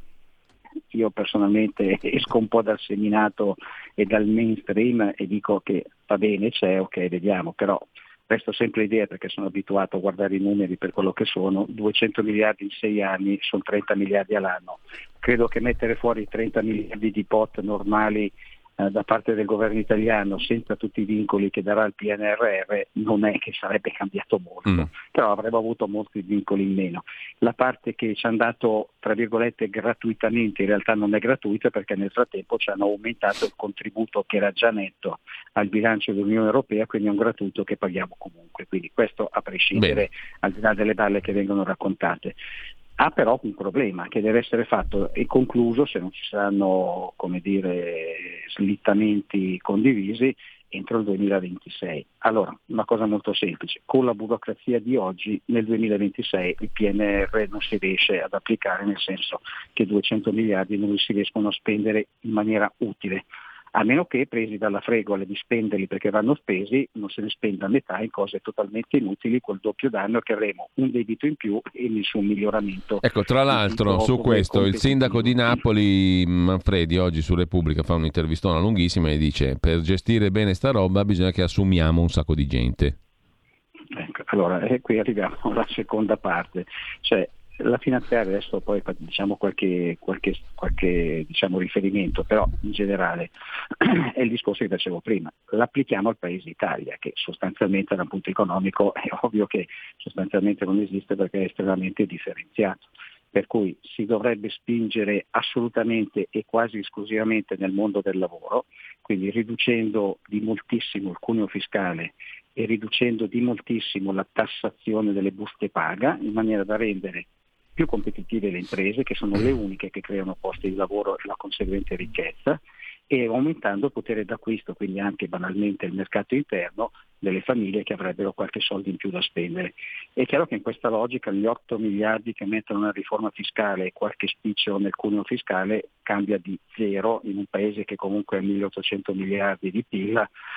Speaker 10: io personalmente esco un po' dal seminato e dal mainstream e dico che va bene, c'è, ok, vediamo, però resto sempre idea, perché sono abituato a guardare i numeri per quello che sono, duecento miliardi in sei anni sono trenta miliardi all'anno. Credo che mettere fuori trenta miliardi di pot normali eh, da parte del governo italiano senza tutti i vincoli che darà il P N R R non è che sarebbe cambiato molto, mm. però avremmo avuto molti vincoli in meno. La parte che ci hanno dato, tra virgolette, gratuitamente, in realtà non è gratuita, perché nel frattempo ci hanno aumentato il contributo che era già netto al bilancio dell'Unione Europea, quindi è un gratuito che paghiamo comunque, quindi questo a prescindere, Bene. al di là delle balle che vengono raccontate. Ha però un problema che deve essere fatto e concluso, se non ci saranno, come dire, slittamenti condivisi, entro il duemilaventisei. Allora, una cosa molto semplice, con la burocrazia di oggi nel duemilaventisei il P N R R non si riesce ad applicare, nel senso che duecento miliardi non si riescono a spendere in maniera utile, a meno che, presi dalla fregola di spenderli perché vanno spesi, non se ne spenda metà in cose totalmente inutili, col doppio danno che avremo un debito in più e nessun miglioramento.
Speaker 1: Ecco, tra l'altro su questo il sindaco di Napoli Manfredi oggi su Repubblica fa un'intervistona lunghissima e dice: per gestire bene sta roba bisogna che assumiamo un sacco di gente.
Speaker 10: Ecco, allora eh, qui arriviamo alla seconda parte, cioè la finanziaria, adesso poi diciamo qualche, qualche, qualche diciamo, riferimento, però in generale è il discorso che facevo prima, l'applichiamo al paese Italia, che sostanzialmente da un punto economico è ovvio che sostanzialmente non esiste, perché è estremamente differenziato, per cui si dovrebbe spingere assolutamente e quasi esclusivamente nel mondo del lavoro, quindi riducendo di moltissimo il cuneo fiscale e riducendo di moltissimo la tassazione delle buste paga, in maniera da rendere più competitive le imprese, che sono le uniche che creano posti di lavoro e la conseguente ricchezza, e aumentando il potere d'acquisto, quindi anche banalmente il mercato interno delle famiglie che avrebbero qualche soldo in più da spendere. È chiaro che in questa logica gli otto miliardi che mettono nella riforma fiscale e qualche spiccio nel cuneo fiscale cambia di zero in un paese che comunque ha milleottocento miliardi di P I L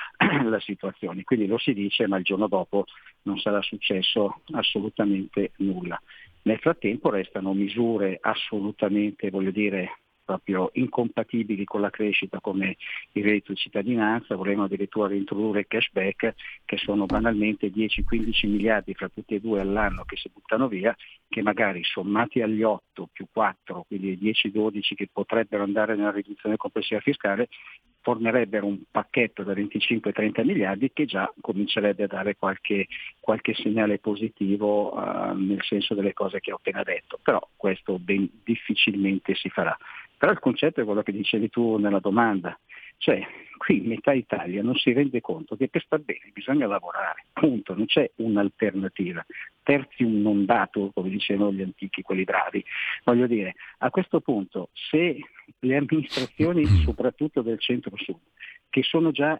Speaker 10: la situazione. Quindi lo si dice, ma il giorno dopo non sarà successo assolutamente nulla. Nel frattempo restano misure assolutamente, voglio dire, proprio incompatibili con la crescita, come il reddito di cittadinanza. Vorremmo addirittura reintrodurre il cashback, che sono banalmente dieci quindici miliardi fra tutti e due all'anno che si buttano via, che magari sommati agli otto più quattro, quindi dieci dodici che potrebbero andare nella riduzione complessiva fiscale, formerebbero un pacchetto da venticinque trenta miliardi che già comincerebbe a dare qualche, qualche segnale positivo uh, nel senso delle cose che ho appena detto, però questo ben difficilmente si farà. Però il concetto è quello che dicevi tu nella domanda, cioè qui metà Italia non si rende conto che per star bene bisogna lavorare, punto, non c'è un'alternativa. Tertium non datur, come dicevano gli antichi, quelli bravi. Voglio dire, a questo punto, se le amministrazioni, soprattutto del centro-sud, che sono già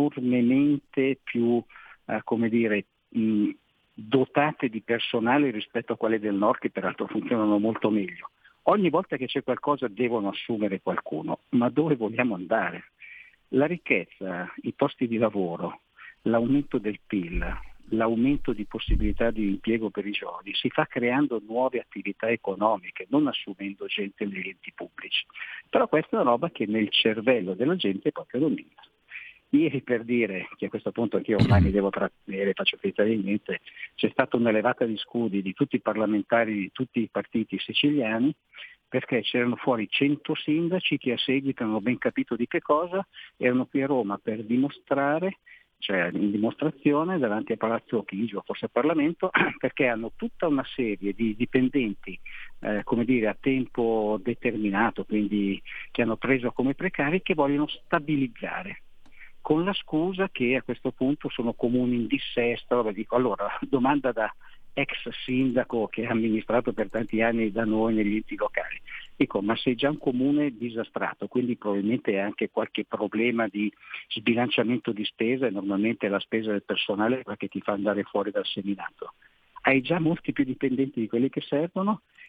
Speaker 10: enormemente più, eh, come dire, mh, dotate di personale rispetto a quelle del nord, che peraltro funzionano molto meglio, ogni volta che c'è qualcosa devono assumere qualcuno, ma dove vogliamo andare? La ricchezza, i posti di lavoro, l'aumento del P I L, l'aumento di possibilità di impiego per i giovani si fa creando nuove attività economiche, non assumendo gente negli enti pubblici. Però questa è una roba che nel cervello della gente proprio domina. Ieri, per dire, che a questo punto anch'io ormai mi devo trattenere, faccio finta di niente, c'è stata un'elevata di scudi di tutti i parlamentari di tutti i partiti siciliani, perché c'erano fuori cento sindaci che a seguito hanno ben capito di che cosa, erano qui a Roma per dimostrare, cioè in dimostrazione davanti a Palazzo Chigi, forse al Parlamento, perché hanno tutta una serie di dipendenti eh, come dire, a tempo determinato, quindi che hanno preso come precari, che vogliono stabilizzare, con la scusa che a questo punto sono comuni in dissesto. Dico, allora, domanda da ex sindaco che ha amministrato per tanti anni da noi negli enti locali, dico, ma sei già un comune disastrato, quindi probabilmente hai anche qualche problema di sbilanciamento di spesa, e normalmente la spesa del personale è quella che ti fa andare fuori dal seminato. Hai già molti più dipendenti di quelli che servono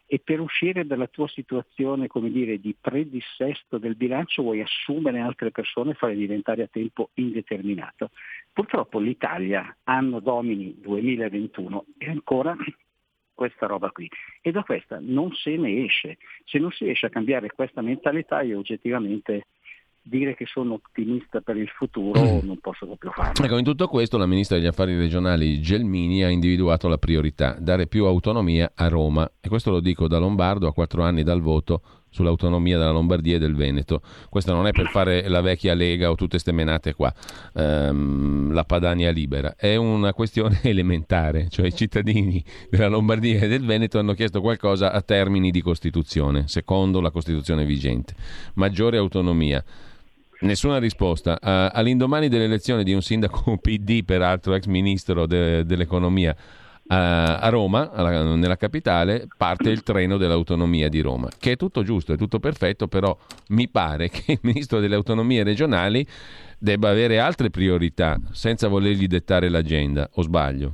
Speaker 10: e per uscire dalla tua situazione, come dire, di predissesto del bilancio vuoi assumere altre persone e farle diventare a tempo indeterminato. Purtroppo l'Italia, anno domini duemilaventuno, è ancora questa roba qui, e da questa non se ne esce. Se non si riesce a cambiare questa mentalità, io oggettivamente dire che sono ottimista per il futuro mm. non posso proprio farlo.
Speaker 1: Ecco, in tutto questo la ministra degli affari regionali Gelmini ha individuato la priorità: dare più autonomia a Roma, e questo lo dico da lombardo a quattro anni dal voto sull'autonomia della Lombardia e del Veneto. Questo non è per fare la vecchia Lega o tutte ste menate qua, ehm, la Padania libera, è una questione elementare, cioè i cittadini della Lombardia e del Veneto hanno chiesto qualcosa a termini di Costituzione, secondo la Costituzione vigente: maggiore autonomia. Nessuna risposta. Uh, all'indomani dell'elezione di un sindaco P D, peraltro ex ministro de- dell'economia, a Roma, alla, nella capitale, parte il treno dell'autonomia di Roma, che è tutto giusto, è tutto perfetto, però mi pare che il ministro delle autonomie regionali debba avere altre priorità, senza volergli dettare l'agenda, o sbaglio?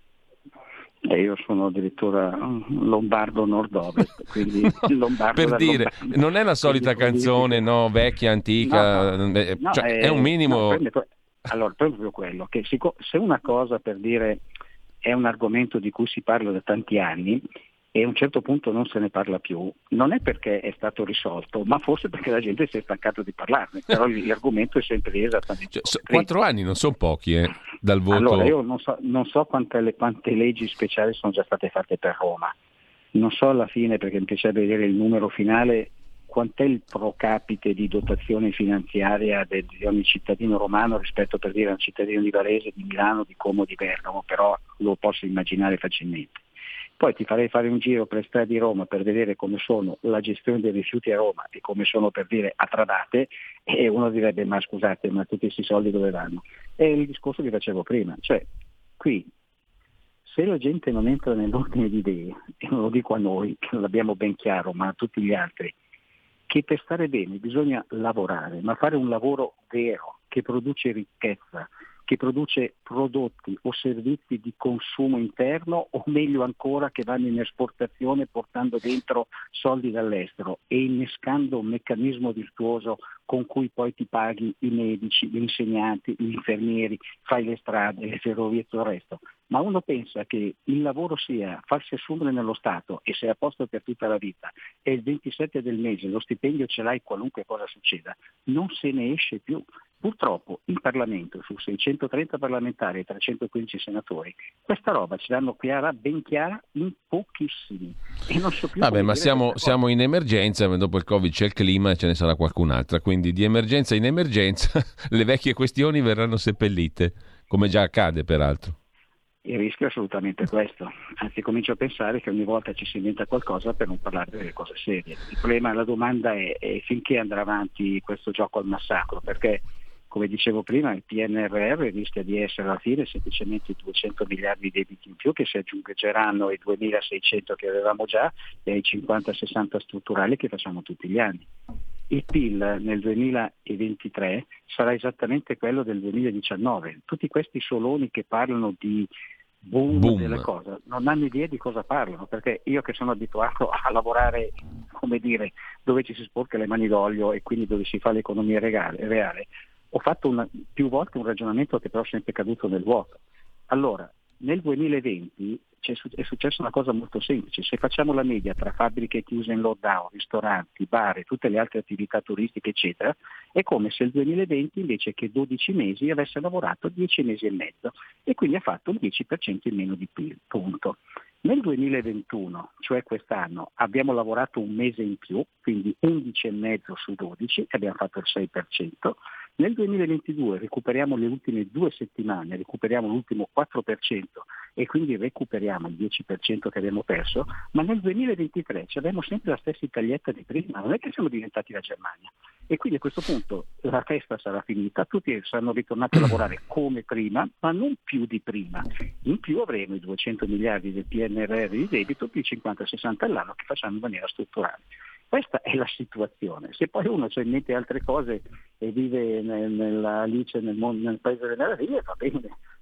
Speaker 10: Eh, io sono addirittura lombardo nord-ovest, quindi lombardo
Speaker 1: per dire,
Speaker 10: lombardo.
Speaker 1: Non è la solita
Speaker 10: quindi,
Speaker 1: canzone, no, vecchia, antica,
Speaker 10: no, no, no,
Speaker 1: cioè,
Speaker 10: è,
Speaker 1: è un minimo...
Speaker 10: No, prende, allora, proprio quello, che si, se una cosa, per dire, è un argomento di cui si parla da tanti anni e a un certo punto non se ne parla più, non è perché è stato risolto, ma forse perché la gente si è stancato di parlarne, però l'argomento è sempre esattamente
Speaker 1: cioè, so, quattro anni non sono pochi eh, dal voto.
Speaker 10: Allora io non so, non so quante, le, quante leggi speciali sono già state fatte per Roma, non so alla fine, perché mi piacerebbe vedere il numero finale, quant'è il pro capite di dotazione finanziaria di ogni cittadino romano rispetto, per dire, a un cittadino di Varese, di Milano, di Como, di Bergamo, però lo posso immaginare facilmente. Poi ti farei fare un giro per strade di Roma per vedere come sono la gestione dei rifiuti a Roma e come sono, per dire, a Tradate, e uno direbbe: ma scusate, ma tutti questi soldi dove vanno? È il discorso che facevo prima, cioè qui se la gente non entra nell'ordine di idee, e non lo dico a noi, che l'abbiamo ben chiaro, ma a tutti gli altri, che per stare bene bisogna lavorare, ma fare un lavoro vero, che produce ricchezza, che produce prodotti o servizi di consumo interno, o meglio ancora che vanno in esportazione portando dentro soldi dall'estero e innescando un meccanismo virtuoso con cui poi ti paghi i medici, gli insegnanti, gli infermieri, fai le strade, le ferrovie e tutto il resto. Ma uno pensa che il lavoro sia farsi assumere nello Stato e sei a posto per tutta la vita e il ventisette del mese lo stipendio ce l'hai qualunque cosa succeda, non se ne esce più. Purtroppo in Parlamento, su seicentotrenta parlamentari e trecentoquindici senatori, questa roba ce l'hanno chiara, ben chiara, in pochissimi. E non so più.
Speaker 1: Vabbè, ma siamo, siamo in emergenza, dopo il Covid c'è il clima e ce ne sarà qualcun'altra, quindi di emergenza in emergenza le vecchie questioni verranno seppellite, come già accade peraltro.
Speaker 10: Il rischio è assolutamente questo, anzi comincio a pensare che ogni volta ci si inventa qualcosa per non parlare delle cose serie. Il problema, la domanda è, è finché andrà avanti questo gioco al massacro, perché come dicevo prima il P N R R rischia di essere alla fine semplicemente duecento miliardi di debiti in più che si aggiungeranno ai duemilaseicento che avevamo già e ai cinquanta sessanta strutturali che facciamo tutti gli anni. Il P I L nel duemilaventitré sarà esattamente quello del duemiladiciannove. Tutti questi soloni che parlano di boom, boom delle cose non hanno idea di cosa parlano, perché io che sono abituato a lavorare, come dire, dove ci si sporca le mani d'olio e quindi dove si fa l'economia reale, reale ho fatto una, più volte un ragionamento che però è sempre caduto nel vuoto. Allora, nel duemilaventi è successa una cosa molto semplice: se facciamo la media tra fabbriche chiuse in lockdown, ristoranti, bar e tutte le altre attività turistiche eccetera, è come se il duemilaventi invece che dodici mesi avesse lavorato dieci mesi e mezzo e quindi ha fatto un dieci per cento in meno di P I L, punto. Nel duemilaventuno, cioè quest'anno, abbiamo lavorato un mese in più, quindi undici e mezzo su dodici e abbiamo fatto il sei per cento. Nel duemilaventidue recuperiamo le ultime due settimane, recuperiamo l'ultimo quattro per cento e quindi recuperiamo il dieci per cento che abbiamo perso, ma nel duemilaventitré abbiamo sempre la stessa Italietta di prima, non è che siamo diventati la Germania. E quindi a questo punto la festa sarà finita, tutti saranno ritornati a lavorare come prima, ma non più di prima. In più avremo i duecento miliardi del P N R R di debito più i cinquanta sessanta all'anno che facciamo in maniera strutturale. Questa è la situazione. Se poi uno c'ha in mente altre cose e vive nel, nella Alice nel, mondo, nel paese delle meraviglie, va bene,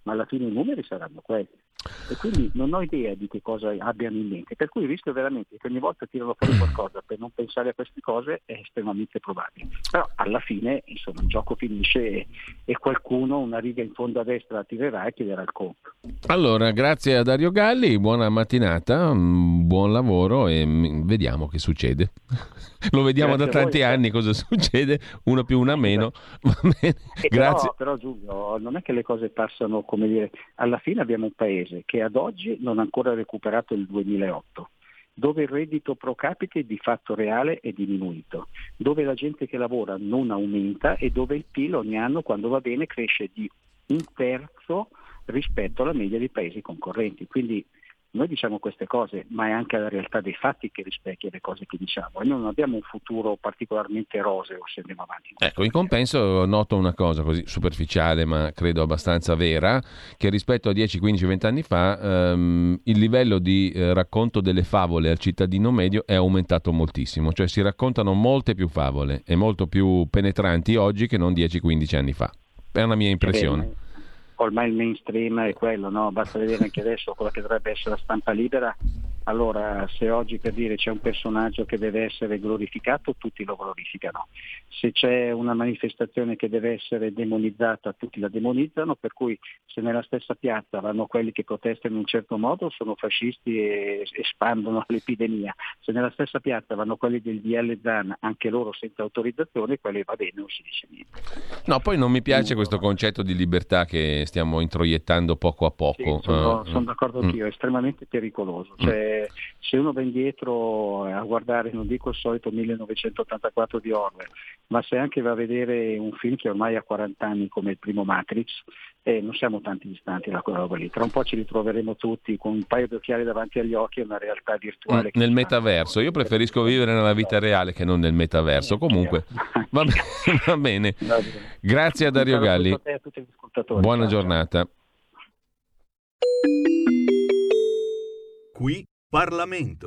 Speaker 10: ma alla fine i numeri saranno quelli. E quindi non ho idea di che cosa abbiano in mente, per cui il rischio veramente che ogni volta tirano fuori qualcosa per non pensare a queste cose è estremamente probabile. Però alla fine insomma il gioco finisce e, e qualcuno una riga in fondo a destra la tirerà e chiederà il conto.
Speaker 1: Allora, grazie a Dario Galli, buona mattinata, buon lavoro e vediamo che succede. Lo vediamo grazie da tanti voi, anni cosa succede, una più una meno. Va bene. Grazie.
Speaker 10: Però, però Giulio, non è che le cose passano, come dire, alla fine abbiamo un paese che ad oggi non ha ancora recuperato il duemilaotto, dove il reddito pro capite di fatto reale è diminuito, dove la gente che lavora non aumenta e dove il P I L ogni anno, quando va bene, cresce di un terzo rispetto alla media dei paesi concorrenti. Quindi noi diciamo queste cose, ma è anche la realtà dei fatti che rispecchia le cose che diciamo, e noi non abbiamo un futuro particolarmente roseo se andiamo avanti.
Speaker 1: Ecco, in compenso noto una cosa così superficiale, ma credo abbastanza vera, che rispetto a dieci, quindici, venti anni fa ehm, il livello di eh, racconto delle favole al cittadino medio è aumentato moltissimo, cioè si raccontano molte più favole e molto più penetranti oggi che non dieci, quindici anni fa. È una mia impressione.
Speaker 10: Bene. Ormai il mainstream è quello, no? Basta vedere anche adesso quella che dovrebbe essere la stampa libera. Allora, se oggi per dire c'è un personaggio che deve essere glorificato, tutti lo glorificano. Se c'è una manifestazione che deve essere demonizzata, tutti la demonizzano, per cui se nella stessa piazza vanno quelli che protestano in un certo modo sono fascisti e espandono l'epidemia. Se nella stessa piazza vanno quelli del D L Zan, anche loro senza autorizzazione, quelli va bene, non si dice niente.
Speaker 1: No, poi non mi piace questo concetto di libertà che stiamo introiettando poco a poco.
Speaker 10: Sì, sono,
Speaker 1: uh,
Speaker 10: sono d'accordo anch'io,
Speaker 1: mm.
Speaker 10: è estremamente pericoloso. Cioè, se uno va indietro a guardare, non dico il solito millenovecentottantaquattro di Orwell, ma se anche va a vedere un film che ormai ha quaranta anni come il primo Matrix, eh, non siamo tanti distanti da quella roba lì. Tra un po' ci ritroveremo tutti con un paio di occhiali davanti agli occhi e una realtà virtuale.
Speaker 1: Mm, nel metaverso, io preferisco vivere nella vita reale che non nel metaverso. Comunque, va bene. Va bene. Grazie a Dario Galli.
Speaker 10: A te e a tutti gli ascoltatori.
Speaker 1: Buona giornata.
Speaker 3: Qui Parlamento.